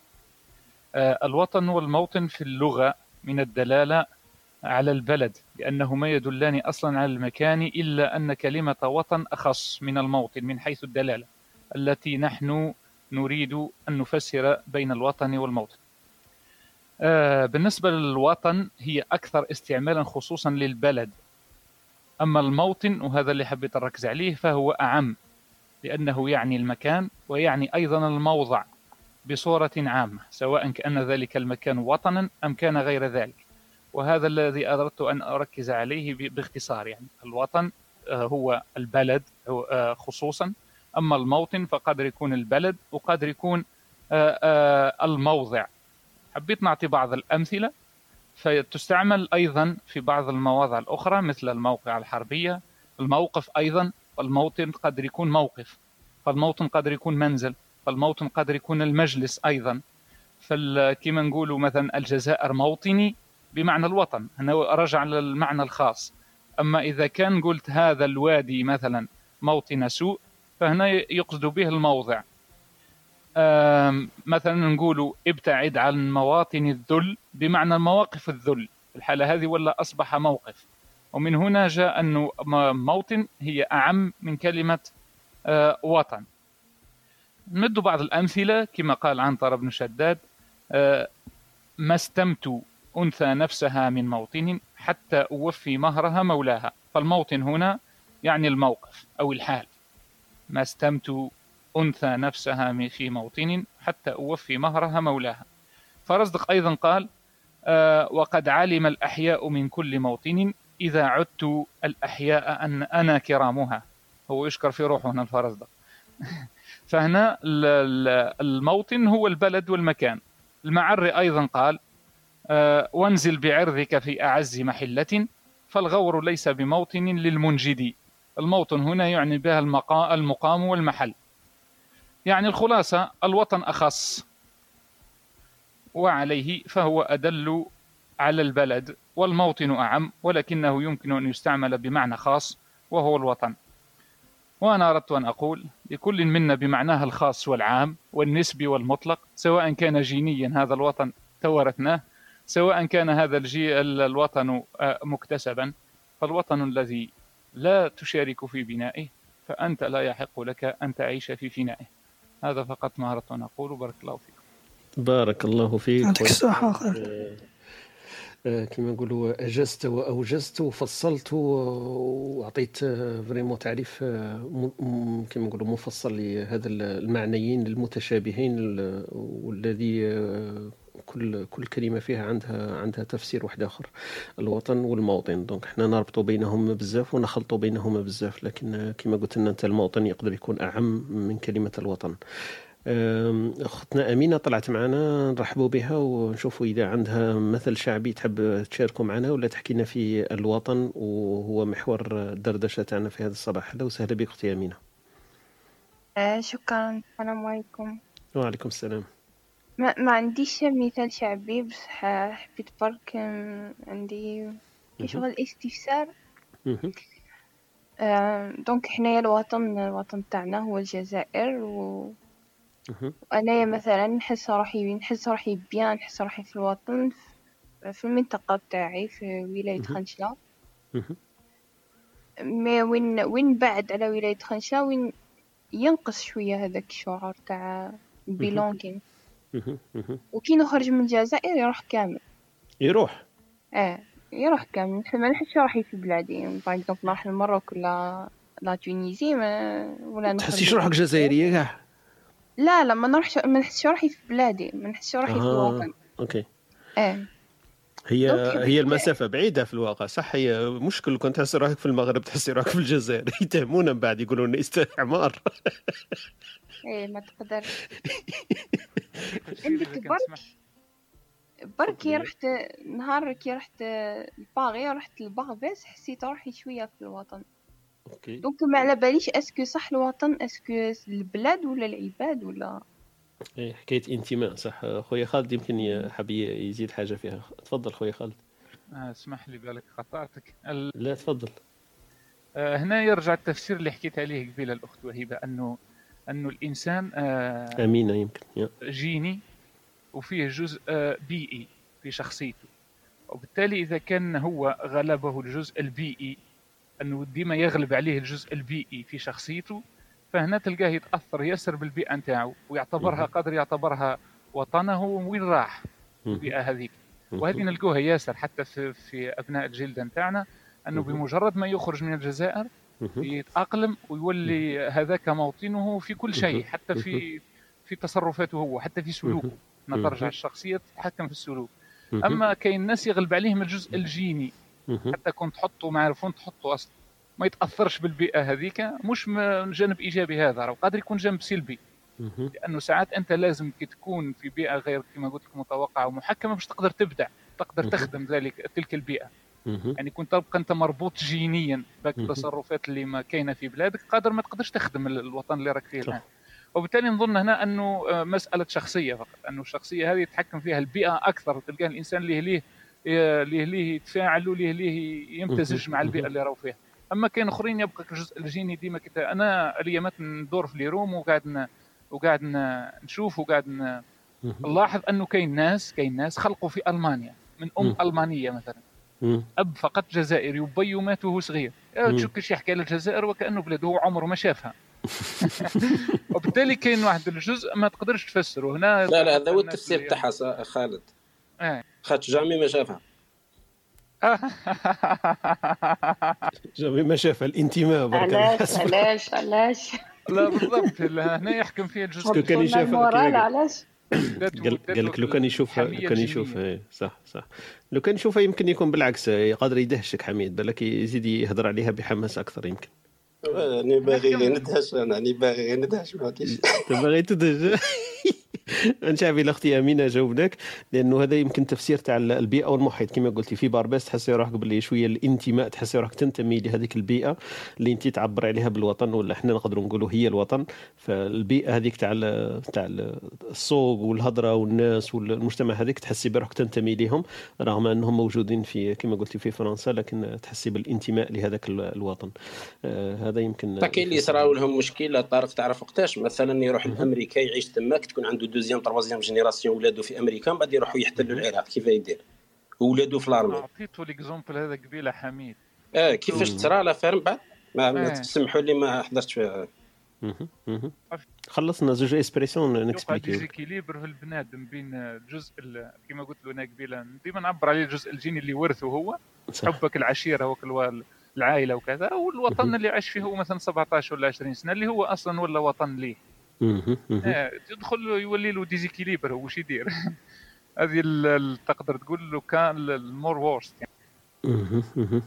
الوطن والموطن في اللغة من الدلالة على البلد، لأنهما يدلان أصلا على المكان، إلا أن كلمة وطن أخص من الموطن من حيث الدلالة التي نحن نريد أن نفسر بين الوطن والموطن. بالنسبة للوطن هي أكثر استعمالا خصوصا للبلد، أما الموطن وهذا اللي حبيت أركز عليه فهو أعم، لأنه يعني المكان ويعني أيضا الموضع بصورة عامة، سواء كان ذلك المكان وطنا أم كان غير ذلك. وهذا الذي أردت أن أركز عليه باختصار. يعني الوطن هو البلد خصوصا، أما الموطن فقدر يكون البلد وقدر يكون الموضع. حبيت نعطي بعض الأمثلة، فتستعمل أيضا في بعض المواضع الأخرى مثل الموقع الحربية، الموقف أيضا، والموطن قدر يكون موقف، فالموطن قدر يكون منزل، فالموطن قدر يكون المجلس أيضا. فكما نقولوا مثلا الجزائر موطني بمعنى الوطن، هنا رجع للمعنى الخاص. أما إذا كان قلت هذا الوادي مثلا موطن سوء فهنا يقصد به الموضع. مثلا نقول ابتعد عن مواطن الذل بمعنى مواقف الذل، في الحالة هذه ولا أصبح موقف. ومن هنا جاء أنه موطن هي أعم من كلمة وطن. نمد بعض الأمثلة كما قال عنتر بن شداد: ما استمت أنثى نفسها من موطن حتى أوفي مهرها مولاها. فالموطن هنا يعني الموقف أو الحال. ما استمت أنثى نفسها في موطن حتى أوفي مهرها مولاها. فرزدق أيضا قال: وقد علم الأحياء من كل موطن إذا عدت الأحياء أن أنا كرامها. هو يشكر في روحه هنا الفرزدق. فهنا الموطن هو البلد والمكان. المعري أيضا قال وانزل بعرضك في أعز محلة، فالغور ليس بموطن للمنجد. الموطن هنا يعني بها المقام والمحل. يعني الخلاصة الوطن أخص وعليه فهو أدل على البلد، والموطن أعم، ولكنه يمكن أن يستعمل بمعنى خاص وهو الوطن. وأنا أردت أن أقول لكل منا بمعناها الخاص والعام والنسبي والمطلق، سواء كان جينيا هذا الوطن تورثناه، سواء كان هذا الوطن مكتسبا. فالوطن الذي لا تشارك في بنائه فأنت لا يحق لك أن تعيش في فنائه. هذا فقط ما أردت أن أقول. بارك الله فيك. بارك الله فيك. يعطيك الصحة خير. كما نقولوا أجزت وأوجزت وفصلت وأعطيت فريمون تعريف كما نقولوا مفصل لهذا المعنيين المتشابهين، والذي كل كلمة فيها عندها تفسير واحد آخر، الوطن والموطن. دونك احنا نربطوا بينهم بزاف ونخلطوا بينهما بزاف، لكن كما قلت لنا انت الموطن يقدر يكون أعم من كلمة الوطن. أختنا أمينة طلعت معنا، نرحبوا بها ونشوفوا إذا عندها مثل شعبي تحب تشاركوا معنا ولا تحكي لنا في الوطن، وهو محور الدردشة تاعنا في هذا الصباح. أهلا وسهلا بك أختي أمينة. شكرا. السلام عليكم. وعليكم السلام. ما عنديش مثال شعبي، بس حبيت برك عندي كشغل استفسار. دونك حنايا الوطن تاعنا هو الجزائر، وأنايا مثلا نحس روحي بيان، نحس روحي في الوطن، في المنطقة تاعي في ولاية خنشلة. مي وين بعد على ولاية خنشلة وين ينقص شوية هذاك الشعور تاع belonging. وكي نخرج من الجزائر يروح كامل. يروح كامل. ما نحسش روحي في بلادي. باغ اكزومبل نروح للمروك ولا لا تونيزي ولا تحسيش روحك جزائرية كاع؟ لا ما نحسش روحي في بلادي، ما نحسش روحي في الوطن. اوكي. هي المسافة بعيدة في الواقع، صح. هي مشكل كنت تحس روحك في المغرب تحسي روحك في الجزائر، يتهمونا من بعد يقولون استعمار. ما تقدر. عندك برك رحت نهار كي رحت الباغي، رحت البغباس، حسيت روحي شوية في الوطن. اوكي. دونك ما على باليش اسكو صح الوطن، اسكو البلاد ولا العباد ولا حكاية انتماء. صح. خويا خالد يمكن حاب يزيد حاجة فيها. تفضل خويا خالد. اسمح لي بالك قطعتك. لا تفضل. هنا يرجع التفسير اللي حكيت عليه قبيل الأخت وهبة، أنه الإنسان أمينة يمكن جيني وفيه جزء بيئي في شخصيته، وبالتالي إذا كان هو غلبه الجزء البيئي، أنه ديما يغلب عليه الجزء البيئي في شخصيته، فهنا تلقاه يتأثر ياسر بالبيئة نتاعو ويعتبرها قادر يعتبرها وطنه وين راح البيئة هذيك. وهذه نلقوها ياسر حتى في أبناء الجلدة نتاعنا، أنه بمجرد ما يخرج من الجزائر يتأقلم ويولي هذاك موطنه في كل شيء، حتى في تصرفاته هو، حتى في سلوكه. نترجع الشخصية تتحكم في السلوك. أما كاين الناس يغلب عليهم الجزء الجيني، حتى كنت تحطه ما يعرفون تحطه أصلا ما يتأثرش بالبيئة هذيك، مش من جانب إيجابي، هذا راه قادر يكون جانب سلبي. لأنه ساعات أنت لازم كي تكون في بيئة غير كما قلت لك متوقعة ومحكمة باش تقدر تبدع، تقدر تخدم تلك البيئة. يعني كنت تبقى أنت مربوط جينيا باك التصرفات اللي ما كاينة في بلادك، قادر ما تقدرش تخدم الوطن اللي راك فيه الآن. وبالتالي نظن هنا أنه مسألة شخصية فقط، أنه الشخصية هذه يتحكم فيها البيئة أكثر. تلقى الإنسان اللي ليه يتفاعل وليه يمتزج مع البيئة اللي راهو فيها. أما كاين آخرين يبقى الجزء الجيني ديما كتا. أنا اليامات ندور في ليروم وقاعد نشوف وقاعد نلاحظ أنه كاين ناس خلقوا في ألمانيا من ألمانية مثلا، أب فقط جزائري وبي مات وهو صغير. تشوف يحكي على الجزائر وكأنه بلاده هو عمره ما شافها. وبالتالي كاين واحد الجزء ما تقدرش تفسره هنا. لا هذا هو التفسير تاعها خالد. خاطر جامي ما شافها. جامي ما شافها. الانتماء برك. علاش لا بالضبط. هنا يحكم فيها الجزء كان يشوفها. علاش قال لك لو كان يشوفها صح لو كان يشوفها يمكن يكون بالعكس، قادر يدهشك حميد، بالك يزيد يهضر عليها بحماس اكثر يمكن. أنا باغي ندهش، أنا باغي ندهش ما كاينش. باغي تدهش. نشعبي لاختي امينه جاوبناك، لانه هذا يمكن تفسير تاع البيئه والمحيط كما قلتي. في بارباس تحسي روحك باللي شويه الانتماء، تحسي روحك تنتمي لهذيك البيئه اللي انت تعبر عليها بالوطن، ولا احنا نقدروا نقولوا هي الوطن. فالبيئه هذيك تاع السوق والهضره والناس والمجتمع هذيك تحسي بروحك تنتمي لهم، رغم انهم موجودين في كما قلتي في فرنسا، لكن تحسي بالانتماء لهذاك الوطن. هذا يمكن. كاين اللي صراو لهم مشكله طارق، تعرف وقتاش مثلا يروح لامريكا يعيش تماك، تكون عنده دوزيام تروازيام جينيراسيون ولادو في امريكا، بعد يروحوا يحتلوا العراق. كيف يدير ولادو في الارمي؟ عطيتو ليكزومبل هذا قبيله حميد. كيفاش تصرى لا فارم بعد ما تسمحوا لي ما حضرتش فيها. خلصنا زوج اسبريسيون نكسبليكي. ديزيكيليبر في البنادم بين الجزء كما قلت له انا قبيله، ديما نعبر عليه الجزء الجيني اللي ورثه هو حبك العشيره العائله وكذا، والوطن اللي عاش فيه هو مثلا 17 ولا 20 سنه اللي هو اصلا ولا وطن ليه. يدخل يولي له ديزيكيليبر، هو واش يدير؟ هذه تقدر تقول له كان المور وورست يعني.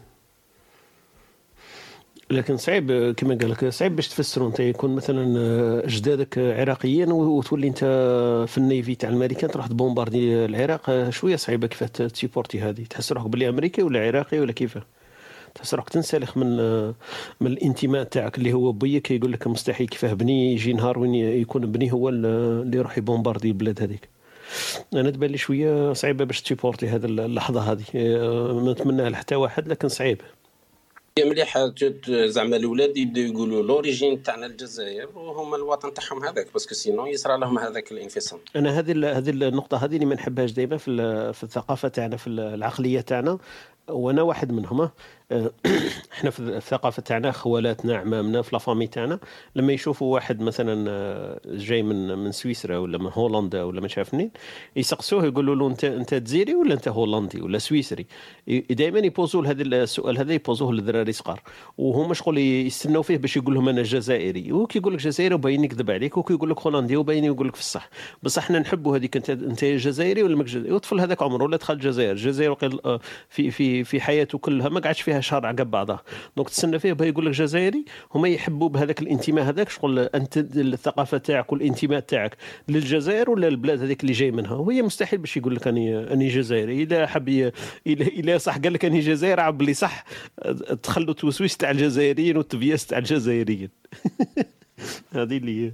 لكن صعيب كما قال لك، صعيب باش تفسروا انت يكون مثلا اجدادك عراقيين وتولي انت في النيفي تاع الامريكان تروح تبومباردي العراق. شويه صعيبه كيف تسيبورتي هذه، تحس روحك بلي امريكي ولا عراقي ولا كيف؟ تحس روحك تنسلخ من الانتماء تاعك اللي هو بيك يقول لك مستحيل كيفاه بني يجي نهار وين يكون بني هو اللي يروح يبومباردي البلاد هذيك. انا تبان لي شويه صعيبه باش تسيبورتي هذه اللحظه هذه، ما نتمناها لحتى واحد لكن صعيب. مليح زعما الاولاد يبداو يقولوا لوريجين تاعنا الجزائر وهم الوطن تاعهم هذاك، باسكو سينو يصرى لهم هذاك الانفصام. انا هذه النقطه هذه اللي ما نحبهاش دائما في الثقافه تاعنا، في العقليه تاعنا، وانا واحد منهم. احنا في الثقافه تاعنا خوالاتنا عمامنا في لافامي تاعنا لما يشوفوا واحد مثلا جاي من سويسرا ولا من هولندا ولا ما شافني، يسقسوه يقولوا له انت جزائري ولا انت هولندي ولا سويسري. دائما يبوزوا هذا السؤال هذا، يبوزوه للدراري صغار، وهم شغل يستناو فيه باش يقول لهم انا جزائري. وكي يقول لك جزائري وباين يكذب عليك، وكي يقول لك هولندي وباين يقول لك في الصح. بصح احنا نحبوا هذيك انت جزائري ولا ماك جزائري. والطفل هذاك عمره ولا دخل الجزائر في حياته كلها ما قعدش فيها شهر عقب بعضها، دونك تسنى فيه يقول لك جزائري. هما يحبوا بهذاك الانتماء هذاك، شغل انت الثقافه تاعك والانتماء تاعك للجزائر ولا البلاد هذيك اللي جاي منها. وهي مستحيل باش يقول لك اني جزائري. اذا حب الى صح قال لك اني جزائري، عب لي صح تخلوا توسويس تاع الجزائريين والتبياس تاع الجزائريين. هذه اللي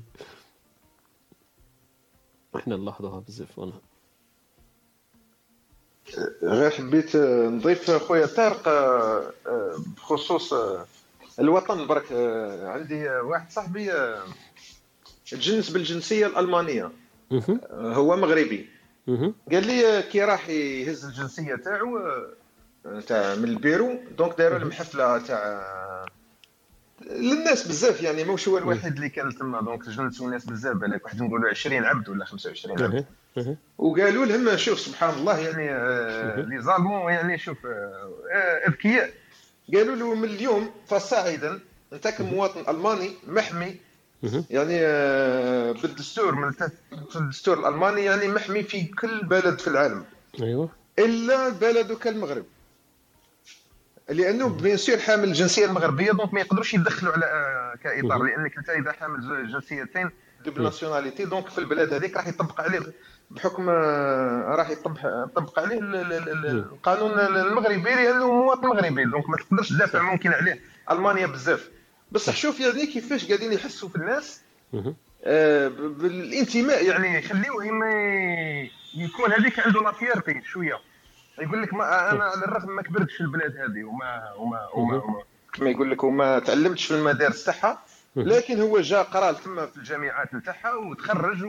احنا نلاحظوها بزاف. والله غير حبيت نضيف خويا طارق بخصوص الوطن برك. عندي واحد صاحبي تجنس بالجنسيه الالمانيه، هو مغربي. قال لي كي راح يهز الجنسيه تاعو تاع من البيرو، دونك داروا لهم حفله تاع للناس بزاف، يعني موش هو الوحيد اللي كان تما، دونك جنسوا الناس بزاف، بالك واحد نقولوا 20 عبد ولا 25 عبد. وقالوا لهم شوف سبحان الله يعني لي ظالمون، يعني شوف اذكياء. قالوا له من اليوم فصاعدا انت كمواطن الماني محمي، يعني بالدستور من الدستور الالماني، يعني محمي في كل بلد في العالم. ايوه الا بلدك المغرب، لانه بيان سور حامل الجنسيه المغربيه، دونك ما يقدروش يدخلوا على كاطار، لانك انت اذا حامل جنسيتين دوبل ناسيوناليتي، دونك في البلاد هذيك راح يطبق عليه بحكم راح يطبق عليه القانون المغربي، لانه مواطن مغربي، دونك ما تقدرش تدافع ممكن عليه المانيا بزاف. بصح شوف يعني كيفاش قاعدين يحسوا في الناس بالانتماء، يعني يخليوه يكون هذيك عنده لافيرتي شويه. يقول لك ما انا على الرغم ما كبرتش في البلاد هذه وما كما يقول لك وما تعلمتش في المدارس تاعها، لكن هو جا قرا تما في الجامعات نتاعها وتخرج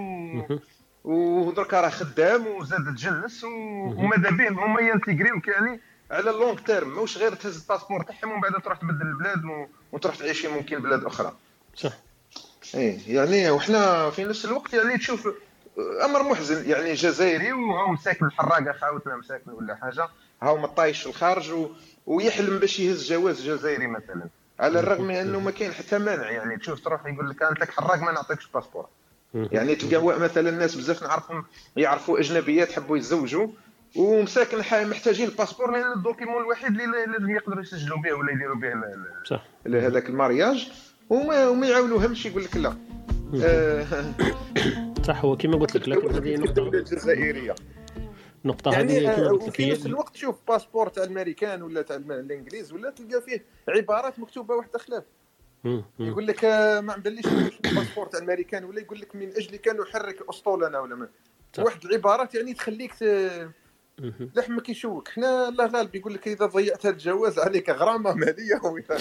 ودرك راه خدام وزاد تجنس وماذا بهم هما ينتجريوك يعني على اللونغ تيرم، ماهوش غير تهز الباسبور تاعهم ومن بعد تروح تبدل البلاد وتروح تعيش في ممكن بلاد اخرى. صح. ايه يعني وحنا في نفس الوقت يعني تشوف امر محزن، يعني جزائري وهو ساكن الحراقه خاوتنا مساكن ولا حاجه، هاو مطايش في الخارج ويحلم باش يهز جواز جزائري مثلا، على الرغم من انه ما كاين حتى مانع. يعني تشوف تروح يقول لك انت حراق ما نعطيكش باسبور. يعني تلقى مثلا الناس بزاف نعرفهم يعرفوا اجنبيات حبوا يتزوجوا ومساكن محتاجين الباسبور لان الدوكيمون الوحيد اللي لازم يقدروا يسجلوا به ولا يديروا به صح هذاك المارياج، وما يعاونوهمش، يقول لك لا. صح هو كما قلت لك، لكن هذه نقطه الجزائريه نقطه يعني هذه كما قلت لك. في نفس الوقت شوف باسبور تاع الامريكان ولا تاع الانجليز ولا تلقى فيه عبارات مكتوبه واحده خلاف. يقول لك ما عمليش الباسبور تاع الامريكان ولا يقول لك من اجل كانوا يحرك اسطولنا ولا ما واحد العبارات يعني تخليك لحمك يشوك. حنا الله غالب يقول لك اذا ضيعت هذا الجواز عليك غرامه ماليه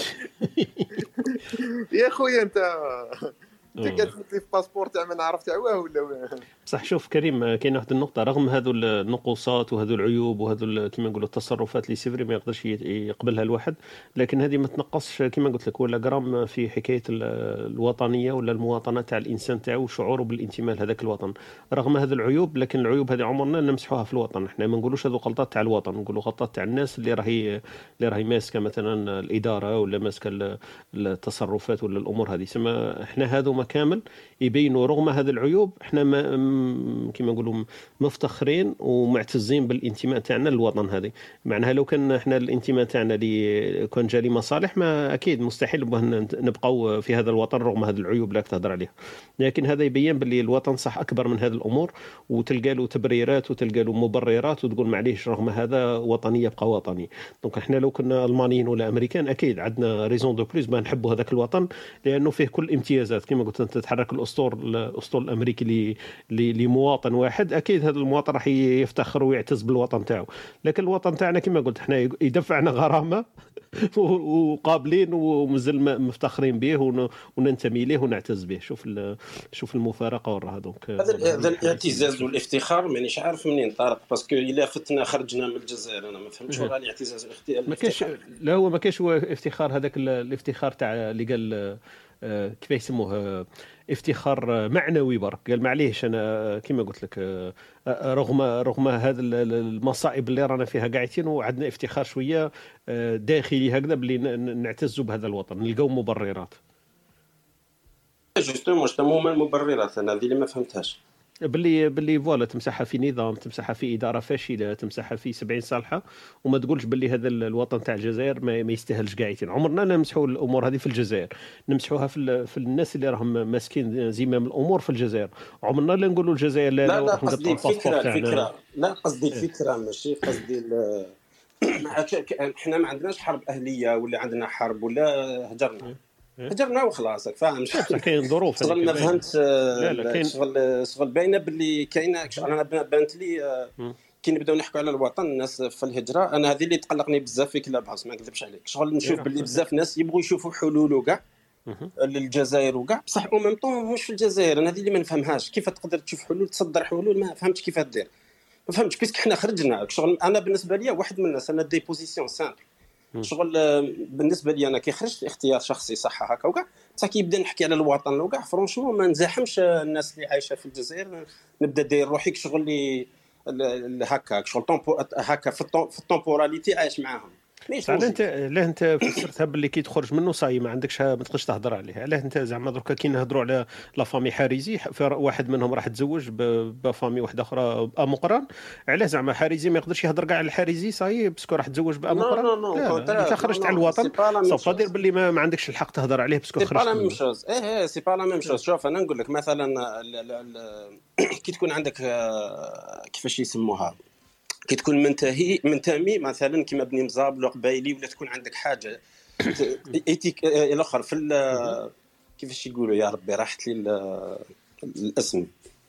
يا خويا انت قاعد في باسبور تاع ما نعرف تاع واه ولا صح. شوف كريم، كاين واحد النقطه، رغم هذو النقوصات وهذو العيوب وهذو كما نقولوا التصرفات اللي سيفري ما يقدرش يقبلها الواحد، لكن هذه ما تنقصش كما قلت لك ولا جرام في حكايه الوطنيه ولا المواطنه تاع الانسان تاعو وشعوره بالانتماء لهذاك الوطن. رغم هذه العيوب، لكن العيوب هذه عمرنا نمسحوها في الوطن. احنا ما نقولوش هذو غلطات تاع الوطن، نقولوا غلطات تاع الناس اللي راهي ماسكه مثلا الاداره ولا ماسكه التصرفات ولا الامور هذه. سما احنا هذو ما كامل يبينوا رغم هذه العيوب احنا كما نقولوا مفتخرين ومعتزين بالانتماء تاعنا للوطن هذه. معناها لو كان احنا الانتماء تاعنا اللي كان جالي مصالح، ما اكيد مستحيل نبقوا في هذا الوطن رغم هذه العيوب اللي تهضر عليها. لكن هذا يبين باللي الوطن صح اكبر من هذه الامور، وتلقى له تبريرات وتلقى له مبررات وتقول معليش رغم هذا وطني يبقى وطني. دونك احنا لو كنا المانيين ولا امريكان اكيد عندنا ريزون دو بليس ما نحبوا هذاك الوطن، لانه فيه كل الامتيازات. كما قلت انت تتحرك الاسطول الامريكي لمواطن واحد، اكيد هذا المواطن راح يفتخر ويعتز بالوطن تاعو. لكن الوطن تاعنا كما قلت احنا يدفعنا غرامه وقابلين ومازال مفتخرين به وننتمي ليه ونعتز به. شوف المفارقه وراها. دونك هذا الاعتزاز والافتخار مانيش عارف منين طارق، باسكو الا فتنا خرجنا من الجزائر انا ما فهمتش ولا الاعتزاز والافتخار. ما كاش، لا هو ما كاش هو افتخار. هذاك الافتخار تاع اللي قال كيف يسموه افتخار معنوي برك. قال معليش انا كما قلت لك رغم هذا المصائب اللي رانا فيها قاعدين وعندنا افتخار شويه داخلي هكذا باللي نعتزوا بهذا الوطن، نلقاو مبررات. جوستومون شنو هما المبررات؟ انا هذه اللي ما فهمتهاش. باللي فوالا تمسحها في نظام، تمسحها في اداره فاشله، تمسحها في 70 صالحه، وما تقولش باللي هذا الوطن تاع الجزائر ما يستاهلش قاعدين. عمرنا نمسحوا الامور هذه في الجزائر، نمسحوها في الناس اللي راهم ماسكين زمام الامور في الجزائر. عمرنا لا نقولوا الجزائر لا قصدي الفكره لا قصدي الفكره ماشي قصدي احنا ما عندناش حرب اهليه ولا عندنا حرب ولا هجرنا وخلاص. فاهم كاين ظروف شغل ما فهمت. شغل باينه باللي كاينه. انا بانت لي كي نبداو نحكوا على الوطن الناس في الهجره، انا هذه اللي تقلقني بزاف في كلاب هاوس، ما نكذبش عليك. شغل نشوف باللي بزاف ناس يبغوا يشوفوا حلول وكاع للجزائر وكاع، بصح او ميم طون مش في الجزائر. انا هذه اللي ما نفهمهاش، كيف تقدر تشوف حلول تصدر حلول؟ ما فهمتش كيف دير، ما فهمتش بيسك حنا خرجنا. شغل انا بالنسبه لي واحد من الناس انا دي بوزيسيون سامبل. شغل بالنسبه لي انا كي خرجت اختيار شخصي صح هكا وكاع، بصح كي نبدا نحكي على الوطن وكاع فرونشمون ما نزاحمش الناس اللي عايشه في الجزائر. نبدا داير روحي شغل لي هكا شغل هكا في التمبوراليتي عايش معاهم. علاه انت فسرتها باللي كي تخرج منه صاي ما عندكش ما تقدرش تهضر عليه. علاه انت زعما دركا كي نهضروا على لا فامي حاريزي، واحد منهم راح تزوج بفامي واحده اخرى مقران، علاه زعما حاريزي ما يقدرش يهضر كاع على الحاريزي صاي باسكو راح تزوج مقران؟ لا انت خرجت على الوطن سوف دير باللي ما عندكش الحق تهضر عليه باسكو خرجت. سي با لا ميم شوز. سي با لا ميم شوز. شوف انا نقول لك مثلا كي تكون عندك كيفاش يسموها، كي تكون منتمي مثلا كيما بني مزابل قبايلي، ولا تكون عندك حاجه ايتيك الاخر في كيفاش يقولوا يا ربي راحت لي الاسم،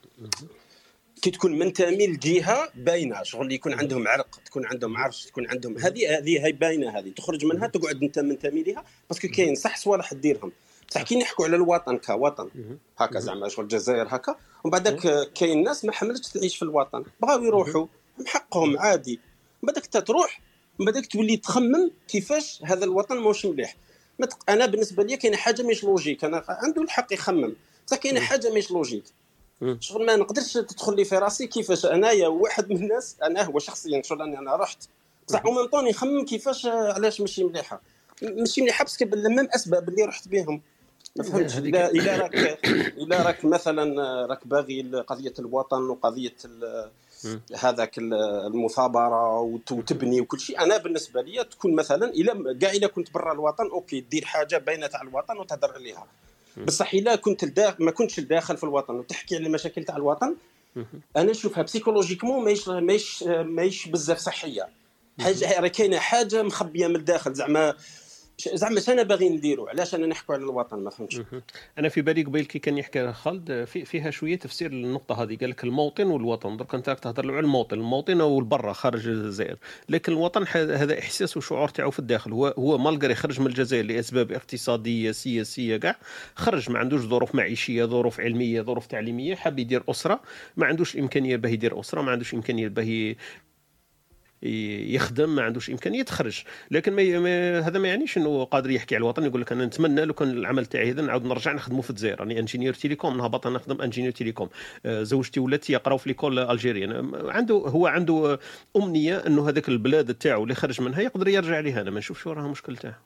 كي تكون منتمي لجهه باينه شغل يكون عندهم عرق، تكون عندهم عرش، تكون عندهم هذه هي باينه، هذه تخرج منها تقعد انت منتمي لها باسكو كاين صح صوالح ديرهم. بصح كي نحكوا على الوطن كوطن هكا زعما شغل الجزائر هكا، ومن بعدك كاين ناس ما حملتش تعيش في الوطن، بغاو يروحوا من حقهم عادي، من بعدك تروح من بعدك تولي تخمم كيفاش هذا الوطن ماهوش مليح. انا بالنسبه لي كاينه حاجه مش لوجيك، انا عنده الحق يخمم، بصح كاينه حاجه مش لوجيك شغل ما نقدرش تدخل لي في راسي كيفاش انايا واحد من الناس، انا هو شخصيا شغل انا رحت بصح ومن طوني نخمم كيفاش علاش ماشي مليحه باسكو بالمام اسباب اللي رحت بهم. ما فهمتش الا راك مثلا راك باغي قضيه الوطن وقضيه هذاك المثابره وتبني وكل شيء. انا بالنسبه لي تكون مثلا الا كنت برا الوطن اوكي دير حاجه باينه تاع الوطن وتهضر عليها، بصح الا كنت ما كنتش داخل في الوطن وتحكي على المشاكل تاع الوطن، انا نشوفها بسيكولوجيكمون ماهيش بزاف صحيه. حاجه كاينه حاجه مخبيه من الداخل، زعما انا باغي نديرو، علاش انا نحكوا على الوطن؟ ما فهمتش. انا في بالي قبيل كي كان يحكي خالد فيها شويه تفسير للنقطه هذه، قال لك الموطن والوطن. درك انت راك تهضر على الموطن والبرا خارج الجزائر، لكن الوطن هذا احساس وشعور تاعو في الداخل. هو مالغري خرج من الجزائر لاسباب اقتصاديه سياسيه كاع، خرج ما عندوش ظروف معيشيه، ظروف علميه، ظروف تعليميه، حاب يدير اسره، ما عندوش امكانيه باه يدير اسره، ما عندوش امكانيه باه يخدم، ما عندوش امكانيه تخرج. لكن هذا ما يعنيش انه قادر يحكي على الوطن. يقول لك انا نتمنى لو كان العمل تاعي هذا نعاود نرجع نخدمه في الجزائر. راني انجينيور تيليكوم، نهبط نخدم انجينيور تيليكوم، زوجتي ولادي يقراو في ليكول الجيريان. عنده امنيه انه هذاك البلاد تاعو اللي خرج منها يقدر يرجع لها. انا ما نشوفش وراها مشكل تاعه.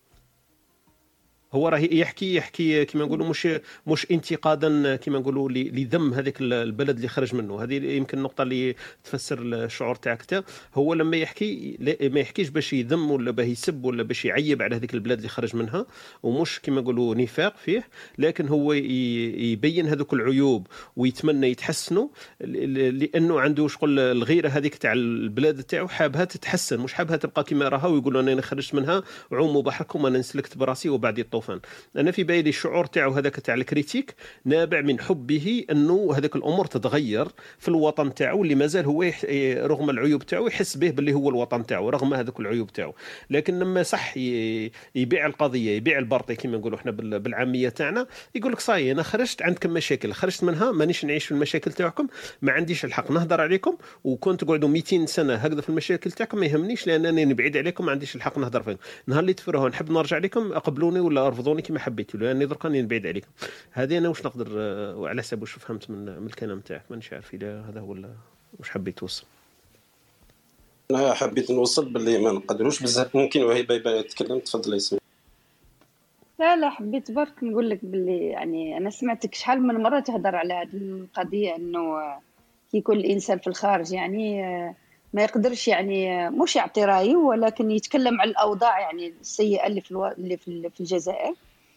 هو راه يحكي كما نقولوا مش انتقادا كما نقولوا لذم هذيك البلد اللي خرج منه. هذه يمكن النقطه اللي تفسر الشعور تاعك. هو لما يحكي ما يحكيش باش يذم ولا باش يسب ولا باش يعيب على هذيك البلاد اللي خرج منها، ومش كما نقولوا نفاق فيه، لكن هو يبين هذوك العيوب ويتمنى يتحسنوا، لانه عنده شغل الغيره هذيك تاع البلاد تاعو، حابها تتحسن، مش حابها تبقى كما راها ويقول انا خرجت منها وعوموا بحركم وانا نسلكت براسي وبعد الطوفان. انا في بالي الشعور تاعو هذاك تاع الكريتيك نابع من حبه انه هذاك الامور تتغير في الوطن تاعو، اللي مازال هو رغم العيوب تاعو يحس به باللي هو الوطن تاعو رغم هذوك العيوب تاعو. لكن لما صح يبيع القضيه، يبيع البرطي كما نقولوا احنا بالعاميه تاعنا، يقول لك صاي انا خرجت، عندكم مشاكل خرجت منها، مانيش نعيش في المشاكل تاعكم، ما عنديش الحق نهضر عليكم، وكنت تقعدوا 200 سنه هكذا في المشاكل تاعكم ما يهمنيش، لانني نبعد عليكم، ما عنديش الحق نهضر فيكم. نهار اللي تفرهوا نحب نرجع لكم، اقبلوني ولا ارفضوني كما حبيتوا، لاني درك راني نبعد عليكم. هذه انا واش نقدر وعلى حسب واش فهمت من الكلام تاعك. مانيش عارف اذا هذا هو واش حبيت توصل. انا حبيت نوصل باللي ما نقدروش بزاف. ممكن وهبه تكلم، تفضل ياسمين. لا حبيت برك نقول لك باللي يعني انا سمعتك شحال من مره تهضر على هذه القضيه، انه كي يكون الانسان في الخارج يعني ما يقدرش يعني مش يعطي رايه، ولكن يتكلم على الاوضاع يعني السيئه اللي في الجزائر.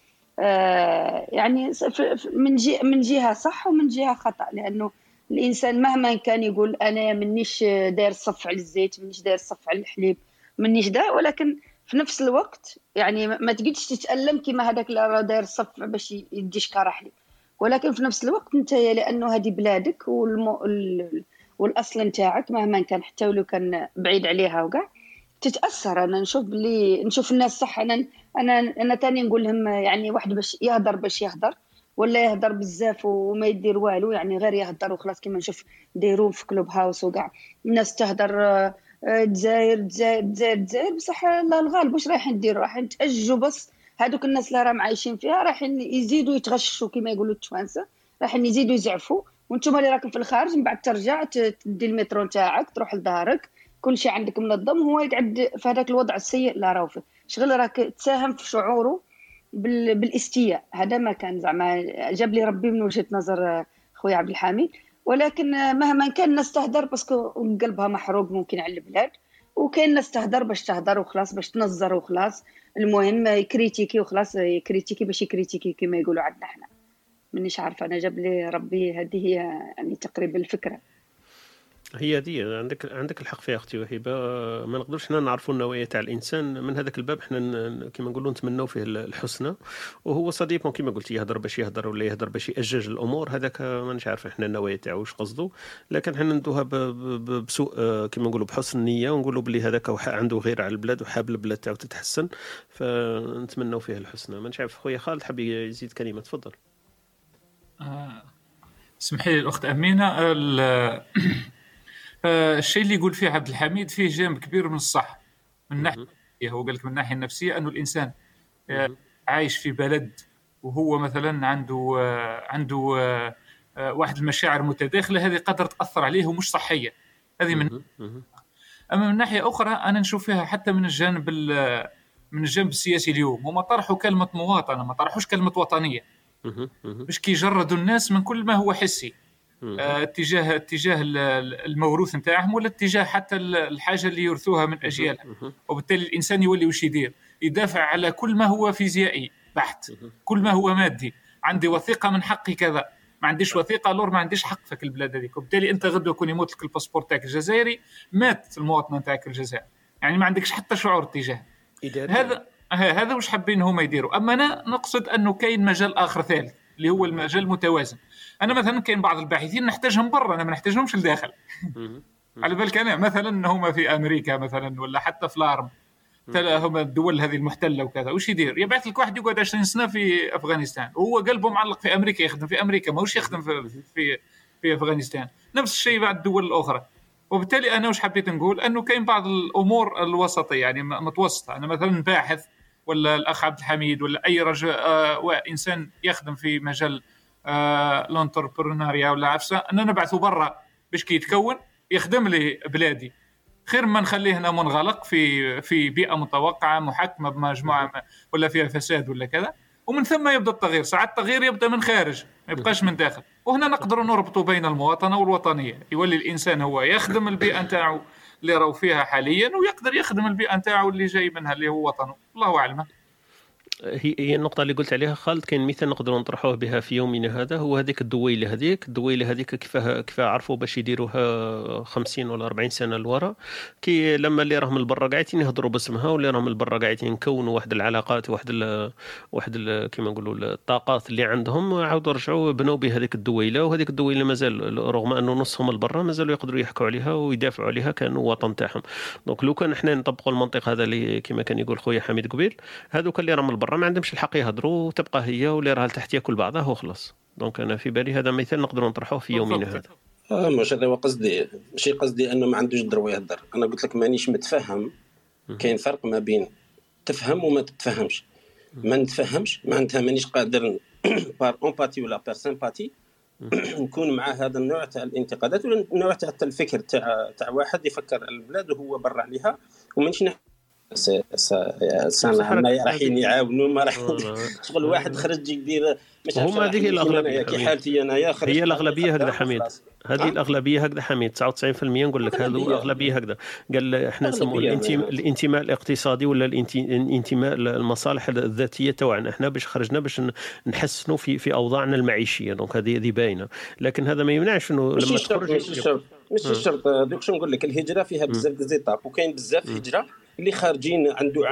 يعني من جهه صح ومن جهه خطا، لانه الانسان مهما كان يقول انا منيش داير صف على الزيت، منيش داير صف على الحليب، منيش داير، ولكن في نفس الوقت يعني ما تقدرش تتألم كما هذاك اللي راه داير صف باش يدي شكاره حليب. ولكن في نفس الوقت انت لانه هذه بلادك والاصل نتاعك مهما كان، حتى ولو كان بعيد عليها وكاع تتاثر. انا نشوف الناس صح. انا تاني نقول لهم يعني واحد باش يهضر ولا يهضر بزاف وما يدير والو، يعني غير يهضر وخلاص، كما نشوف دايرون في كلوب هاوس وكاع الناس تهضر دزاير بصح لا الغالب واش رايحين نديروا؟ رايحين نتأجوا بس. هذوك الناس اللي راهم عايشين فيها رايحين يزيدوا يتغشوا كما يقولوا التوانسه، رايحين يزيدوا يزعفوا، وانتم اللي راكم في الخارج من بعد ترجع تدي المترو نتاعك تروح لدارك، كل شيء عندك منظم. هو يقعد في هذاك الوضع السيء اللي راهو فيه، شغل راك تساهم في شعوره بالاستياء. هذا ما كان زعما جاب لي ربي من وجهة نظر خويا عبد الحميد. ولكن مهما كان الناس تهدر باسكو قلبها محروق ممكن على البلاد، وكاين ناس تهدر باش تهدر وخلاص، باش تنظر وخلاص. المهم يكريتيكي وخلاص، يكريتيكي باش يكريتيكي كما يقولوا عندنا احنا. مانيش عارفه، انا جاب لي ربي هذه هي يعني تقريبا الفكره. هي دي عندك الحق فيها اختي وهبه. ما نقدرش حنا نعرفوا النوايا تاع الانسان من هذاك الباب. حنا كما نقولوا نتمنوا فيه الحسنى، وهو صديق كما قلت يهضر باش يهضر ولا يهضر باش يأجج الامور. هذاك مانيش عارف حنا النوايا تاعو واش قصدو، لكن حنا ندوها بسوء كما نقولوا بحسن النيه، ونقولوا بلي هذاك عنده غير على البلاد وحاب البلاد تاعو تتحسن، فنتمنوا فيه الحسنى. مانيش عارف خويا خالد حاب يزيد كلمه، تفضل. اسمحي لي الاخت امينه، الشيء اللي يقول فيه عبد الحميد فيه جانب كبير من الصح من ناحيه. هو قال لك من الناحيه النفسيه انه الانسان عايش في بلد وهو مثلا عنده واحد المشاعر متداخله، هذه قدر تاثر عليه ومش صحيه. هذه من اما من ناحيه اخرى انا نشوف فيها حتى من الجانب السياسي. اليوم هما طرحوا كلمه مواطنه، ما طرحوش كلمه وطنيه، باش كيجردوا الناس من كل ما هو حسي. اتجاه الموروث نتاعهم، ولا اتجاه حتى الحاجه اللي يورثوها من اجيالها. وبالتالي الانسان يولي وش يدير؟ يدافع على كل ما هو فيزيائي بحت، كل ما هو مادي. عندي وثيقه من حقي كذا، ما عنديش وثيقه لور ما عنديش حق في البلاد هذيك. وبالتالي انت غدوه يكون يموت لك الباسبور تاعك الجزائري، مات المواطنه تاعك الجزائر، يعني ما عندكش حتى شعور تجاه هذا وش حابين هما يديروا. اما انا نقصد انه كاين مجال اخر ثالث اللي هو المجال المتوازن. انا مثلا كاين بعض الباحثين نحتاجهم برا، انا ما نحتاجهمش لداخل. على بالك انا مثلا هما في امريكا مثلا ولا حتى في العرب، هما الدول هذه المحتله وكذا، وش يدير؟ يبعث لك واحد يقعد 20 سنه في افغانستان وهو قلبه معلق في امريكا، يخدم في امريكا، ماهوش يخدم في افغانستان. نفس الشيء بعد الدول الاخرى. وبالتالي انا وش حبيت نقول انه كاين بعض الامور الوسطيه يعني متوسطه. انا مثلا باحث ولا الاخ عبد الحميد ولا اي رجل انسان يخدم في مجال الانتربرونيريا ولا عفسه، اننا نبعثه برا باش كي يتكون يخدم لي بلادي، خير ما نخليه هنا منغلق في بيئه متوقعه محكمه بمجموعه ولا فيها فساد ولا كذا. ومن ثم يبدا التغيير. ساعات التغيير يبدا من خارج، ما يبقاش من داخل. وهنا نقدر نربط بين المواطنه والوطنيه. يولي الانسان هو يخدم البيئه نتاعو اللي راهو فيها حاليا، ويقدر يخدم البيئه نتاعو اللي جاي منها اللي هو وطنه. الله اعلم. هي النقطة اللي قلت عليها خالد. كاين مثال نقدروا نطرحوه بها في يومنا هذا، هو هذيك الدويلة هذيك كيف عرفوا باش يديروها 50 ولا 40 سنة لورا. كي لما اللي راهم البرا قاعدين يهضروا باسمها، واللي راهم البرا قاعدين يكونوا واحد العلاقات واحد كيما نقولوا الطاقات اللي عندهم، عاودوا رجعوا بنوا بهذيك الدويلة. وهذيك الدويلة مازال رغم انه نصهم البرا مازالوا يقدروا يحكوا عليها ويدافعوا عليها كانوا وطن تاعهم. دونك لو كان احنا نطبقوا المنطق هذا اللي كما كان يقول خويا حميد قبيل، هذوك اللي راهم البرا ما عندهمش الحق يهضروا، وتبقى هي واللي راها تحت ياكل بعضها وخلاص. دونك انا في بالي هذا مثال نقدروا نطرحوه في يومنا هذا. مش هذا هو قصدي، ماشي قصدي انه ما عندوش الدروي يهضر. انا قلت لك مانيش متفهم. كاين فرق ما بين تفهم وما تتفهمش. ما نتفهمش معناتها مانيش قادر بار امباتي ولا بار سيمباتي نكون مع هذا النوع تاع الانتقادات ولا النوع تاع الفكر تاع واحد يفكر البلاد وهو برا عليها ومانيش ما رايحين يعاونوا، ما راح شغل واحد خرج يدير مش هما هذه الأغلبية كي حالتي أنايا هي الأغلبية هكذا حميد. هذه الأغلبية هكذا حميد 99% نقول لك هذو الأغلبية هكذا. قال احنا نسموه الانتماء الاقتصادي ولا الانتماء المصالح الذاتية تاعنا احنا باش خرجنا باش نحسنوا في أوضاعنا المعيشية. دونك هذه باينة. لكن هذا ما يمنعش انه لما تخرج مش الشرط دوك شنو نقول لك. الهجرة فيها بزاف ديزيتاب وكاين بزاف هجرة اللي خارجين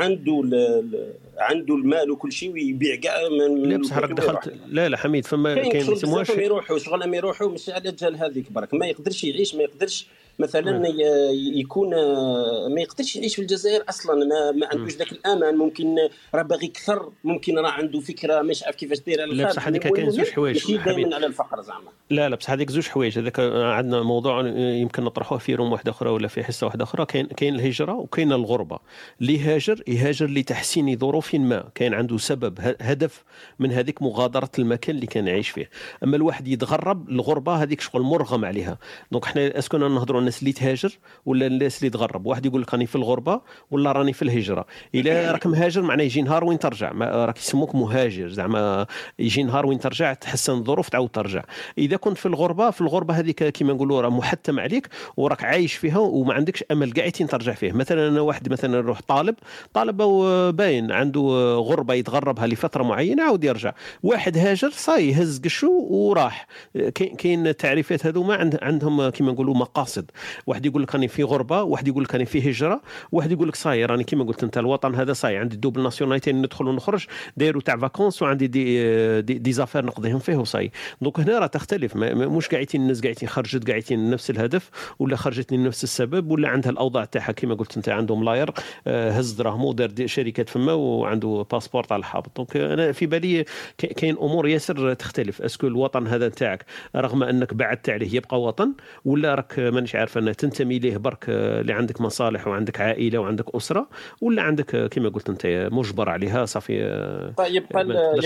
عنده المال وكل شيء ويبيع كاع من بصح راك دخلت. لا حميد فما كاين يسموها يروحوا شغل ما يروحوا مش على جال هذيك برك ما يقدرش يعيش، ما يقدرش مثلا يكون ما يقدرش يعيش في الجزائر اصلا. ما عندوش ذاك الامان. ممكن راه باغي كثر، ممكن راه عنده فكره مش عارف كيفاش دايره. لا بصح هذيك كاين زوج حوايج دائما على الفقر زعما. لا بصح هذيك زوج حوايج. هذاك عندنا موضوع يمكن نطرحوه في روم واحده اخرى ولا في حصه واحده اخرى. كاين الهجره وكاين الغربه. اللي يهاجر لتحسين ظروف ما، كاين عنده سبب هدف من هذيك مغادره المكان اللي كان يعيش فيه. اما الواحد يتغرب، الغربه هذيك شغل مرغم عليها. دونك احنا اسكن نهضروا الناس اللي تهاجر ولا الناس اللي تغرب. واحد يقول لك راني في الغربه ولا راني في الهجره. الا راك مهاجر معناه يجي نهار وين ترجع، راك يسموك مهاجر زعما يجي نهار وين ترجع تحسن الظروف تعاود ترجع. اذا كنت في الغربه هذيك كيما نقولوا راه محتم عليك وراك عايش فيها وما عندكش امل كاع ترجع فيه. مثلا انا واحد مثلا نروح طالب باين عنده غربه يتغربها لفتره معينه عاود يرجع. واحد هاجر صاي هز قشو وراح. كاين تعريفات هذوما عندهم كيما نقولوا مقاصد. واحد يقول لك راني في غربه، واحد يقول لك راني في هجره، واحد يقول لك صاي راني كيما قلت انت الوطن هذا صاي عندي دوبل ناسيوناليتي ندخل ونخرج دايروا تاع فاكونس وعندي دي زافير نقضيهم فيه وصاي. دونك هنا راه تختلف. مش قاعدين الناس قاعدين خرجت قاعدين نفس الهدف ولا خرجت لنفس السبب ولا عندها الاوضاع تاعها كيما قلت انت عندهم لاير هز دراهمو دار شركات فما وعنده باسبورت على الحابط. دونك انا في بالي كاين امور ياسر تختلف. اسكو الوطن هذا تاعك رغم انك بعدت عليه يبقى وطن، ولا راك مانيش عارف ان تنتمي ليه برك اللي عندك مصالح وعندك عائله وعندك اسره، ولا عندك كما قلت انت مجبر عليها صافي. طيب يبقى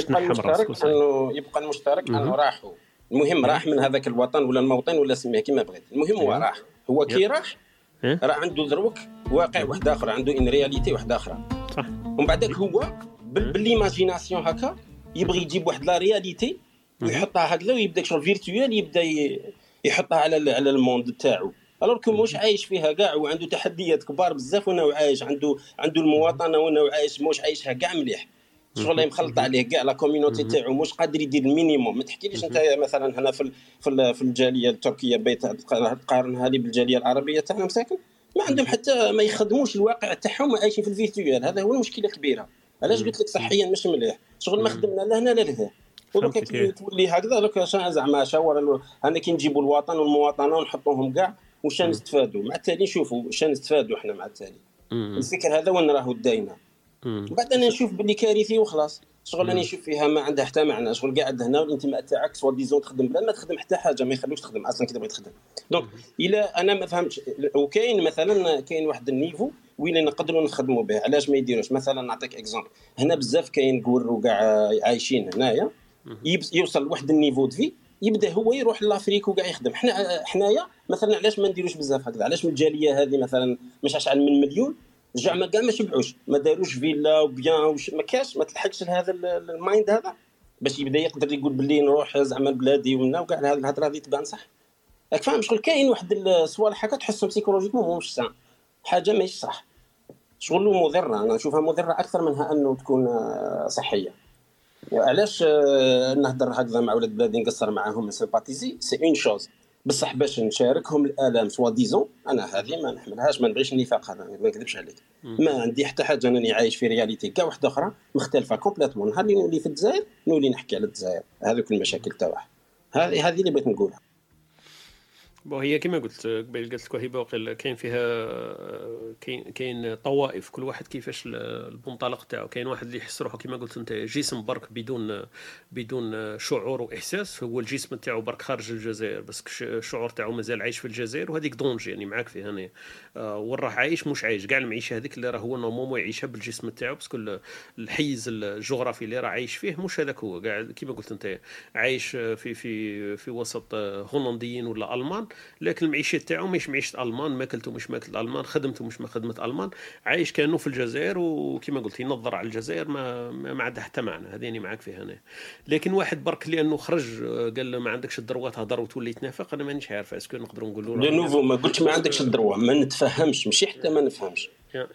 المشترك انه راحوا. المهم راح من هذاك الوطن ولا الموطن ولا سميه كما بغيت. المهم هو راح. هو كي راح راه عنده دروك واقع واحد اخر، عنده ان رياليتي واحد اخرى صح. ومن بعدك هو بالليماجيناسيون هكا يبغي يجيب واحد لا رياليتي ويحطها هكذا ويبدا شغل فيرتوال، يبدا يحطها على الموند تاعو، الوغ كو موش عايش فيها كاع، وعنده تحديات كبار بزاف، وانا عايش عنده المواطنه، وانا عايش موش عايشها كاع مليح، شغل مخلط عليه كاع لا كوميونيتي تاعو، موش قادر يدير المينيموم. ما تحكيليش انت مثلا هنا في الجاليه التركيه بيت تقارنها لي بالجاليه العربيه تاعنا مساكن، ما عندهم حتى ما يخدموش الواقع تاعهم، عايشين في الفيرتوال. هذا هو المشكله الكبيره. علاش قلت لك صحيا مش مليح، شغل ما خدمنا لا هنا لا لهنا. ودوك كي تولي هكذا لك زعما شاور انا كي نجيبوا الوطن والمواطنه ونحطوهم كاع واش نستفادوا مع التالي. نشوفوا واش نستفادوا احنا مع التالي. الفكر هذا وين راهو داينا. بعد انا نشوف باللي كارثي وخلاص، شغل راني نشوف فيها ما عندها حتى معنى، شغل قاعد هنا والانتماء تاعك سوا ديزون تخدم بلا ما تخدم حتى حاجه، ما يخلوش تخدم اصلا كي تبغي تخدم. دونك الى انا ما فهمتش، وكاين مثلا كاين واحد النيفو وين نقدروا نخدموا به، علاش ما يديروش؟ مثلا نعطيك اكزامبل، هنا بزاف كاين كور وكاع عايشين هنايا، يوصل لواحد النيفو دفي يبدا هو يروح لافريك وكاع يخدم. حنايا مثلا علاش ما نديروش بزاف هكذا؟ علاش من الجاليه هذه مثلا مش اشعل من مليون جمع كاع ما شبعوش، ما داروش فيلا وبيان ما كاش، ما تلحقش لهذا المايند هذا باش يبدا يقدر يقول باللي نروح زعما بلادي وكاع هذه الهضره هذه تبان صح. راك فاهم شغل كاين واحد الصوالح هكا تحسهم سيكولوجيكمون مش صح، حاجه ماشي صح، شغل مضره. انا نشوفها مضره اكثر منها انه تكون صحيه. علاش نهضر هكذا مع ولاد بلادي نقصر معاهم سيمباتيزي سي اون شوز، بصح باش نشاركهم الالام سوا ديزون انا هذه ما نحملهاش، ما نبغيش النفاق هذا، ما نكذبش عليك. ما عندي حتى حاجه، انني عايش في رياليتي كاع واحده اخرى مختلفه كومبليتمون. نهار اللي نولي في الجزائر نولي نحكي على الجزائر، هذوك المشاكل تاعها هذه اللي بغيت نقولها. هي كما قلت قبل، قلت لك وهبه وقيل كاين فيها كاين طوائف، كل واحد كيفاش المنطلق تاعو. كاين واحد اللي يحس روحه كما قلت انت جسم برك بدون شعور واحساس، هو الجسم تاعو برك خارج الجزائر بس الشعور تاعو مازال عايش في الجزائر، وهذيك دونجي يعني معاك فيها هنا. وين راه عايش مش عايش كاع المعيشه هذيك اللي راه هو نورمالمون يعيشها بالجسم تاعو، بس كل الحيز الجغرافي اللي راه عايش فيه مش هذاك هو كاع. كما قلت انت عايش في وسط هولنديين ولا المان، لكن المعيشه تاعو مش معيشه المان، ماكلته مش ماكل المان، خدمته مش خدمه المان، عايش كانه في الجزائر. وكما قلت ينظر على الجزائر ما عندها حتى معنى. هذه يعني معاك فيها هنا. لكن واحد برك لانه خرج قال ما عندكش الدروه تهضر وتولي تنافق، انا مانيش عارف اسكو نقدروا نقولوا له نوفو. ما قلتش ما عندكش الدروه، ما نتفهمش، ماشي حتى ما نفهمش.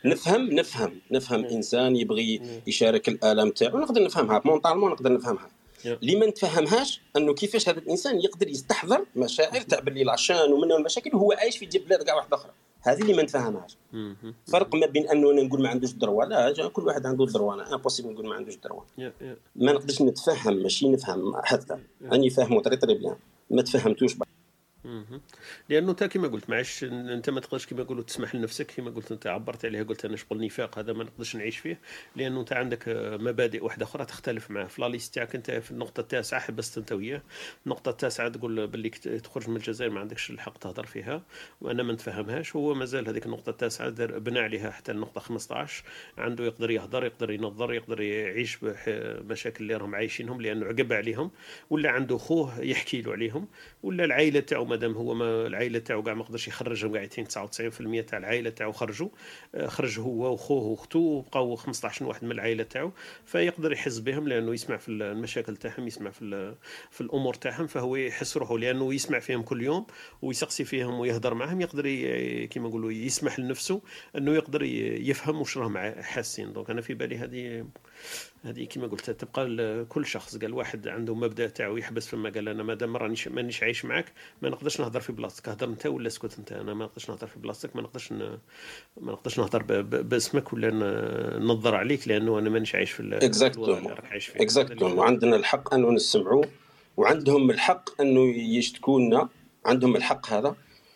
نفهم انسان يبغي يشارك الالم تاعو، نقدر نفهمها مونطالمون، نقدر نفهمها. اللي ما نتفهمهاش انه كيفاش هذا الانسان يقدر يستحضر مشاعر تاع باللي العشان ومنه المشاكل وهو عايش في بلاد كاع واحده اخرى. هذه اللي ما نتفهمهاش. فرق ما بين انه انا نقول ما عندوش الدروه، لا، كل واحد عنده الدروه، انا امبوسيبل نقول ما عندوش الدروه. ما نقدرش نتفهم، ماشي نفهم حتى اني فاهمه طري بيان، ما تفهمتوش بقى. لانه انت كما قلت معليش انت ما تقدرش كما يقولوا تسمح لنفسك، كما قلت انت عبرت عليها، قلت انا شغل نفاق هذا ما نقدرش نعيش فيه، لانه انت عندك مبادئ واحده اخرى تختلف معه. في لا ليست تاعك انت في النقطه التاسعه حبست انت وياه، النقطه التاسعه تقول باللي تخرج من الجزائر ما عندكش الحق تهضر فيها، وانا ما نتفهمهاش. هو مازال هذيك النقطه التاسعه بنى عليها حتى النقطه 15 عنده يقدر يهضر، يقدر ينظر، يقدر يعيش بمشاكل اللي راهم عايشينهم لانه عقب عليهم، ولا عنده خوه يحكي له عليهم، ولا العائله تاعو مادام هو ما العائله تاعو كاع ما قدرش يخرجهم قاعدين 99% تاع العائله تاعو خرج هو وخوه واخته وبقاو 15 واحد من العائله تاعو، فيقدر يحس بهم لانه يسمع في المشاكل تاعهم، يسمع في الامور تاعهم، فهو يحس روحه لانه يسمع فيهم كل يوم ويسقسي فيهم ويهضر معهم، يقدر كما نقولوا يسمح لنفسه انه يقدر يفهم واش راهم حاسين. دونك انا في بالي هذه كما قلت تبقى لكل شخص. قال واحد عنده مبدا تاعو يحبس فما، قال انا مادام مانيش عايش معك ما نقدرش نهضر في بلاصتك، هضر انت ولا اسكت انت، انا ما نقدرش نهضر في بلاصتك، ما نقدرش نهضر باسمك ولا ننظر عليك، لانه انا مانيش عايش في الوضع اللي راك عايش فيه. اكزاكتوم. وعندنا الحق انه نسمعوا، وعندهم الحق انه يشتكونا، عندهم الحق هذا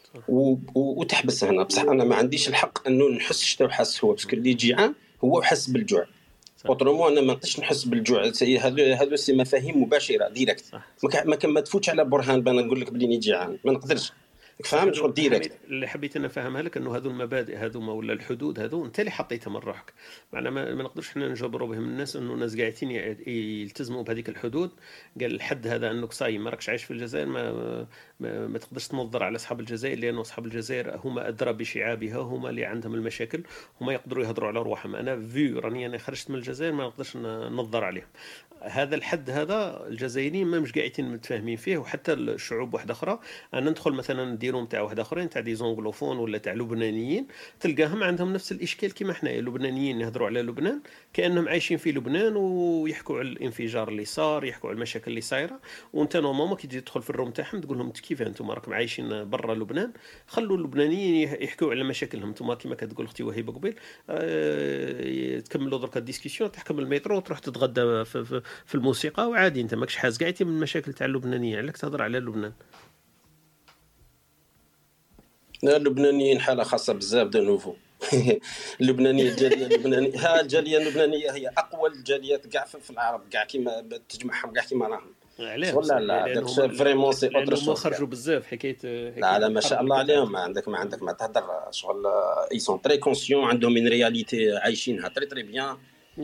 وتحبس هنا. بصح انا ما عنديش الحق انه نحس شتو حاس هو، باسكو اللي جيعان هو حس بالجوع. اوترومون انا ما نقدرش نحس بالجوع، هذو سي مفاهيم مباشره ديريكت، ما تفوتش على برهان بان نقول لك بلي ني جيعان، ما نقدرش. فهمت شغل ديريكت. اللي حبيت انا نفهمها لك انه هذو المبادئ هذوما ولا الحدود هذو انت اللي حطيتها من روحك. معناها ما نقدرش حنا نجبروا بهم الناس انه الناس قاعدين يلتزموا بهذيك الحدود. قال الحد هذا انك صايم ما راكش عايش في الجزائر ما تقدرش تنظر على اصحاب الجزائر، لانه اصحاب الجزائر هما ادرى بشعابها، هما اللي عندهم المشاكل، هما يقدروا يهضروا على روحهم. انا راني انا خرجت من الجزائر ما نقدرش ننظر عليهم. هذا الحد هذا الجزائريين ما مش قاعدين متفاهمين فيه، وحتى الشعوب واحده اخرى. انا ندخل مثلا نديرو نتاع واحد اخرين تاع دي زونغلوفون ولا تاع لبنانيين، تلقاهم عندهم نفس الاشكال كيما حنايا. اللبنانيين يهضروا على لبنان كانهم عايشين في لبنان ويحكوا على الانفجار اللي صار، يحكوا على المشاكل اللي صايره. وانت نورمالمون كي تجي تدخل في الروم تاعهم تقول لهم كيف انتم راكم عايشين برا لبنان، خلوا اللبنانيين يحكوا على مشاكلهم. انتم كيما كتقول اختي وهيبه قبيل تكملوا درك الديسكسيون، تحكم المترو تروح تتغدى في الموسيقى وعادي. انت ماكش حاس قاعدين من المشاكل تاع اللبنانيين، علاش تهضر على لبنان؟ اللبنانيين حاله خاصه بزاف دو نوفو. اللبنانيه الجاليه اللبنانيه ها الجاليه اللبنانيه هي اقوى الجاليات كاع في العرب كاع، كيما تجمعهم كاع كيما راهم. علاش؟ لا فريمون سي اوتر شوز. ما خرجوا بزاف حكايه لا ما شاء الله عليهم. ما تهضر شغل اي سون تري كونسيون، عندهم من رياليتي عايشينها تري بيان.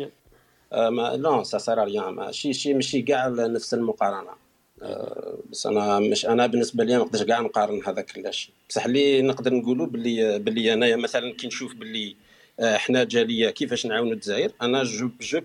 ما لا سا سير ريان ماشي كاع نفس المقارنه. بس انا بالنسبه لي ما نقدرش كاع نقارن هذا كلشي. بصح اللي نقدر نقولوا باللي انايا مثلا كي نشوف باللي احنا جاليه كيفاش نعاونوا الجزائر، انا جو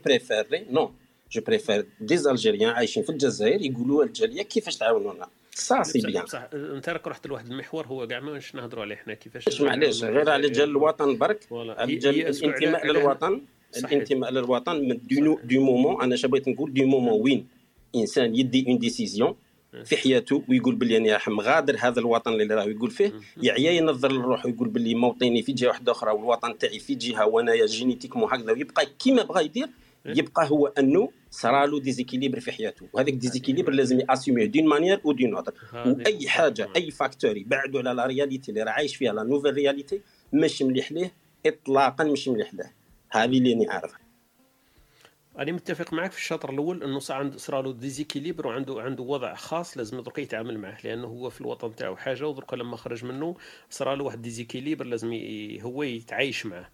بريفير دي الجيريان عايشين في الجزائر يقولوا الجاليه كيفاش تعاونونا. سي بيان. صح انت راك رحت لواحد المحور هو كاع ماش نهضروا عليه حنا كيفاش معليش غير على جال الوطن برك. الانتماء للوطن الانتماء للوطن دو مومون. انا بغيت نقول دو مومون وين انسان يدي اون ديسيزيون في حياته ويقول بلي انا راح مغادر هذا الوطن اللي راه يقول فيه، يعيا ينظر للروح ويقول بلي موطني في جهه واحده اخرى والوطن تاعي في جهه وانايا جينيتيكمون هكذا، ويبقى كيما بغى يدير. يبقى هو انه صرالو ديزيكيليبر في حياته، وهذاك ديزيكيليبر لازم ياسيميه دون مانيير او دون اوتر. واي حاجه اي فاكتور يبعدوا على لا رياليتي اللي راه عايش فيها، لا نوفيل رياليتي ماشي مليح ليه اطلاقا، ماشي مليح له. هذه اللي انا عارفها. أنا متفق معك في الشطر الأول أنه صار له ديزيكيليبر وعنده وضع خاص لازم درك يتعامل معه، لأنه هو في الوطن تاعو حاجة ودرك لما خرج منه صار له واحد ديزيكيليبر لازم هو يتعايش معه.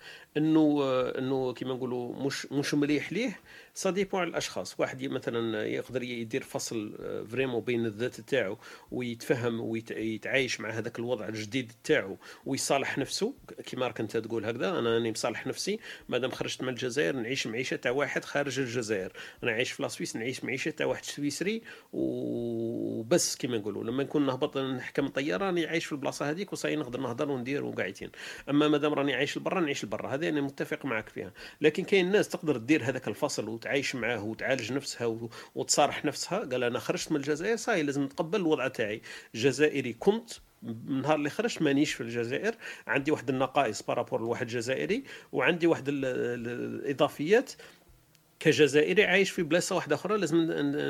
أنه كيما نقولوا مش مليح ليه. سا ديبون على الاشخاص. واحد مثلا يقدر يدير فصل فريمون بين الذات تاعو ويتفهم ويتعايش مع هذاك الوضع الجديد تاعو ويصالح نفسه كيما راك انت تقول هكذا. انا راني مصالح نفسي مادام خرجت من الجزائر نعيش معيشه تاع واحد خارج الجزائر. انا عايش في لاسويس نعيش معيشه تاع واحد سويسري وبس. كيما نقولوا لما نكون نهبط نحكم الطياره راني عايش في البلاصه هذيك وصاي نقدر نهضر وندير وقاعدين. اما مادام راني عايش لبرا نعيش لبرا. هذه انا متفق معك فيها. لكن كاين ناس تقدر تدير هذاك الفصل وتعيش معاه وتعالج نفسها وتصارح نفسها. قال انا خرجت من الجزائر صاي لازم نتقبل الوضع تاعي. جزائري كنت النهار اللي خرجت مانيش في الجزائر، عندي واحد النقائص بارابور لواحد جزائري وعندي واحد الاضافيات كجزائري عايش في بلاصه واحده اخرى. لازم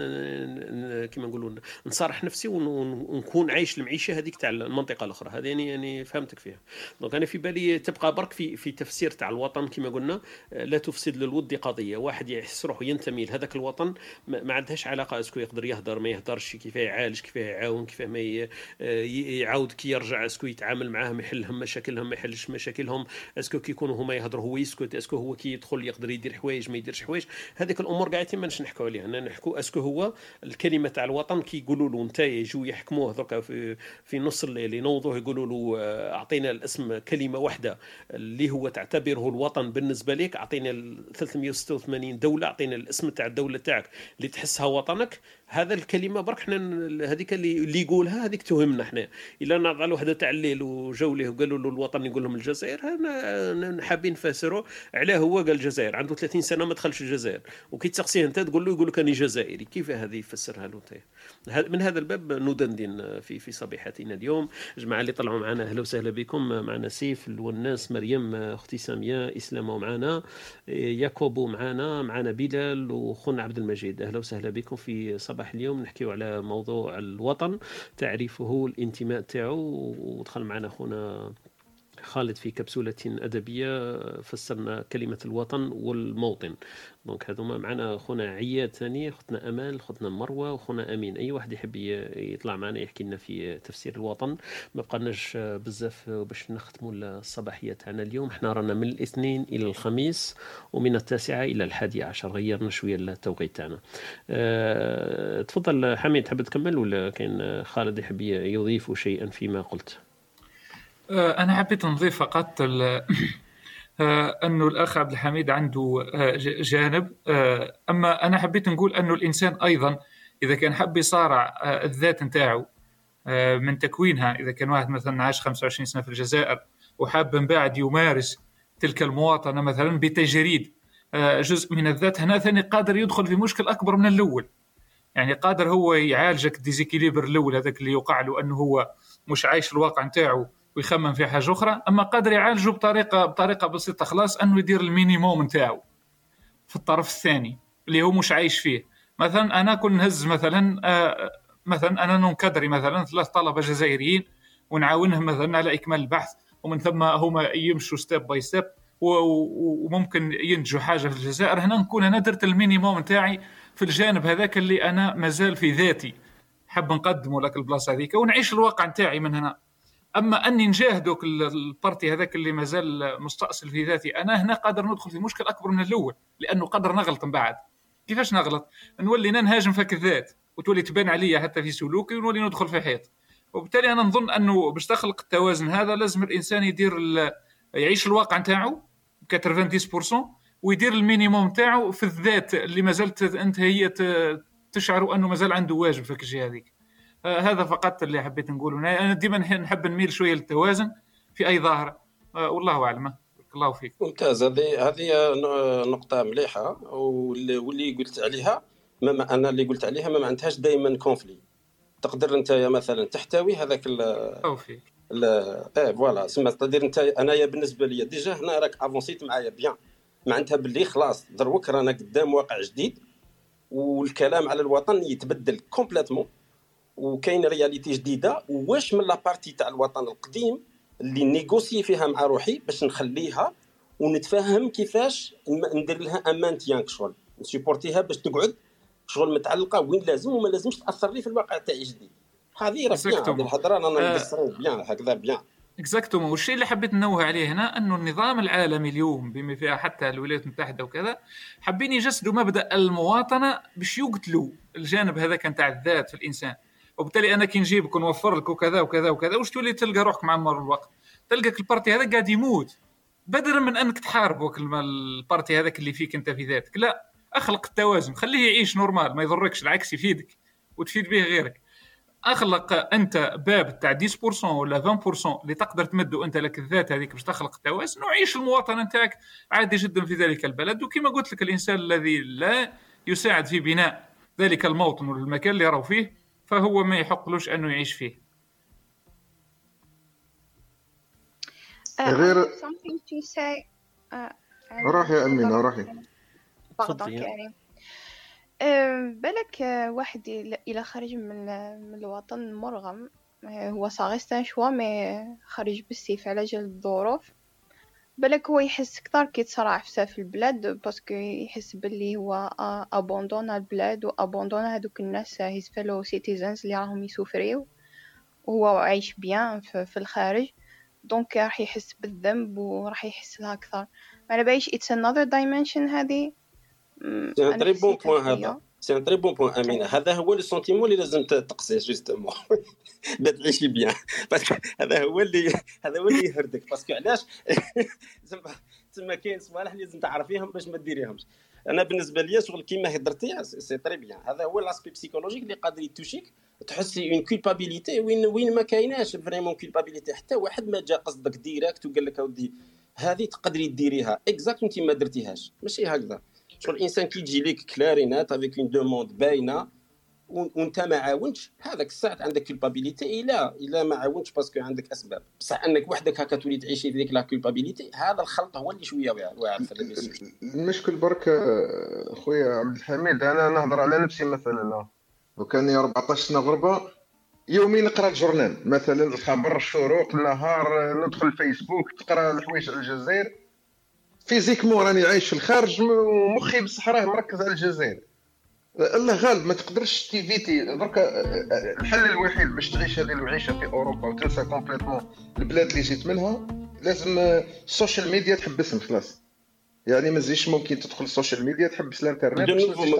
كيما نقولوا نصارح نفسي ونكون عايش المعيشه هذيك تاع المنطقه الاخرى. هذه يعني فهمتك فيها. دونك انا في بالي تبقى برك في تفسير تاع الوطن كيما قلنا. لا تفسد للود قضيه. واحد يحس روحه ينتمي لهذاك الوطن ما عندهاش علاقه اسكو يقدر يهدر ما يهدرش، كيف يعالج، كيف يعاون، كيف ما يعاود كي يرجع اسكو يتعامل معاهم يحلهم مشاكلهم ما يحلش مشاكلهم، اسكو كي يكونوا هما يهضروا هو يسكت، اسكو هو كي يدخل يقدر يدير حوايج ما يديرش حوايج. هذيك الامور قاعدين ما نحكوا عليها. نحكوا اسكو هو الكلمه تاع الوطن كي يقولوا له انت يجوا يحكموه درك في نص الليل ينوضوه يقولوا له اعطينا الاسم كلمه واحده اللي هو تعتبره الوطن بالنسبه لك، اعطينا 386 دوله، اعطينا الاسم تاع الدوله تاعك اللي تحسها وطنك. هذا الكلمه برك حنا هذيك اللي يقولها هذيك تهمنا حنا. الا نعطوا له هذا تاع الليل وجاو ليه وقالوا له الوطن يقول لهم الجزائر، انا حابين نفسروا علاه هو قال الجزائر عنده 30 سنه ما دخلش الجزائر وكي تسقسيه انت تقول له يقول لك اني جزائري. كيف هذه يفسرها له انت؟ من هذا الباب ندندن في صبيحتنا اليوم. جماعه اللي طلعوا معنا اهلا وسهلا بكم. معنا سيف والناس، مريم، اختي ساميه، اسلام معنا، ياكوبو معنا بلال وخونا عبد المجيد. اهلا وسهلا بكم في صباح اليوم. نحكيو على موضوع الوطن، تعريفه، الانتماء تاعو. ودخل معنا خونا خالد في كبسولة أدبية فسرنا كلمة الوطن والموطن. دونك هذوما معنا خونا عياد ثاني، اختنا امال، اختنا مروه، وخونا امين. اي واحد يحب يطلع معنا يحكي لنا في تفسير الوطن. ما بقناش بزاف باش نختموا الصباحيه تاعنا اليوم. احنا رانا من الاثنين الى الخميس ومن 9 الى 11. غيرنا شويه التوقيت تاعنا. تفضل حميد، تحب تكمل ولا كاين خالد يحب يضيف شيئا فيما قلت؟ انا حبيت نضيف فقط أنه الأخ عبد الحميد عنده جانب، أما أنا حبيت نقول أنه الإنسان أيضا إذا كان حب يصارع الذات نتاعو من تكوينها، إذا كان واحد مثلا عاش 25 سنة في الجزائر وحاب من بعد يمارس تلك المواطنة مثلا بتجريد جزء من الذات، هنا ثاني قادر يدخل في مشكل أكبر من الأول. يعني قادر هو يعالجك ديزيكيليبر الأول هذاك اللي يوقع له أنه هو مش عايش الواقع نتاعو ويخمم في حاجة أخرى، أما قادر يعالجه بطريقة بسيطة خلاص، أنه يدير المينيموم نتاعو في الطرف الثاني اللي هو مش عايش فيه. مثلا أنا كن نهز مثلا أنا نكدري مثلا 3 طلبة جزائريين ونعاونهم مثلا على إكمال البحث، ومن ثم هما يمشوا ستيب باي ستيب وممكن ينتجوا حاجة في الجزائر. هنا نكون أنا درت المينيموم نتاعي في الجانب هذاك اللي أنا مازال في ذاتي حب نقدمه لك البلاصة هذيك ونعيش الواقع نتاعي من هنا. أما أني نجاهدك البارتي هذاك اللي مازال مستأصل في ذاتي، أنا هنا قادر ندخل في مشكل أكبر من الأول، لأنه قادر نغلط من بعد. كيفاش نغلط؟ نولي نهاجم فك الذات وتولي تبان عليا حتى في سلوكي ونولي ندخل في حيط. وبالتالي أنا نظن أنه باش تخلق التوازن هذا لازم الإنسان يعيش الواقع نتاعو 90% ويدير المينيموم نتاعو في الذات اللي مازالت أنت هي تشعر أنه مازال عنده واجب في الشيء هذيك. هذا فقط اللي حبيت نقوله. أنا ديما نحب نميل شوية للتوازن في أي ظاهرة، والله أعلم. الله فيك. ممتاز. هذه نقطة مليحة، واللي قلت عليها أنا اللي قلت عليها ما معناتهاش دائما كونفلي. تقدر أنت مثلا تحتوي هذاك فوالا سما تقدر أنت. أنا بالنسبة لي ديجا هنا راك افونسيت معايا بيان، معناتها باللي خلاص دروك رانا قدام واقع جديد والكلام على الوطن يتبدل كومبليتمون، وكاين رياليتي جديده. واش من لابارتي تاع الوطن القديم اللي نيغوسي فيها مع روحي باش نخليها ونتفهم كيفاش ندير لها امانتيان شغل نسيبورتيها باش تقعد شغل متعلقه وين لازم وما لازمش تاثر لي في الواقع تاعي الجديد. هذه راه بيان الهضره انا نقصر بيان هكذا بيان اكزاكتومون. والشيء اللي حبيت ننوه عليه هنا انه النظام العالمي اليوم بما فيها حتى الولايات المتحده وكذا حابين يجسدوا مبدا المواطنه باش يقتلوا الجانب هذا كان تاع الذات في الانسان. وبالتالي انا كي نجيبك ونوفر لك وكذا وكذا وكذا، واش تولي تلقى روحك مع مر الوقت تلقاك البارتي هذا قاعد يموت بدلا من انك تحاربك البارتي هذاك اللي فيك انت في ذاتك. لا، اخلق التوازن، خليه يعيش نورمال ما يضركش، العكس يفيدك وتفيد به غيرك. اخلق انت باب تاع 10% ولا 20% اللي تقدر تمده انت لك الذات هذيك باش تخلق التوازن وعيش المواطنه نتاعك عادي جدا في ذلك البلد. وكما قلت لك الانسان الذي لا يساعد في بناء ذلك الموطن والمكان اللي راهو فيه فهو ما يحقلوش انه يعيش فيه. غير something to say. روح يا أمينة روحي. تفضلي. بالك واحد إلى خارج من الوطن مرغم، هو صاغستان شوى ما خارج بالسيف على جال الظروف. بالك هو يحس كثر كي تصرع في البلاد باسكو يحس باللي هو ابوندونا البلاد وابوندونا هذوك الناس هيز فيلو سيتيزنز اللي راهم يسوفريو وهو عايش بيان في الخارج. دونك راح يحس بالذنب وراح يحس لها أكثر. على باليش it's another dimension. هذه سي ان تري بون بوين. هذا سي ان تري بون بوين أمينة. هذا هو لو سونتيمون اللي لازم تقصيه جوستومون باش تعيشي بيان. باسكو هذا هو اللي يهردك. باسكو علاش تما كاين صوالح اللي لازم تعرفيهم باش ما ديريهمش. انا بالنسبه لي شغل كيما هضرتي سي تري بيان. هذا هو لاسبي بسيكولوجيك اللي قادر يتوشيك تحسي اون كولبابيليتي وين ما كايناش فريمون كولبابيليتي. حتى واحد ما جا قصدك ديريكت وقال لك اودي هذه تقدري ديريها اكزاكت انت ما درتيهاش، ماشي هكذا. شغل الانسان كي تجي لك كلارينات افيك اون دوموند باينه وانت ما عاونتش هذاك الساعه عندك كولبابيليتي. الا ما عاونتش باسكو عندك اسباب، بصح انك وحدك هكا تولي تعيشي في ديك لا كولبابيليتي. هذا الخلط هو اللي شويه واعر في الميساج. المشكل برك خويا عبد الحميد، انا نهضر على نفسي مثلا. وكان 14 سنه غربه يوميا نقرا الجورنال مثلا الخبر الشروق النهار ندخل الفيسبوك تقرا الحوايج على الجزائر فيزيكمون راني عايش في الخارج ومخي بصح راه مركز على الجزائر. الله غالب ما تقدرش تيفيتي دركا. الحل الوحيد باش تعيش هذه العيشه في اوروبا وتنسى كومبليتمون البلاد اللي جيت منها لازم السوشيال ميديا تحبسهم خلاص. يعني ما زيش ممكن تدخل السوشيال ميديا تحبس الانترنت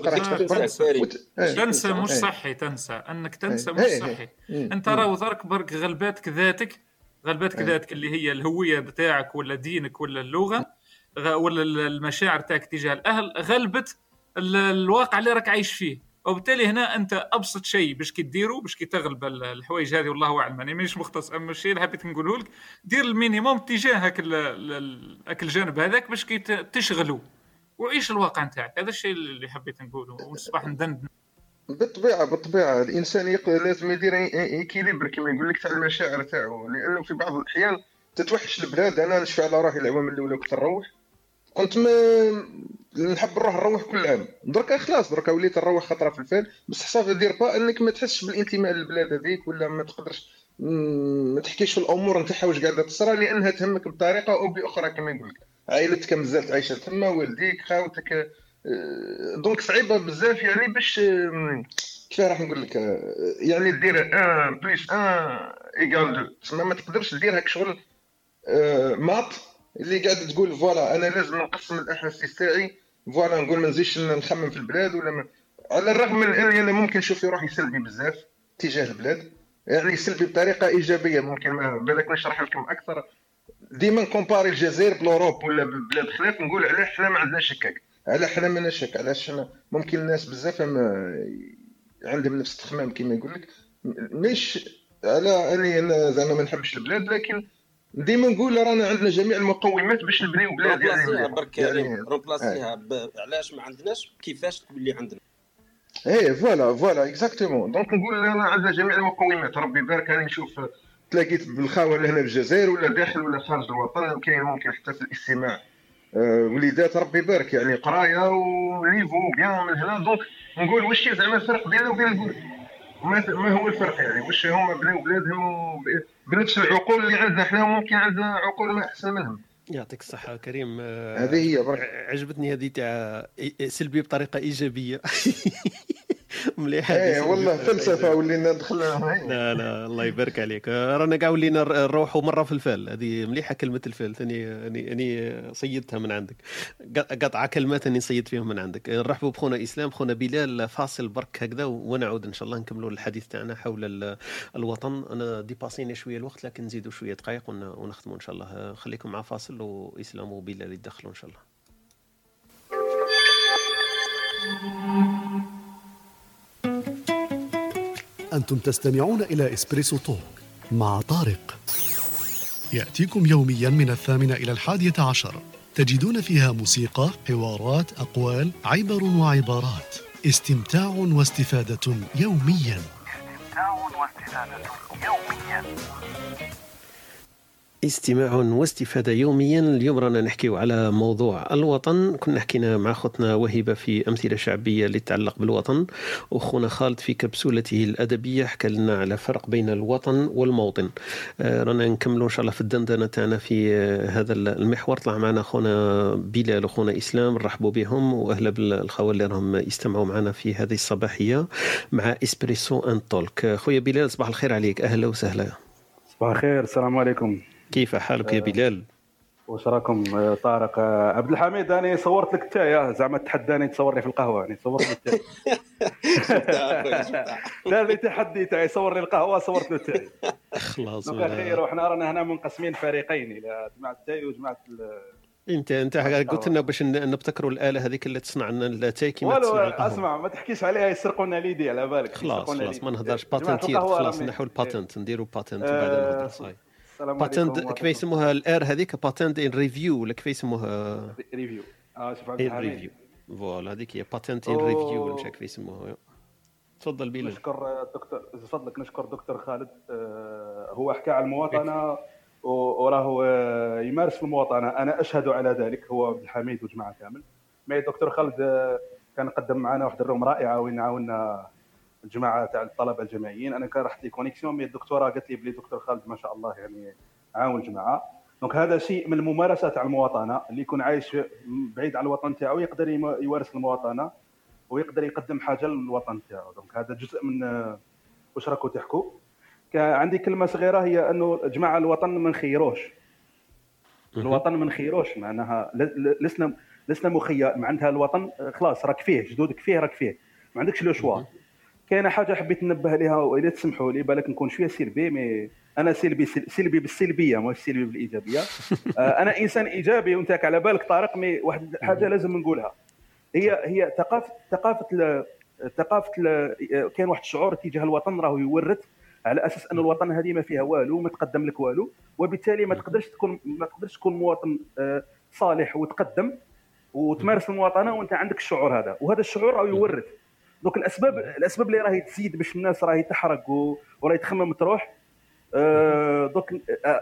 تنسى مش صحي. تنسى انك تنسى مش صحي. انت راهو ضرك برك غلباتك ذاتك اللي هي الهويه بتاعك ولا دينك ولا اللغه ولا المشاعر تاعك تجاه الاهل غلبت الواقع اللي راك عايش فيه. وبالتالي هنا انت ابسط شيء باش كديروا باش تغلب الحوايج هذه والله اعلم انا مانيش مختص. اما الشيء اللي حبيت نقوله لك دير المينيموم تجاهك الجانب هذاك باش تشغلوا وعيش الواقع نتاعك. هذا الشيء اللي حبيت نقوله ونصبح ندندن. بالطبيعه الانسان لازم يدير ايكيليبر كما يقول لك تاع المشاعر تاعو، لانه في بعض الاحيان تتوحش البلاد. انا نشفع على روحي العوام الاولى كنت نروح كنت نحب نروح كل عام. دركا خلاص دركا وليت نروح خطره في الفال بس حساب دير با انك ما تحسش بالانتماء للبلاد هذيك ولا ما تقدرش ما تحكيش في الامور نتاعها واش قاعده تصرى لانها تهمك بطريقه او باخرى كما يقول لك. عائلتك مازالت عايشه تما والديك خاوتك دونك صعيبه بزاف يعني باش كيف راح نقول لك يعني دير 1 + 1 = 2 ما تقدرش دير هاك شغل ماط اللي قاعد تقول فوالا انا لازم نقسم الاحاسيس تاعي فوالا نقول ما نزيدش نخمم في البلاد ولا ما. على الرغم من اني انا ممكن نشوف في روحي سلبي بزاف تجاه البلاد يعني سلبي بطريقه ايجابيه ممكن ما بالك نشرح لكم اكثر. ديما نكومباري الجزائر بالاوروب ولا ببلاد خلاف نقول علاش حنا ما عندناش هكاك علاش حنا ما نشك علاش ممكن الناس بزاف عندهم نفس التخمام كما يقول لك مش على اني انا زعما ما نحبش البلاد لكن ديما نقول رانا عندنا جميع المقومات باش نبنيو بلاد يعني برك رومبلاسيها علاش ما عندناش كيفاش تولي عندنا. فوالا اكزاكتومون. دونك نقول رانا عندنا جميع المقومات ربي يبارك. انا نشوف تلاقيت بالخاوه هنا في الجزائر ولا داخل ولا خارج الوطن كاين ممكن حتى في الاستماع وليدات ربي يبارك يعني قرايه ونيفو بيان من هنا. دونك نقول واش زعما الفرق بيننا وبين البلاد ما هو الفرق يعني واش هما بناو بلادهم بنفس العقول اللي عندنا حنا ممكن عندنا عقول ما احسن منهم. يعطيك الصحة كريم. هذه هي عجبتني هذه تاع سلبي بطريقة إيجابية. مليحه والله فلسفه ولينا دخلنا. لا الله يبارك عليك. رانا كاع ولينا نروحوا مره في الفال. هذه مليحه كلمه الفال ثاني اني صيدتها من عندك قطعه كلمات اني نصيد فيهم من عندك. نرحبوا بخونا اسلام خونا بلال فاصل برك هكذا ونعود ان شاء الله نكملوا الحديث تاعنا حول الوطن. انا ديباسينا شويه الوقت لكن نزيدوا شويه دقائق ونختموا ان شاء الله. خليكم مع فاصل واسلام وبلال يدخلوا ان شاء الله. أنتم تستمعون إلى إسبريسو توك مع طارق. يأتيكم يوميا من 8 إلى 11. تجدون فيها موسيقى، حوارات، أقوال، عبر وعبارات. استمتاع واستفادة يوميا. استماع واستفادة يوميا. اليوم رانا نحكيو على موضوع الوطن. كنا حكينا مع أختنا وهبة في أمثلة شعبية اللي تتعلق بالوطن وأخونا خالد في كبسولته الأدبية حكى لنا على فرق بين الوطن والموطن. رانا نكملوا إن شاء الله في الدندنة تاعنا في هذا المحور. طلع معنا أخونا بلال وأخونا إسلام نرحبوا بهم وأهلا بالخوال اللي راهم يستمعوا معنا في هذه الصباحية مع إسبريسو أند تولك. خويا بلال صباح الخير عليك. أهلا وسهلا. صباح الخير السلام عليكم. كيف حالك يا بلال؟ واش راكم طارق؟ عبد الحميد انا صورت لك التاي زعما تحداني تصورني في القهوه يعني صورت لي التاي. دار لي تحدي تاعي صور لي القهوه صورت له التاي. خلاص خير وحنا رانا هنا منقسمين فريقين الى جماعه التاي وجماعه انت قلت لنا باش نبتكروا الاله هذيك اللي تصنع لنا التاي كيما تصنع القهوه. اسمع ما تحكيش عليها يسرقوا لنا ليدي على بالك. خلاص ما نهضرش باتنتير. خلاص نحو الباتنت نديروا باتنت وبعد نهضر صاي باتنت كيف يسموها الار هذيك باتنت ان ريفيو ولا كيف يسموها ريفيو. شوف ريفيو فوالا هذيك هي باتنت ان ريفيو ولا مش كيف يسموها. تفضل بلال. نشكر الدكتور فضلك نشكر دكتور خالد. هو حكى على المواطنه وراه يمارس في المواطنه. انا اشهد على ذلك هو عبد الحميد وجماعه كامل. مي دكتور خالد كان قدم معنا واحد الروم رائعه وين عاوننا الجماعه تاع الطلبه الجامعيين. انا كان رحت لي كونيكسيون، مي الدكتوره قالت لي بلي دكتور خالد ما شاء الله يعني عاون الجماعه. دونك هذا شيء من الممارسه تاع المواطنه، اللي يكون عايش بعيد على الوطن تاعو يقدر يمارس المواطنه ويقدر يقدم حاجه للوطن تاعو. دونك هذا جزء من واش راكم تحكوا. عندي كلمه صغيره هي انه جماعه الوطن ما نخيروش، الوطن ما نخيروش، معناها لسنا مخير، معناتها الوطن خلاص راك فيه، جدودك فيه، راك فيه، ما عندكش لو شوا. كاينه حاجه حبيت ننبه لها واذا تسمحوا لي، بالك نكون شويه سلبي، مي انا سلبي بالسلبيه مش سلبي بالايجابيه. انا انسان ايجابي وانت على بالك طارق، مي واحد حاجه لازم نقولها، هي ثقافه كاين واحد الشعور تجاه الوطن راهو يورث على اساس ان الوطن هذه ما فيها والو، ما تقدم لك والو، وبالتالي ما تقدرش تكون مواطن صالح وتقدم وتمارس المواطنه وانت عندك الشعور هذا، وهذا الشعور راهو يورث. دونك الاسباب اللي راهي تزيد باش الناس راهي تحرق وراهي تخمم تروح، دونك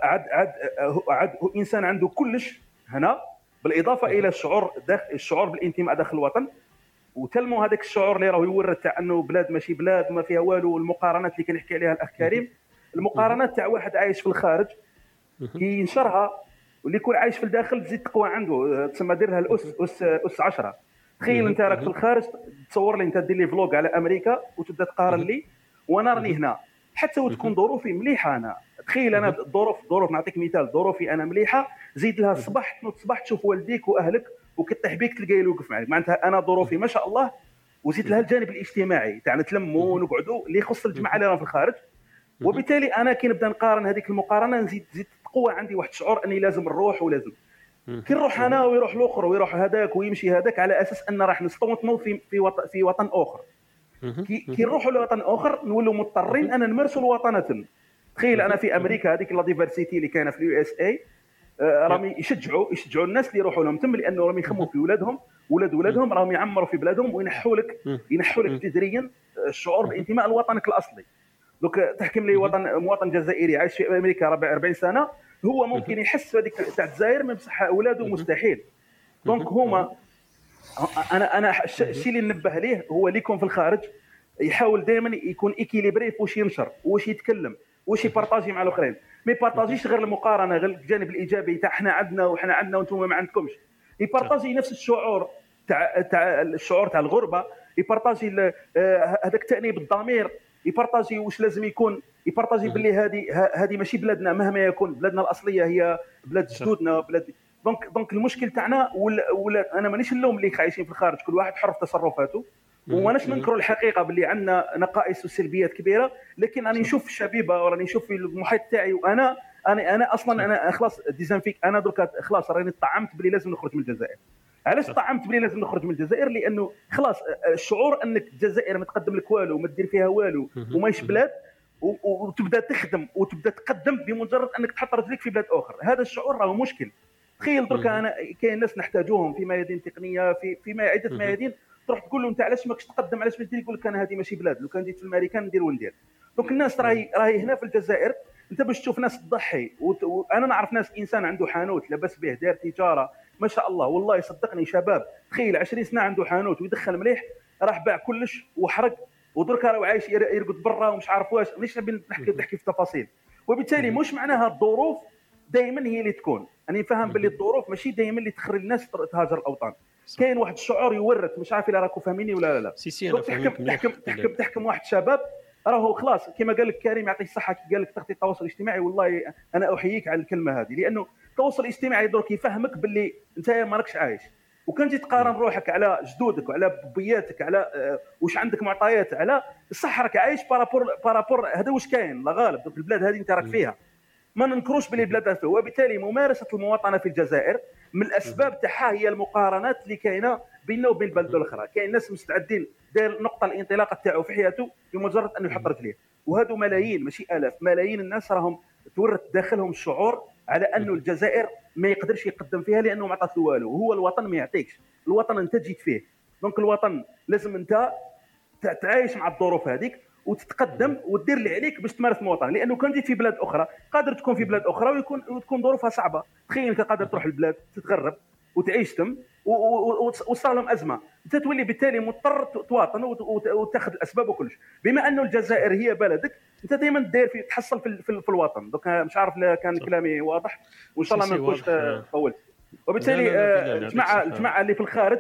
عاد انسان عنده كلش هنا، بالاضافه الى الشعور بالانتماء داخل الوطن، وتلموا هذاك الشعور اللي راهو يورث تاع انه بلاد ماشي بلاد ما فيها والو، والمقارنات اللي كنحكي عليها الاخ كريم، المقارنات تاع واحد عايش في الخارج كي ينشرها، واللي يكون عايش في الداخل تزيد تقوى عنده، تسمى دير لها الاس 10. تخيل انت راك في الخارج، تصور لي انت دير لي فلوق على امريكا وتبدا تقارن لي، وانا راني هنا حتى وتكون ظروفي مليحه. انا تخيل انا ظروف نعطيك مثال، ظروفي انا مليحه، زيد لها الصباح تنوض الصباح تشوف والديك واهلك وكطيح بيك تلقاه يوقف معك، معناتها انا ظروفي ما شاء الله، وزيد لها الجانب الاجتماعي تاع نتلموا ونقعدوا اللي يخص الجماعه اللي راهم في الخارج. وبالتالي انا كي نبدا نقارن هذيك المقارنه نزيد تقوى عندي واحد الشعور اني لازم نروح، ولازم كي نروح انا ويروح الاخر ويروح هذاك ويمشي هذاك، على اساس ان راح نستوطنوا في وطن اخر. كي نروحوا لوطن اخر نولوا مضطرين ان نمارسوا الوطنه. تخيل انا في امريكا هذيك لا ديفرسيتي اللي كاينه في اليو اس اي، راهم يشجعوا الناس اللي يروحوا لهم تم، لانه راهم يخموا في ولادهم، ولادهم راهم يعمروا في بلادهم وينحوا لك جذريا الشعور بالانتماء لوطنك الاصلي. دوك تحكم لي مواطن جزائري عايش في امريكا 40 سنه، هو ممكن يحس هذيك تاع الجزائر ما بصح اولاده مستحيل. دونك هما انا الشيء اللي ننبه ليه هو اللي يكون في الخارج يحاول دائما يكون ايكيليبري واش ينشر واش يتكلم واش يبارطاجي مع الاخرين، ما يبارطاجيش غير المقارنه، غير الجانب الايجابي تاع احنا عندنا وانتم ما عندكمش. يبارطاجي نفس الشعور تاع الشعور تاع الغربه، يبارطاجي هذاك التانيب الضمير، يبارطاجي واش لازم يكون، يبارطاجي باللي هذه ماشي بلادنا، مهما يكون بلادنا الاصليه هي بلاد جدودنا، بلاد. دونك المشكل تاعنا ولا انا مانيش نلوم اللي عايشين في الخارج، كل واحد حر في تصرفاته، وماناش ننكروا الحقيقه باللي عندنا نقائص وسلبيات كبيره، لكن راني نشوف الشبيبه وراني نشوف في المحيط تاعي، وانا اصلا انا خلاص ديزانفيك، انا درك خلاص راني طعمت باللي لازم نخرج من الجزائر. علاش طعمت باللي لازم نخرج من الجزائر؟ لانه خلاص الشعور انك الجزائر ما تقدم لك والو وما دير فيها والو وماش بلاد، وتبدا تخدم وتبدا تقدم بمجرد انك تحط رجليك في بلاد اخرى، هذا الشعور راه مشكل. تخيل درك انا كاين ناس نحتاجوهم في ميادين تقنيه، في عده ميادين، تروح تقول له انت علاش ماكش تقدم، علاش باش دير، يقول لك انا هذه ماشي بلاد، لو كان جيت في الامريكان ندير وندير. دونك الناس راهي هنا في الجزائر، انت باش تشوف ناس تضحي، وانا نعرف ناس انسان عنده حانوت لاباس به، دار تجاره ما شاء الله، والله صدقني شباب، تخيل 20 سنه عنده حانوت ويدخل مليح، راح باع كلش وحرق، ودرك راه عايش يرقد برا ومش عارف واش، مانيش نحكي في تفاصيل. وبالتالي مش معناها الظروف دائما هي اللي تكون، انا فاهم باللي الظروف ماشي دائما اللي تخرج الناس تهاجر الاوطان، كاين واحد الشعور يورث، مش عارف الا راكم فاهميني ولا لا. سي انا تحكم واحد الشباب راهو خلاص كما قال لك كريم يعطيه الصحه، كي قال لك تغطيه التواصل الاجتماعي، والله انا احييك على الكلمه هذه، لانه التواصل الاجتماعي درك يفهمك باللي انت ما راكش عايش، وكان تجي تقارن روحك على جدودك وعلى بياتك، على واش عندك معطيات، على الصح راك عايش بارابور هذا واش كاين لا غالب في البلاد هذه انت راك فيها، ما ننكروش باللي البلاد. وبالتالي ممارسه المواطنه في الجزائر من الاسباب تاعها هي المقارنات اللي كاينه بيننا وبين البلاد الاخرى. كاين ناس مستعدين داير نقطه الانطلاق تاعو في حياته بمجرد انه يحط رجليه، وهذو ملايين ماشي الاف، ملايين الناس راهم تورث داخلهم الشعور على انه الجزائر ما يقدرش يقدم فيها لانه ما عطات له والو، وهو الوطن ما يعطيكش، الوطن انت جيت فيه. دونك الوطن لازم انت تعايش مع الظروف هذيك وتتقدم ودير اللي عليك باش تمارس المواطنه، لانه كان جيت في بلاد اخرى قادر تكون في بلاد اخرى وتكون ظروفها صعبه. تخيل انت قادر تروح للبلاد تتغرب وتعيش تم وصار لهم ازمه، انت تولي بالتالي مضطر تواطن وتاخذ الاسباب وكلش. بما انه الجزائر هي بلدك، انت دائما داير في تحصل في الوطن. دوك مش عارف كان كلامي واضح، وان شاء الله ما نكونش طولت. وبالتالي الجماعه اللي في الخارج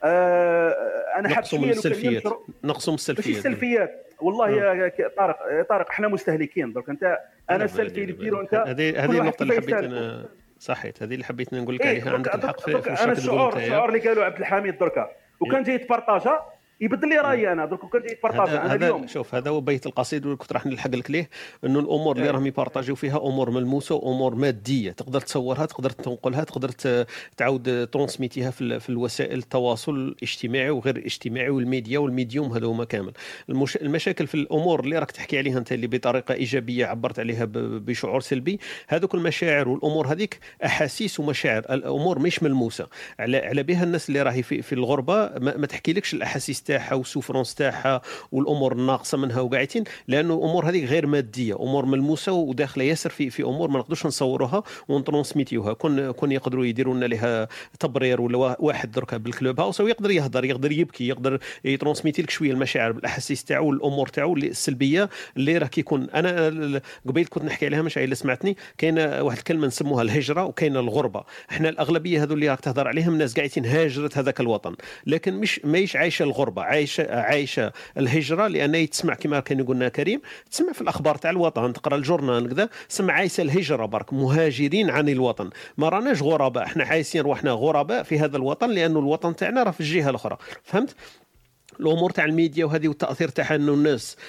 انا حاب شويه نقصوا من السلفيات. والله يا طارق احنا مستهلكين. دوك انت انا السلفي اللي ديرو انت، هذه النقطه اللي حبيت انا صحيت، هذه اللي حبيت نقول لك عليها. عندك الحق في انا الشعور اللي قالوا عبد الحميد دركا وكان جاي يتبارطاجا يبدل لي رايي انا درك، وكان جاي يتبارطاجا انا اليوم. شوف هذا هو بيت القصيد اللي كنت راح نلحق لك ليه، انه الامور اللي راهم يبارطاجيو فيها امور ملموسه وامور ماديه، تقدر تصورها، تقدر تنقلها، تقدر تعاود ترانسميتيها في الوسائل التواصل الاجتماعي وغير الاجتماعي والميديوم هذا هما كامل. المشاكل في الامور اللي راك تحكي عليها انت اللي بطريقه ايجابيه عبرت عليها بشعور سلبي، هذوك المشاعر والامور هذيك احاسيس ومشاعر، الامور مش ملموسه. على بها الناس اللي راهي في الغربه ما تحكي لكش الاحاسيس تاعها وسوفرونس تاعها والامور الناقصه منها وقاعدين، لانه الامور هذه غير ماديه، امور ملموسه وداخله ياسر في امور ما نقدرش نصوروها ونترانسميتيوها. كون يقدروا يديروا لنا لها تبرير ولا واحد دركا بالكلوب هاوس ويقدر يهضر، يقدر يبكي، يقدر يترانسميتي لك شويه المشاعر بالاحاسيس تاعو والامور تاعو السلبيه اللي راه كيكون. انا قبيل كنت نحكي عليها، مش اللي سمعتني، كاين واحد الكلمه نسموها الهجره وكاين الغربه. احنا الاغلبيه هذو اللي راك تهضر عليهم ناس قاعدين هاجرت هذاك الوطن، لكن مش عايشه الغربه، عايشه الهجره. لان تسمع كما كان يقولنا كريم، تسمع في الاخبار تاع الوطن، تقرا الجورنال كذا، تسمع عايشه الهجره برك، مهاجرين عن الوطن. ما راناش غرباء، احنا عايشين روحنا غرباء في هذا الوطن، لانه الوطن تاعنا راه في الجهه الاخرى. فهمت؟ الامور تاع الميديا وهذه والتاثير تاعها، انه الناس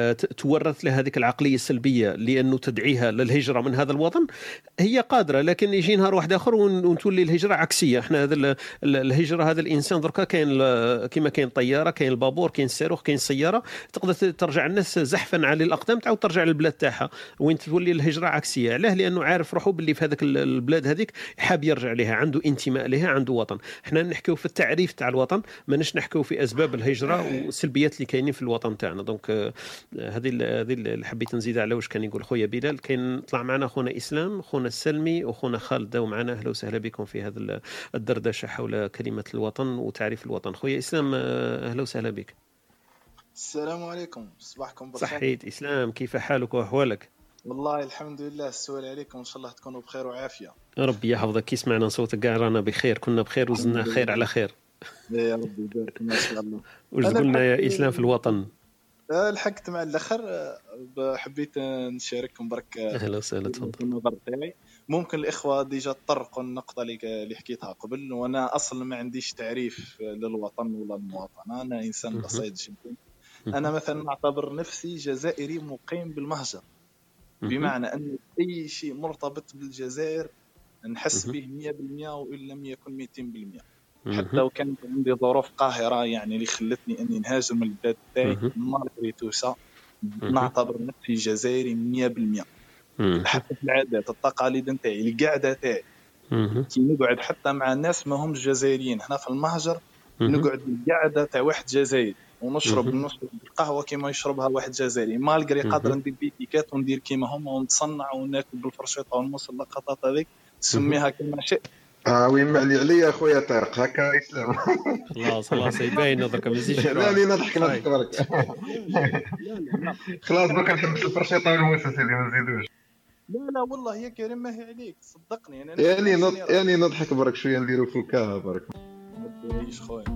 تورث لها هذيك العقليه السلبيه لانه تدعيها للهجره من هذا الوطن، هي قادره. لكن يجي نهار واحد اخر ونتولي الهجره عكسيه. احنا هذا الهجره، هذا الانسان دركا كاين كما كاين طياره، كاين البابور، كاين الصاروخ، كاين السياره، تقدر ترجع الناس زحفا على الاقدام، تعاود ترجع للبلاد تاعها، وين تولي الهجره عكسيه. علاه؟ لانه عارف روحه باللي في هذاك البلاد هذيك حاب يرجع لها، عنده انتماء لها، عنده وطن. احنا نحكيو في التعريف تاع الوطن، ما نحكيو في اسباب الهجره والسلبيات اللي كاينين في الوطن تاعنا. دونك هذه اللي حبيت نزيد على واش كان يقول خويا بلال. كاين طلع معنا خونا اسلام، خونا السلمي، وخونا خالد داو معنا. اهلا وسهلا بكم في هذا الدردشه حول كلمه الوطن وتعريف الوطن. خويا اسلام اهلا وسهلا بك. السلام عليكم، صباحكم بخير. صحيت اسلام، كيف حالك واحوالك؟ والله الحمد لله، السؤال عليكم، ان شاء الله تكونوا بخير وعافيه. ربي يحفظك. كي سمعنا صوتك كاع رانا بخير، كنا بخير وزدنا خير على خير. يا ربي يبارك ما شاء الله. واش قلنا يا اسلام في الوطن؟ لحقت مع الاخر، حبيت نشارككم برك. اهلا وسهلا، تفضل. النظر تاعي ممكن الاخوه ديجا طرقوا النقطه اللي حكيتها قبل، وانا اصلا ما عنديش تعريف للوطن ولا المواطن، انا انسان بسيط جدا. انا مثلا نعتبر نفسي جزائري مقيم بالمهجر، بمعنى ان اي شيء مرتبط بالجزائر نحس به 100% وان لم يكن 200%. حتى لو كانت عندي ظروف قاهرة يعني اللي خلتني أني نهاجر من البلاد تاعي، مالغري توسا نعتبر نفسي جزائري 100%. حتى في العادات التقاليد نتاعي، القعدة تاعي كي نقعد حتى مع ناس ما همش جزائريين هنا في المهجر، نقعد القعدة تاع واحد جزائري ونشرب القهوة كما يشربها واحد جزائري، مالغري قادر ندير بيتيكات وندير كيما هما ونتصنع وناكل بالفرشيطة والموس اللقطات هذيك سميها كما شئت. وين معلي عليا اخويا طارق هكا اسلام. خلاص يبين نظرك ما يزيدش. لا نضحك برك. خلاص بك نحبس الفرشيطه والموس سيدي ما نزيدوش. لا والله يا كريم ماهي عليك، صدقني انا يعني نضحك برك شويه نديروا في الكاها برك. ايش خويا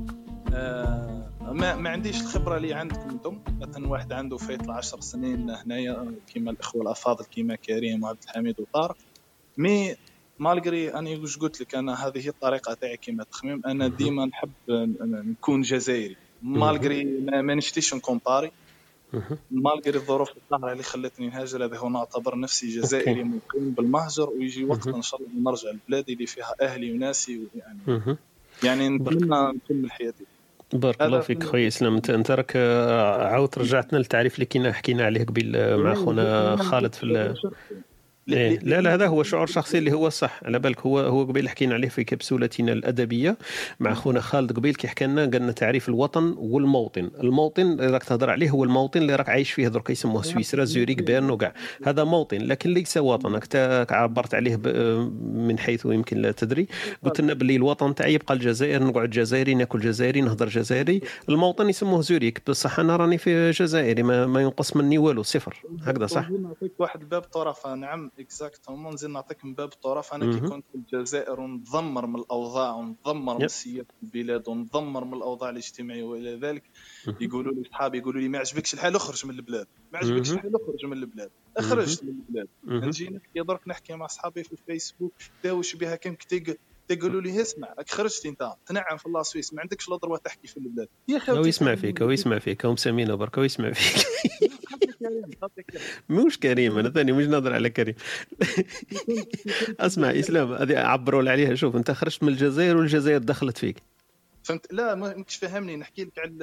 ما عنديش الخبره اللي عندكم انتم. مثلا واحد عنده فايت 10 سنين هنايا كيما الاخوه الافاضل كيما كريم وعبد الحميد وطارق، مي مالغري أنا وش قلت لك، أنا هذه هي الطريقة تاعي كيما تخميم. أنا ديما نحب نكون جزائري، مالغري ما نشتيش نكومباري. مالغري الظروف القاهرة اللي خلتني نهاجر، هذا هو نعتبر نفسي جزائري مقيم بالمهجر، ويجي وقت إن شاء الله نرجع لبلادي اللي فيها أهلي وناسي، يعني نتمنى نكمل حياتي. بارك الله فيك خويا اسلام. انت راك عاود رجعتنا للتعريف اللي كنا حكينا عليه قبل مع خونا خالد في لا هذا هو شعور شخصي اللي هو صح. على بالك هو قبيل حكينا عليه في كبسولتنا الأدبية مع أخونا خالد قبيل كي حكينا قالنا تعريف الوطن والموطن. الموطن اللي راك تهضر عليه هو الموطن اللي راك عايش فيه درك يسموه سويسرا زوريك بيرن وكاع، هذا موطن لكن ليس وطنك. عبرت عليه من حيث يمكن لا تدري، قلت لنا باللي الوطن تاعي يبقى الجزائر، نقعد جزائري ناكل جزائري نهضر جزائري. الموطن يسموه زوريك، بصح انا راني في جزائري ما ينقص مني والو، صفر. هكذا صح؟ نعطيك واحد باب طرفه. نعم اكزاكتومون، نزيد نعطيك من باب طرف. انا كي كنت في الجزائر ونتذمر من الاوضاع ونتذمر من سياسه البلاد ونتذمر من الاوضاع الاجتماعيه والى ذلك، يقولوا لي اصحابي يقولوا لي ما عجبكش الحال اخرج من البلاد، ما عجبكش الحال اخرج من البلاد. خرجت من البلاد. نجي نحكي درك نحكي مع اصحابي في الفيسبوك داوش بها كم تقولوا لي اسمع راك خرجت انت تنعم في الله سويس ما عندكش لا دروا تحكي في البلاد. يا خوتي هو يسمع فيك هم سامينا برك هو يسمع فيك. مش كريم، انا ثاني مش ناظر على كريم. اسمع اسلام هذه عبروا عليها. شوف انت خرجت من الجزائر والجزائر دخلت فيك، فهمت؟ لا ما كنتش فاهمني. نحكي لك على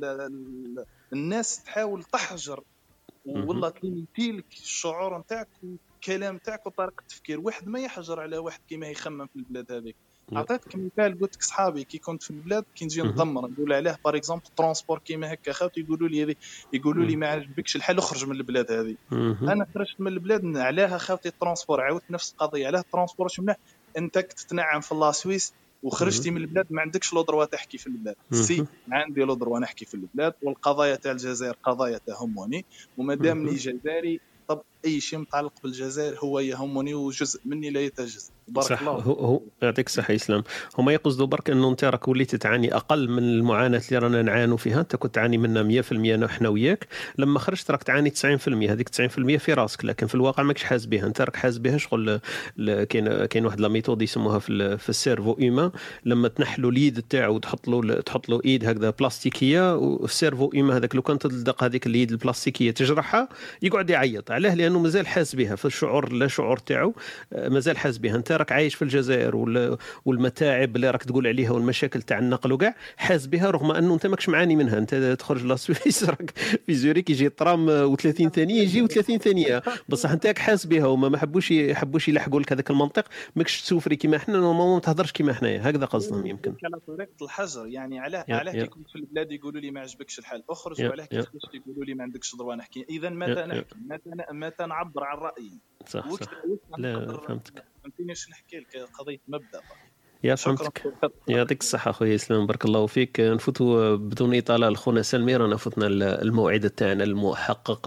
الناس تحاول تحجر والله تلمتيلك الشعور نتاعك والكلام نتاعك وطريقه التفكير. واحد ما يحجر على واحد كيما يخمم في البلاد هذيك. عطيتك مثال، قلت لك صحابي كي كنت في البلاد كي نجي نضمر نقول عليه باغ اكزومبل ترونسبور كيما هكا خاوتي يقولوا لي ما عجبكش الحال اخرج من البلاد هذه. انا خرجت من البلاد عليها خاوتي الترونسبور. عاودت نفس القضيه علاه الترونسبور شمله انت تتنعم في الله سويس وخرجتي من البلاد ما عندكش لو دروا تحكي في البلاد. سي عندي لو دروا نحكي في البلاد، والقضايا تاع الجزائر قضايا تهمني، وما دامني جزائري طب اي شيء متعلق بالجزائر هو يهمني وجزء مني لا يتجزأ. بارك الله. هو يعطيك الصحه اسلام. هما يقصدوا برك انه انت راك وليت تعاني اقل من المعاناه اللي رانا نعانوا فيها. انت كنت تعاني منها 100% نحن وياك، لما خرجت راك تعاني 90%. هذيك 90% في راسك لكن في الواقع ماكش حاس بها. انت راك حاس بها شغل. كاين واحد لا ميثود يسموها في السيرفو ايما، لما تنحلوا اليد تاعو تحط له ايد هكذا بلاستيكيه، والسيرفو ايما هذاك لو كانت تلدق هذيك اليد البلاستيكيه تجرحها يقعد يعيط. علاه؟ لانه مازال حاس بها في الشعور، لا شعور تاعو مازال حاس بها. انت راك عايش في الجزائر والمتاعب اللي راك تقول عليها والمشاكل تاع النقل وكاع حاس بها، رغم انه انت ماكش معاني منها. انت تخرج لسويس راك في زوريك يجي الطرام و30 ثانيه يجي و30 ثانيه، بصح انت حاس بها. وما ما حبوش يلحقوا لك هذاك المنطق، ماكش تسوفري كيما احنا ما تهضرش كيما حنايا. هكذا قصدهم يمكن على طريقه الحجر. يعني علاه كي كنت في البلاد يقولوا لي ما عجبكش الحال اخرج، وعلاه كي خرجت يقولوا لي ما عندكش ضروه نحكي. اذا متى نحكي متى نعبر عن رايي؟ صح. لا فهمتك. فهمتني اش نحكي لك؟ قضيه مبدا. يا فهمتك. يعطيك الصحة خويا اسلام، بارك الله فيك. نفوتوا بدون إطالة لخونا سلمي، رانا فتنا الموعد تاعنا المحقق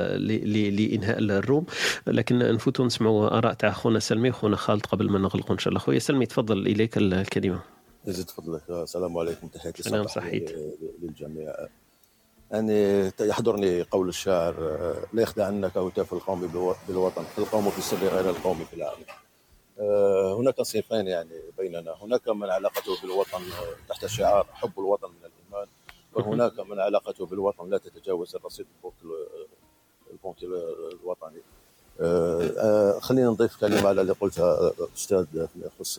لإنهاء الروم، لكن نفوتوا نسمعوا آراء تاع خونا سلمي وخونا خالد قبل ما نغلقوا إن شاء الله. خويا سلمي تفضل إليك الكلمة. يزيد فضلك. السلام عليكم، تحياتي سلام صحيت للجميع. أنا يحضرني قول الشاعر: لا يخدعنك هتاف القوم بالوطن، القوم في السر غير القوم في العالم. هناك صنفين يعني بيننا، هناك من علاقته بالوطن تحت شعار حب الوطن من الإيمان، وهناك من علاقته بالوطن لا تتجاوز الرصيد البنكي الوطني. خلينا نضيف كلمة على اللي قلتها الأستاذ فيما يخص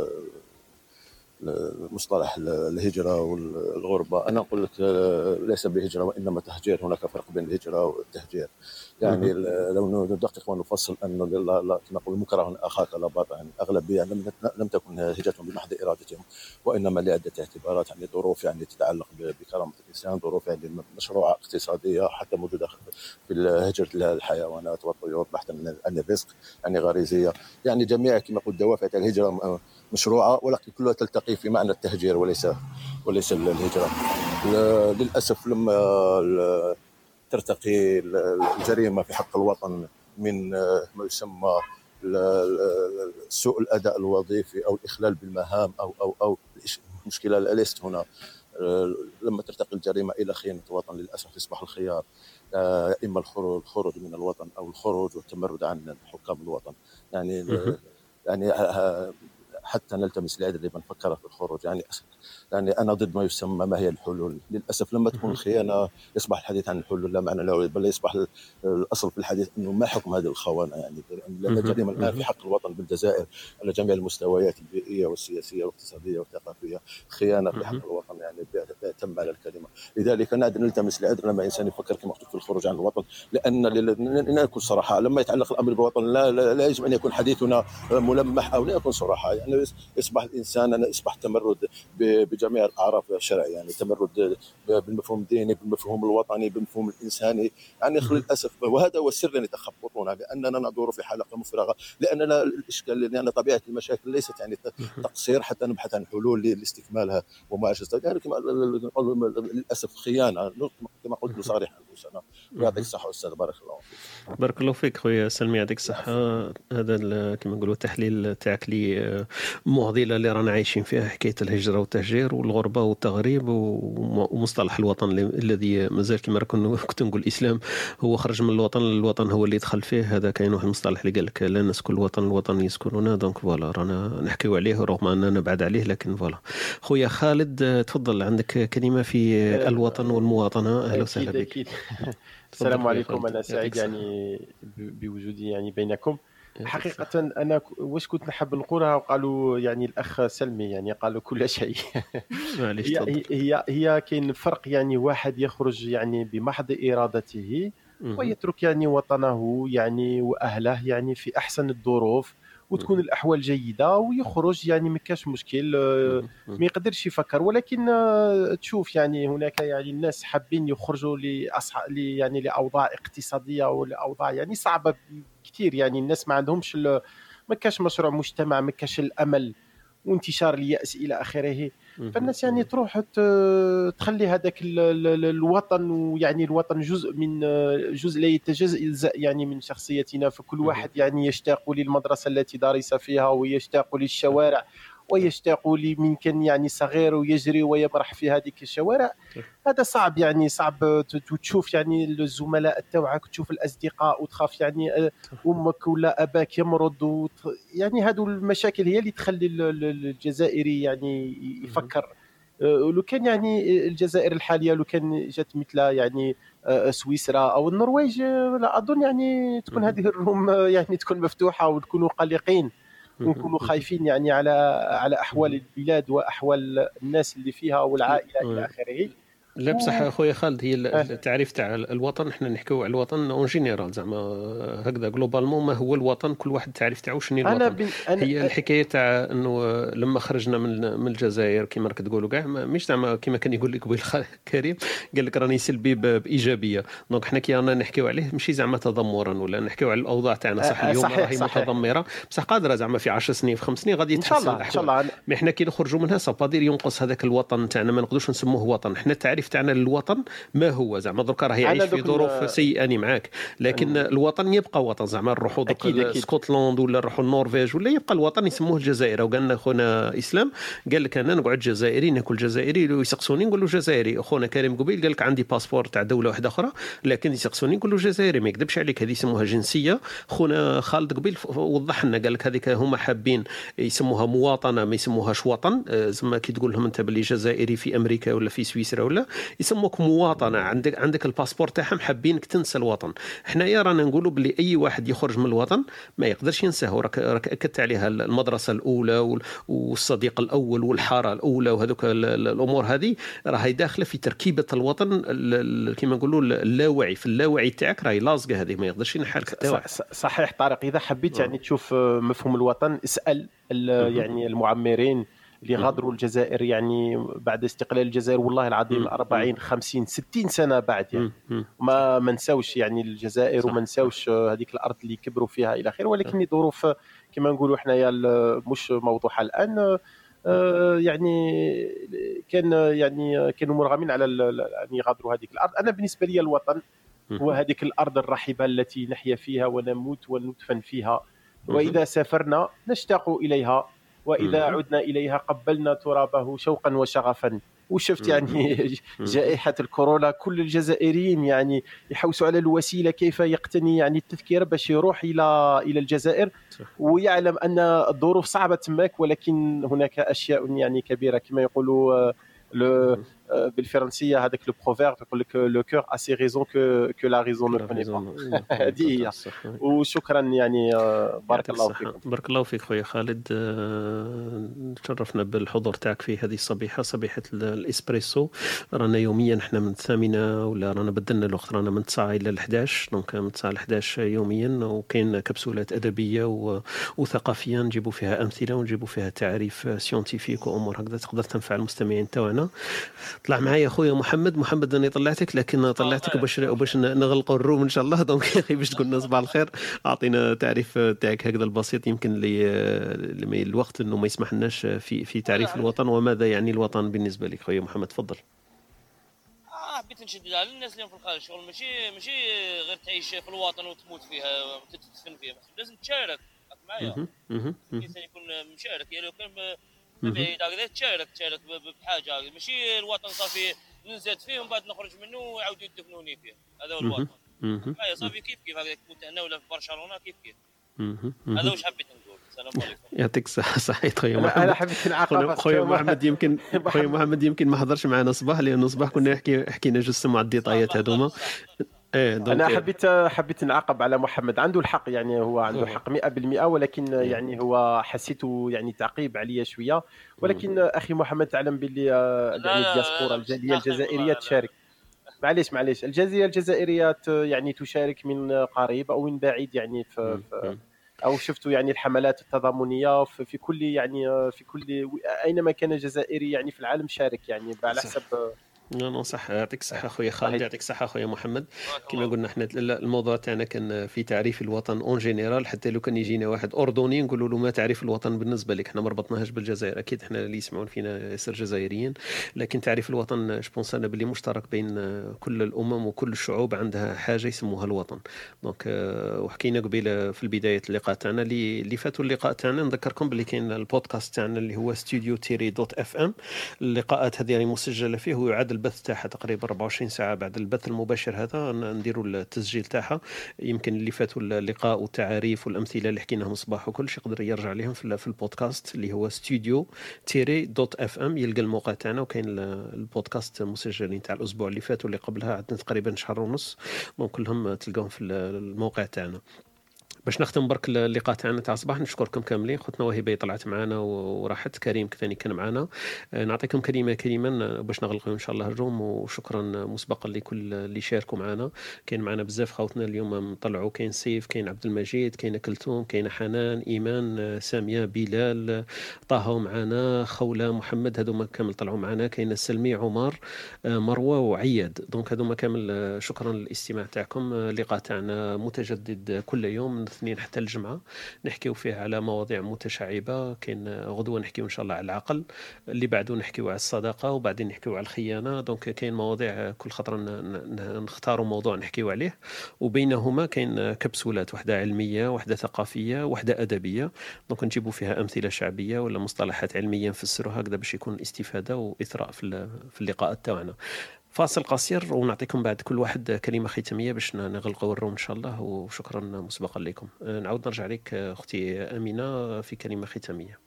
مصطلح الهجرة والغربة. أنا أقول لك ليس بهجرة وإنما تهجير. هناك فرق بين الهجرة والتهجير. يعني لو ندقق ونفصل أن كما نقول مكره أخاك لا باطل. أغلبية لم تكن هجرتهم بمحض إرادتهم، وإنما لعدة اعتبارات، يعني ظروف يعني تتعلق بكرامة الإنسان، ظروف يعني مشروعة اقتصادية، حتى موجودة في هجرة الحيوانات والطيور بحثا من الرزق، يعني غريزية. يعني جميع كما قلت دوافع الهجرة مشروعة، ولكن كلها تلتقي في معنى التهجير وليس الهجرة. للأسف لما ترتقي الجريمة في حق الوطن من ما يسمى سوء الأداء الوظيفي أو الإخلال بالمهام أو المشكلة ليست هنا. لما ترتقي الجريمة إلى خيانة الوطن للأسف يصبح الخيار إما الخروج من الوطن أو الخروج والتمرد عن حكام الوطن. يعني حتى نلتمس العذر لمن فكر في الخروج. يعني أنا ضد ما يسمى ما هي الحلول. للأسف لما تكون الخيانة يصبح الحديث عن الحلول لا معنى له، بل يصبح الأصل في الحديث أنه ما حكم هذه الخونة. يعني لأن الجريمة الآن في حق الوطن بالجزائر على جميع المستويات البيئية والسياسية والاقتصادية والثقافية، خيانة في حق الوطن يعني تم على الكلمة. لذلك نلتمس العذر لما إنسان يفكر كما قلت في الخروج عن الوطن، لأن لنكون صراحة لما يتعلق الأمر بالوطن لا يجب أن يكون حديثنا ملمح أو لا يكون صراحة. يعني يصبح الإنسان أنا يصبح تمرد بجميع الأعراف الشرعية، يعني تمرد بالمفهوم الديني، بالمفهوم الوطني، بالمفهوم الإنساني. يعني للأسف وهذا هو السر الذي تخبطنا، لأننا ندور في حلقة مفرغة، لأننا الإشكال لأن طبيعة المشاكل ليست يعني تقصير حتى نبحث عن حلول لاستكمالها ومعالجتها. يعني للأسف خيانة كما قلت صريحا. يعطيك الصحة أستاذ، بارك الله فيك. بارك الله فيك خويا سلمي، يعطيك الصحة. هذا كما نقولوا التحليل تاعك لي معضلة اللي رانا عايشين فيها، حكاية الهجرة والتهجير والغربة والتغريب ومصطلح الوطن الذي مازال كما كنت نقول الإسلام هو خرج من الوطن هو اللي دخل فيه. هذا كاين واحد المصطلح اللي قال لك لا نسكن الوطن يسكننا. دونك فوالا رانا نحكيو عليه رغم أننا نبعد عليه، لكن فوالا. خويا خالد تفضل، عندك كلمة في الوطن والمواطنة. أهلا وسهلا بك. السلام عليكم. أنا سعيد يعني بوجودي يعني بينكم. حقيقة أنا واش كنت نحب نقولها وقالوا يعني الأخ سلمي يعني قالوا كل شيء. هي كاين فرق، يعني واحد يخرج يعني بمحض إرادته ويترك يعني وطنه يعني وأهله يعني في أحسن الظروف وتكون الأحوال جيدة ويخرج، يعني ما كاش مشكل، ما يقدرش يفكر. ولكن تشوف يعني هناك يعني الناس حابين يخرجوا يعني لأوضاع اقتصادية ولأوضاع يعني صعبة كثير. يعني الناس ما عندهمش ما كاش مشروع مجتمع، ما كاش الأمل وانتشار اليأس إلى آخره. فالناس يعني تروح تخلي هذاك الوطن، ويعني الوطن جزء لا يتجزأ يعني من شخصيتنا. فكل واحد يعني يشتاق للمدرسة التي درس فيها، ويشتاق للشوارع، ويشتاق لمن كان يعني صغير ويجري ويمرح في هذه الشوارع. هذا صعب، يعني صعب تشوف يعني الزملاء تاعك، تشوف الأصدقاء وتخاف يعني أمك ولا أباك يمرض يعني هذو المشاكل هي اللي تخلي الجزائري يعني يفكر. لو كان يعني الجزائر الحالية لو كان جات مثل يعني سويسرا أو النرويج، لا أظن يعني تكون هذه الروم يعني تكون مفتوحة ونكونوا قلقين ونكونوا خايفين يعني على أحوال البلاد وأحوال الناس اللي فيها والعائلة إلى آخره. لا بصح اخويا خالد، هي التعريف تاع الوطن، احنا نحكيو على الوطن اون جينيرال زعما هكذا جلوبالمون. ما هو الوطن؟ كل واحد التعريف تاعو شنو الوطن. هي الحكايه تاع انه لما خرجنا من الجزائر كما راك تقولوا كاع مش زعما كما كان يقول لك قبيل كريم، قال لك راني سلبي بايجابيه. دونك حنا كي رانا نحكيو عليه ماشي زعما تذمرا ولا نحكيو على الاوضاع تاعنا. صح اليوم راهي متذمره بصح قادره زعما في 10 سنين في 5 سنين غادي يتحسن ان شاء الله. مي احنا كي نخرجوا منها صافادير ينقص هذاك الوطن تاعنا، ما نقدرش نسموه وطن. احنا التعريف تاعنا للوطن ما هو زعما دركا راه يعيش في ظروف سيئه اني معاك، لكن الوطن يبقى وطن. زعما نروحوا اسكتلند ولا نروحوا النرويج ولا يبقى الوطن يسموه الجزائر. وقال لنا خونا اسلام قال لك انا نقعد جزائري ناكل جزائري، ويسقسوني نقول له جزائري. اخونا كريم قبيل قال لك عندي باسبور تاع دوله واحده اخرى لكن يسقسوني نقول له جزائري. ما يكذبش عليك، هذه يسموها جنسيه. خونا خالد قبيل وضح لنا قال لك هذيك هما حابين يسموها مواطنه ما يسموهاش وطن. زعما كي تقول لهم انت باللي جزائري في امريكا ولا في سويسرا ولا يسموك مواطنه، عندك الباسبور تاعهم، حابينك تنسى الوطن. حنايا رانا نقولوا باللي اي واحد يخرج من الوطن ما يقدرش ينساه. راك اكدت عليها المدرسه الاولى والصديق الاول والحاره الاولى وهذوك الامور هذه راهي داخله في تركيبه الوطن كما نقولوا اللاوعي. في اللاوعي تاعك راهي لازقه، هذه ما يقدرش ينحالك حتى واحد. صحيح طارق، اذا حبيت يعني تشوف مفهوم الوطن اسال يعني المعمرين اللي غادروا الجزائر يعني بعد استقلال الجزائر، والله العظيم 40 50 60 سنه بعد يعني ما نساوش يعني الجزائر وما نساوش هذيك الارض اللي كبروا فيها الى اخره. ولكن ظروف كما نقولوا حنايا مش موضوعها الان. يعني كانوا مرغمين على ان يغادروا هذيك الارض. انا بالنسبه لي الوطن هو هذيك الارض الرحبه التي نحيا فيها ونموت وندفن فيها، واذا سافرنا نشتاق اليها، وإذا عدنا إليها قبلنا ترابه شوقا وشغفا. وشفت يعني جائحة الكورونا كل الجزائريين يعني يحوسوا على الوسيلة كيف يقتني يعني التذكرة باش يروح إلى الجزائر، ويعلم أن الظروف صعبة تماك، ولكن هناك أشياء يعني كبيرة كما يقولوا بالفرنسيه هذاك لو بروفيرب يقول لك لو كور اسي ريزون كو لا ريزون نو كوني با. هذه هي. وشكرا يعني بارك الله فيكم. بارك الله فيك خويا خالد. تشرفنا بالحضور تاعك في هذه الصبيحه، صبيحه الاسبريسو. رانا يوميا احنا من 8 ولا رانا بدلنا الوقت، رانا من 9 الى 11، دونك من 9 ل 11 يوميا. وكاين كبسولات ادبيه وثقافيه نجيبوا فيها امثله ونجيبوا فيها تعريف سيونتيفيك وامور هكذا تقدر تنفع المستمعين تاعنا. طلع معايا خويا محمد انا طلعتك، لكن طلعتك باش نغلقوا الروم ان شاء الله. دونك اخي باش تقول لنا صباح الخير، اعطينا تعريف تاعك هكذا البسيط، يمكن لي الوقت انه ما يسمحلناش في تعريف الوطن وماذا يعني الوطن بالنسبه لك. خويا محمد تفضل. حبيت نشدد على الناس اللي في الخارج، شغل ماشي غير تعيش في الوطن وتموت فيها وتدفن فيها، لازم تشارك معايا. الانسان يكون مشارك، يعني لو كان بعيد هكذا تشارك بحاجه، ماشي الوطن صافي نزاد فيه ومن بعد نخرج منه ويعاودوا يدفنوني فيه. هذا هو الوطن معايا صافي كيف هكذا تموت هنا ولا في برشلونه كيف هذا واش حبيت نقول. السلام عليكم. يعطيك الصحه. صحيح خويا محمد. انا حبيت نعاقب خويا محمد يمكن ما حضرش معنا صباح، لانه صباح كنا حكينا جوج مع الديطايات هذوما. انا حبيت نعاقب على محمد. عنده الحق، يعني هو عنده حق 100%، ولكن يعني هو حسيته يعني تعقيب عليا شويه. ولكن اخي محمد تعلم باللي يعني الدياسبورا الجاليه الجزائريه تشارك. معليش الجاليه الجزائريه يعني تشارك من قريب او من بعيد، يعني في او شفتوا يعني الحملات التضامنيه في كل يعني في كل اينما كان جزائري يعني في العالم شارك، يعني على حسب. لا صح. يعطيك الصحة خويا خالد، يعطيك الصحة خويا محمد. كما قلنا احنا الموضوع تاعنا كان في تعريف الوطن اون جينيرال، حتى لو كان يجينا واحد اردني نقولوا له ما تعريف الوطن بالنسبه لك. احنا ما ربطناهاش بالجزائر، اكيد احنا اللي يسمعون فينا يصير جزائريين، لكن تعريف الوطن جبونس انا باللي مشترك بين كل الامم وكل الشعوب، عندها حاجه يسموها الوطن. دونك وحكينا قبيله في البدايه اللقاء تاعنا اللي فاتوا اللقاء تاعنا. نذكركم باللي كاين البودكاست تاعنا اللي هو studio-.fm. اللقاءات هذه مسجله فيه ويعاد البث تاعها تقريبا 24 ساعه بعد البث المباشر هذا نديروا التسجيل تاعها. يمكن اللي فاتوا اللقاء والتعاريف والامثله اللي حكيناهم صباح وكل شيء يقدر يرجع لهم في البودكاست اللي هو studio-.fm. يلقى الموقع تاعنا وكاين البودكاست مسجلين تاع الاسبوع اللي فات واللي قبلها، عندنا تقريبا شهر ونص، دونك كلهم تلقاهم في الموقع تاعنا. باش نختم برك اللقاء تاعنا تاع الصباح، نشكركم كاملين. خوتنا وهبه طلعت معنا وراحت، كريم ثاني كان معنا. نعطيكم كلمه باش نغلقوا ان شاء الله الروم. وشكرا مسبقا لكل اللي شاركوا معنا. كاين معنا بزاف خوتنا اليوم طلعوا، كاين سيف، كاين عبد المجيد، كاين كلثوم، كاين حنان، ايمان، ساميه، بلال، طه معنا، خوله، محمد، هذوما كامل طلعوا معنا. كاين سلمي، عمر، مروه وعياد. دونك هذوما كامل شكرا للاستماع تاعكم. اللقاء تاعنا متجدد كل يوم من الاثنين حتى الجمعه، نحكيو فيه على مواضيع متشعبه. كاين غدوه نحكيو ان شاء الله على العقل، اللي بعده نحكيو على الصداقه، وبعدين نحكيو على الخيانه. دونك كاين مواضيع كل خطره نختاروا موضوع نحكيو عليه، وبينهما كاين كبسولات، واحده علميه، واحده ثقافيه، واحده ادبيه. دونك نجيبوا فيها امثله شعبيه ولا مصطلحات علميه نفسروها هكذا باش يكون استفاده واثراء في اللقاءات تاعنا. فاصل قصير ونعطيكم بعد كل واحد كلمة ختامية باش نغلقوا الروم إن شاء الله. وشكرا مسبقا لكم. نعود نرجع لك أختي أمينة في كلمة ختامية.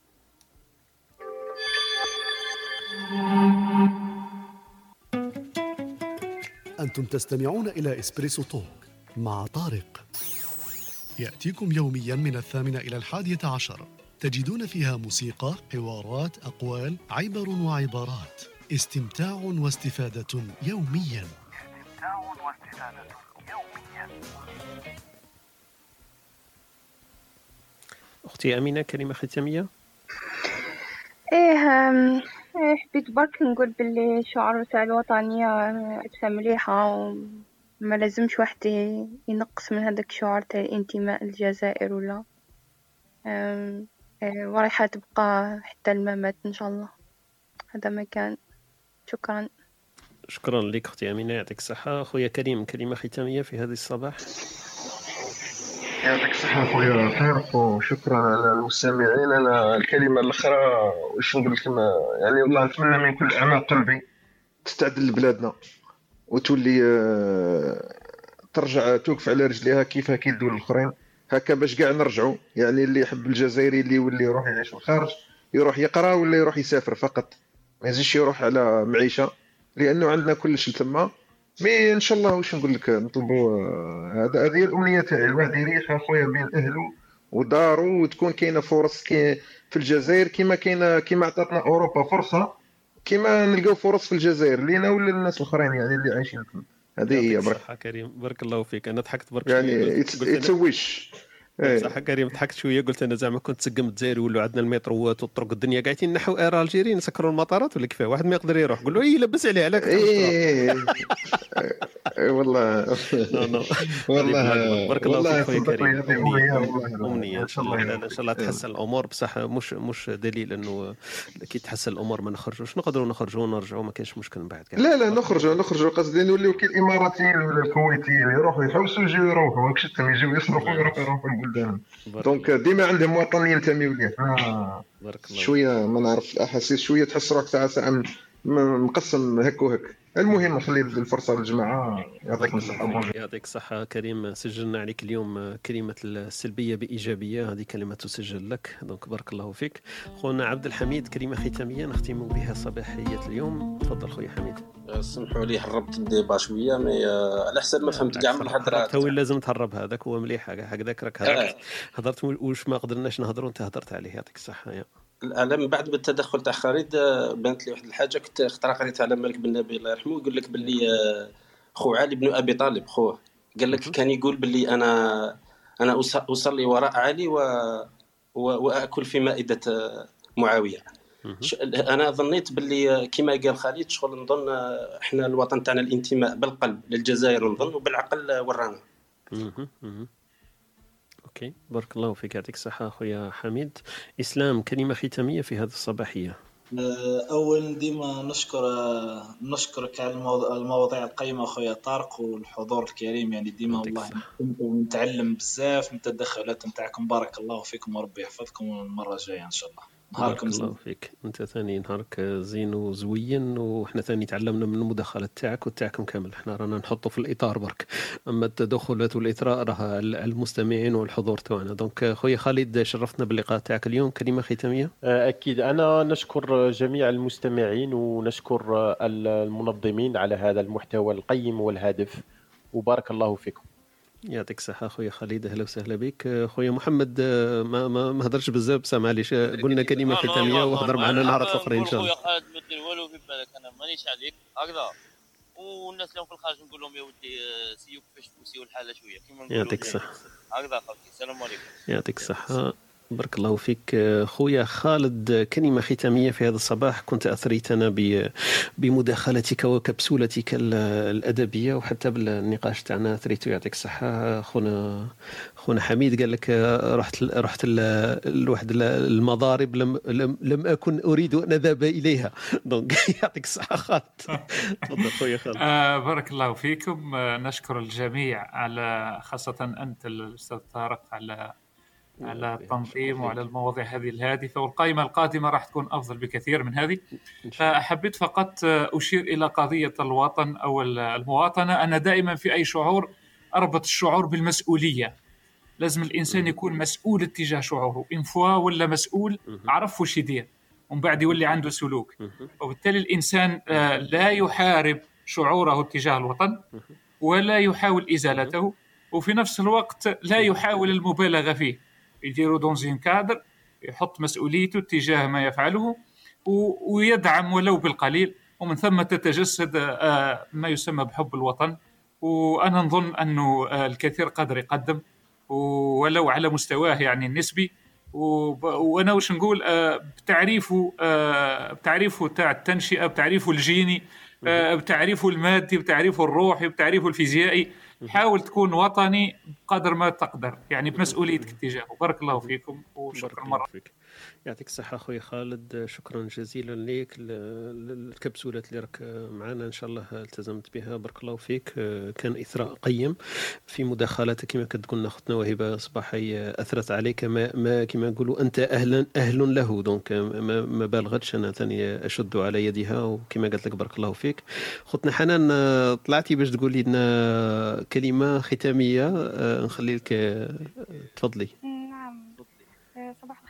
أنتم تستمعون إلى إسبريسو توك مع طارق، يأتيكم يوميا من 8 إلى 11. تجدون فيها موسيقى، حوارات، أقوال، عبر وعبارات، استمتاع واستفادة يوميا. أختي أمينة كلمة ختامية. حبيت برك نقول باللي شعار تاع الوطنية مليحة، وما لازمش واحد ينقص من هذاك الشعار تاع الانتماء للجزائر ولا ورايحة تبقى حتى الممات إن شاء الله. هذا ما كان. شكرا لك أختي أمينة، يعطيك الصحة. أخويا كريم كلمة ختامية في هذا الصباح. يعطيك الصحة خويا طارق، وشكرا على المستمعين. أنا الكلمة الأخرى واش نقول لكم، يعني والله نتمنى من كل أعماق قلبي تستعدل لبلادنا وتولي ترجع توقف على رجليها كيف كي الدول الآخرين هكا، باش كاع نرجعوا. يعني اللي يحب الجزائري اللي يولي يروح يعيش في الخارج، يروح يقرأ ولا يروح يسافر فقط، ما يزيدش يروح على معيشة لانه عندنا كلش تما. مي ان شاء الله واش نقول لك نطلبوا هذه هي الامنيه تاعي، الواحد يريح اخويا بين اهله ودارو، وتكون كاينه فرص في الجزائر كيما عطاتنا اوروبا فرصه، كيما نلقاو فرص في الجزائر لينا ولا الناس الاخرين يعني اللي عايشين. هذه هي. برك صحه كريم، بارك الله فيك. انا ضحكت برك يعني يتسويش صح كريم، ضحكت شويه، قلت انا زعما كنت تسقم الجزائر يولوا عندنا المتروات والطرق الدنيا قاعدين نحو اير الجيري نسكروا المطارات ولا كيفاه واحد ما يقدر يروح، قول له لبس عليه عليك. والله والله بارك الله فيك خويا كريم. امنيه ان شاء الله ان شاء الله تحسن الامور، بصح مش دليل انه كي تحسن الامور ما نخرجوش، نقدروا نخرجوا ونرجعوا، ما كاينش مشكل من بعد. لا نخرجوا قصدي نوليو كي الاماراتيين ولا الكويتيين يروحوا يحوسوا يجيو يروحوا، ماكش تم يجيو يصرفوا يروحوا لبلدانهم. دونك ديما عندهم وطنيين ينتميوا ليه. شويه ما نعرف الاحاسيس، شويه تحس روحك ساعه مقسم هك وهك. المهم نخلي الفرصه للجماعه. يعطيك الصحه. يعطيك الصحه كريم. سجلنا عليك اليوم كلمه السلبيه بايجابيه، هذه كلمه تسجل لك، دونك بارك الله فيك. خونا عبد الحميد، كلمه ختاميه نختم بها صباحيه اليوم. تفضل خويا حميد. سمحوا لي هربت الديبا شويه، مي على حسب ما فهمت كاع من الحضرات. تو لازم تهرب، هذاك هو مليح، هكذاك راك هضرت واش ما قدرناش نهضروا انت هضرت عليه. يعطيك الصحه. انا من بعد بالتدخل تاع خالد بانت لي واحد الحاجه، كنت قريت على مالك بن نبي الله يرحمه، يقول لك باللي خو علي بن ابي طالب خوه قال لك كان يقول باللي انا اصلي وراء علي واكل في مائده معاويه. انا ظنيت باللي كما قال خالد شغل نظن احنا الوطن تاعنا الانتماء بالقلب للجزائر نظن، وبالعقل ورانا. اوكي بارك الله فيك، يعطيك الصحه اخويا حميد. اسلام، كلمه ختاميه في هذه الصباحيه. اول ديما نشكرك على المواضيع القيمه اخويا طارق والحضور الكريم، يعني ديما والله نتعلم بزاف من التدخلات نتاعكم. بارك الله فيكم وربي يحفظكم، المره الجايه ان شاء الله نهاركم زين. الله فيك انت ثاني، نهارك زين وزوين، وحنا ثاني تعلمنا من المداخلات تاعك وتاعكم كامل. احنا رانا نحطوا في الاطار برك، اما التدخلات والاثراء راها المستمعين والحضور تاعنا. دونك خويا خالد، شرفتنا باللقاء تاعك اليوم، كلمه ختاميه. اكيد انا نشكر جميع المستمعين ونشكر المنظمين على هذا المحتوى القيم والهادف، وبارك الله فيكم. يعطيك الصحة خويا خالد، أهلا وسهلا بك. خويا محمد ما هضرش بزاف بس معليش، قلنا كلمة ختامية وهضر معنا نهار الآخرين إن شاء الله. خويا خالد ما دير والو في بالك، أنا مانيش عليك هكذا، والناس اللي في الخارج نقول لهم يا ودي سيو كيفاش تفوسيو الحالة شوية كيما نقولوا. يعطيك الصحة. هكذا خويا، السلام عليكم. يعطيك الصحة، بارك الله فيك. خويا خالد، كلمة ختامية في هذا الصباح. كنت أثريتنا بمداخلتك وكبسولتك الأدبية، وحتى بالنقاش تاعنا أثريته. يعطيك الصحة. خونا حميد قال لك رحت لواحد المضارب لم أكن أريد أن أذهب إليها. دونك يعطيك الصحة خالد. تفضل خويا خالد. بارك الله فيكم. نشكر الجميع، على خاصة أنت الأستاذ طارق على التنظيم وعلى المواضيع هذه الهادفة، والقائمة القادمة راح تكون أفضل بكثير من هذه. فحبيت فقط أشير إلى قضية الوطن أو المواطنة. أنا دائما في أي شعور أربط الشعور بالمسؤولية. لازم الإنسان يكون مسؤول اتجاه شعوره، إنفوا ولا مسؤول عرف وش يدير ومن بعد يولي عنده سلوك. وبالتالي الإنسان لا يحارب شعوره اتجاه الوطن ولا يحاول إزالته، وفي نفس الوقت لا يحاول المبالغة فيه. يديروا دونزين كادر، يحط مسؤوليته تجاه ما يفعله ويدعم ولو بالقليل، ومن ثم تتجسد ما يسمى بحب الوطن. وأنا نظن أنه الكثير قدر يقدم ولو على مستواه يعني النسبي. وأنا وش نقول، بتعريفه تاع التنشئة، بتعريفه الجيني، بتعريفه المادي، بتعريفه الروحي، بتعريفه الفيزيائي. حاول تكون وطني قدر ما تقدر، يعني بمسؤوليتك اتجاهه. بارك الله فيكم وشكرا مرة. يعطيك الصحة خويا خالد، شكرا جزيلا لك. الكبسولات اللي راك معنا إن شاء الله التزمت بها، بارك الله فيك. كان إثراء قيم في مداخلاتك كما كتقولنا أختنا وهبة صباحي، أثرت عليك ما كما نقولوا أنت أهل له. دونك ما بالغتش، أنا ثاني أشد على يدها، وكما قلت لك بارك الله فيك. أختنا حنان، طلعتي باش تقولي لنا كلمة ختامية، نخلي لك تفضلي. نعم، صباح الخير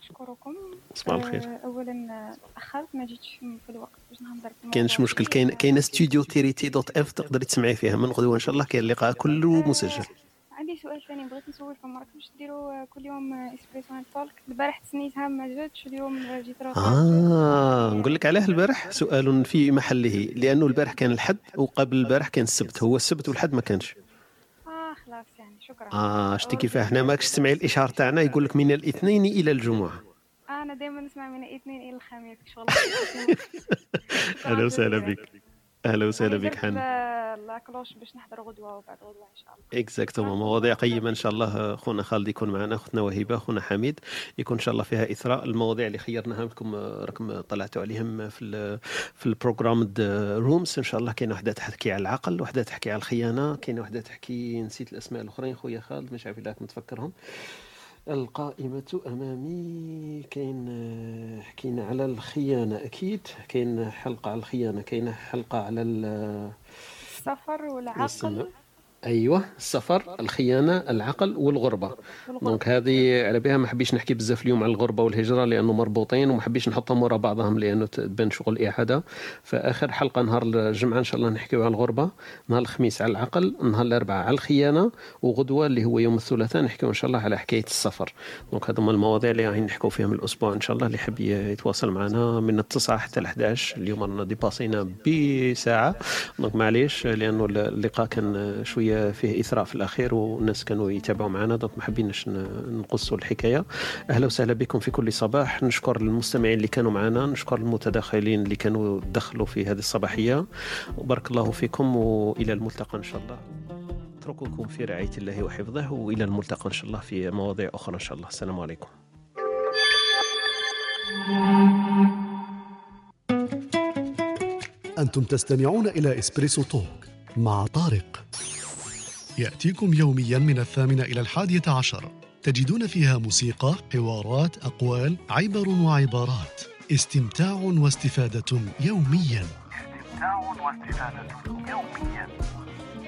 نشكركم. صباح الخير. اولا تاخرت ما جيتش في الوقت باش نهضر. كاينش مشكل، كاين استوديو تيريتي دوت اف تقدري تسمعي فيها من غدوه ان شاء الله. كاين اللقاء كله مسجل. عندي سؤال ثاني بغيت نسولكم، راكم باش ديروا كل يوم اسبريسو اند تولك؟ البارح تسنيتها ما جاتش، اليوم جيت نقول لك عليه. البارح سؤال في محله، لانه البارح كان الحد وقبل البارح كان السبت، هو السبت والحد ما كانش. خلاص يعني شكرا. شتي كيفاه حنا ماكش تسمعي الاشهار تاعنا يقول لك من الاثنين الى الجمعه. انا دائما نسمع من الاثنين الى الخميس شغل. اهلا وسهلا بك. اهلا وسهلا بك حنا. لا كلوش باش نحضر غدوه وبعد غدوه ان شاء الله. اكزاكتومون، مواضيع قيمه ان شاء الله. خونا خالد يكون معنا، اختنا وهبه، خونا حميد يكون ان شاء الله فيها اثراء. المواضيع اللي خيرناها لكم راكم طلعتوا عليهم في البروغرام رومز ان شاء الله. كاينه وحده تحكي على العقل، وحده تحكي على الخيانه، كاينه وحده تحكي، نسيت الاسماء الاخرين خويا خالد مش عارف الا متفكرهم. القائمة أمامي. كاين حكينا على الخيانة، أكيد كاين حلقة على الخيانة، كاين حلقة على السفر والعقل. ايوه، السفر، الخيانه، العقل والغربه. دونك هذه على بها ما حبيش نحكي بزاف اليوم على الغربه والهجره لانه مربوطين، وما حبيش نحطهم ورا بعضهم لانه تبان شغل اعاده. فاخر حلقه نهار الجمعه ان شاء الله نحكيو على الغربه، نهار الخميس على العقل، نهار الاربعاء على الخيانه، وغدوه اللي هو يوم الثلاثاء نحكيو ان شاء الله على حكايه السفر. دونك هذوما المواضيع اللي راح نحكيو فيهم الاسبوع ان شاء الله. اللي حب يتواصل معنا من 9 حتى 11. اليوم رانا ديباسينا بساعه، دونك معليش لانه اللقاء كان شويه فيه إثراء في الأخير والناس كانوا يتابعوا معنا، دونك ما حبيناش نقصوا الحكاية. أهلا وسهلا بكم في كل صباح. نشكر المستمعين اللي كانوا معنا، نشكر المتداخلين اللي كانوا دخلوا في هذه الصباحية، وبارك الله فيكم وإلى الملتقى إن شاء الله. أترككم في رعاية الله وحفظه، وإلى الملتقى إن شاء الله في مواضيع أخرى إن شاء الله. السلام عليكم. أنتم تستمعون إلى إسبريسو توك مع طارق، يأتيكم يوميا من 8 إلى 11. تجدون فيها موسيقى، حوارات، أقوال، عبر وعبارات، استمتاع واستفادة يوميا.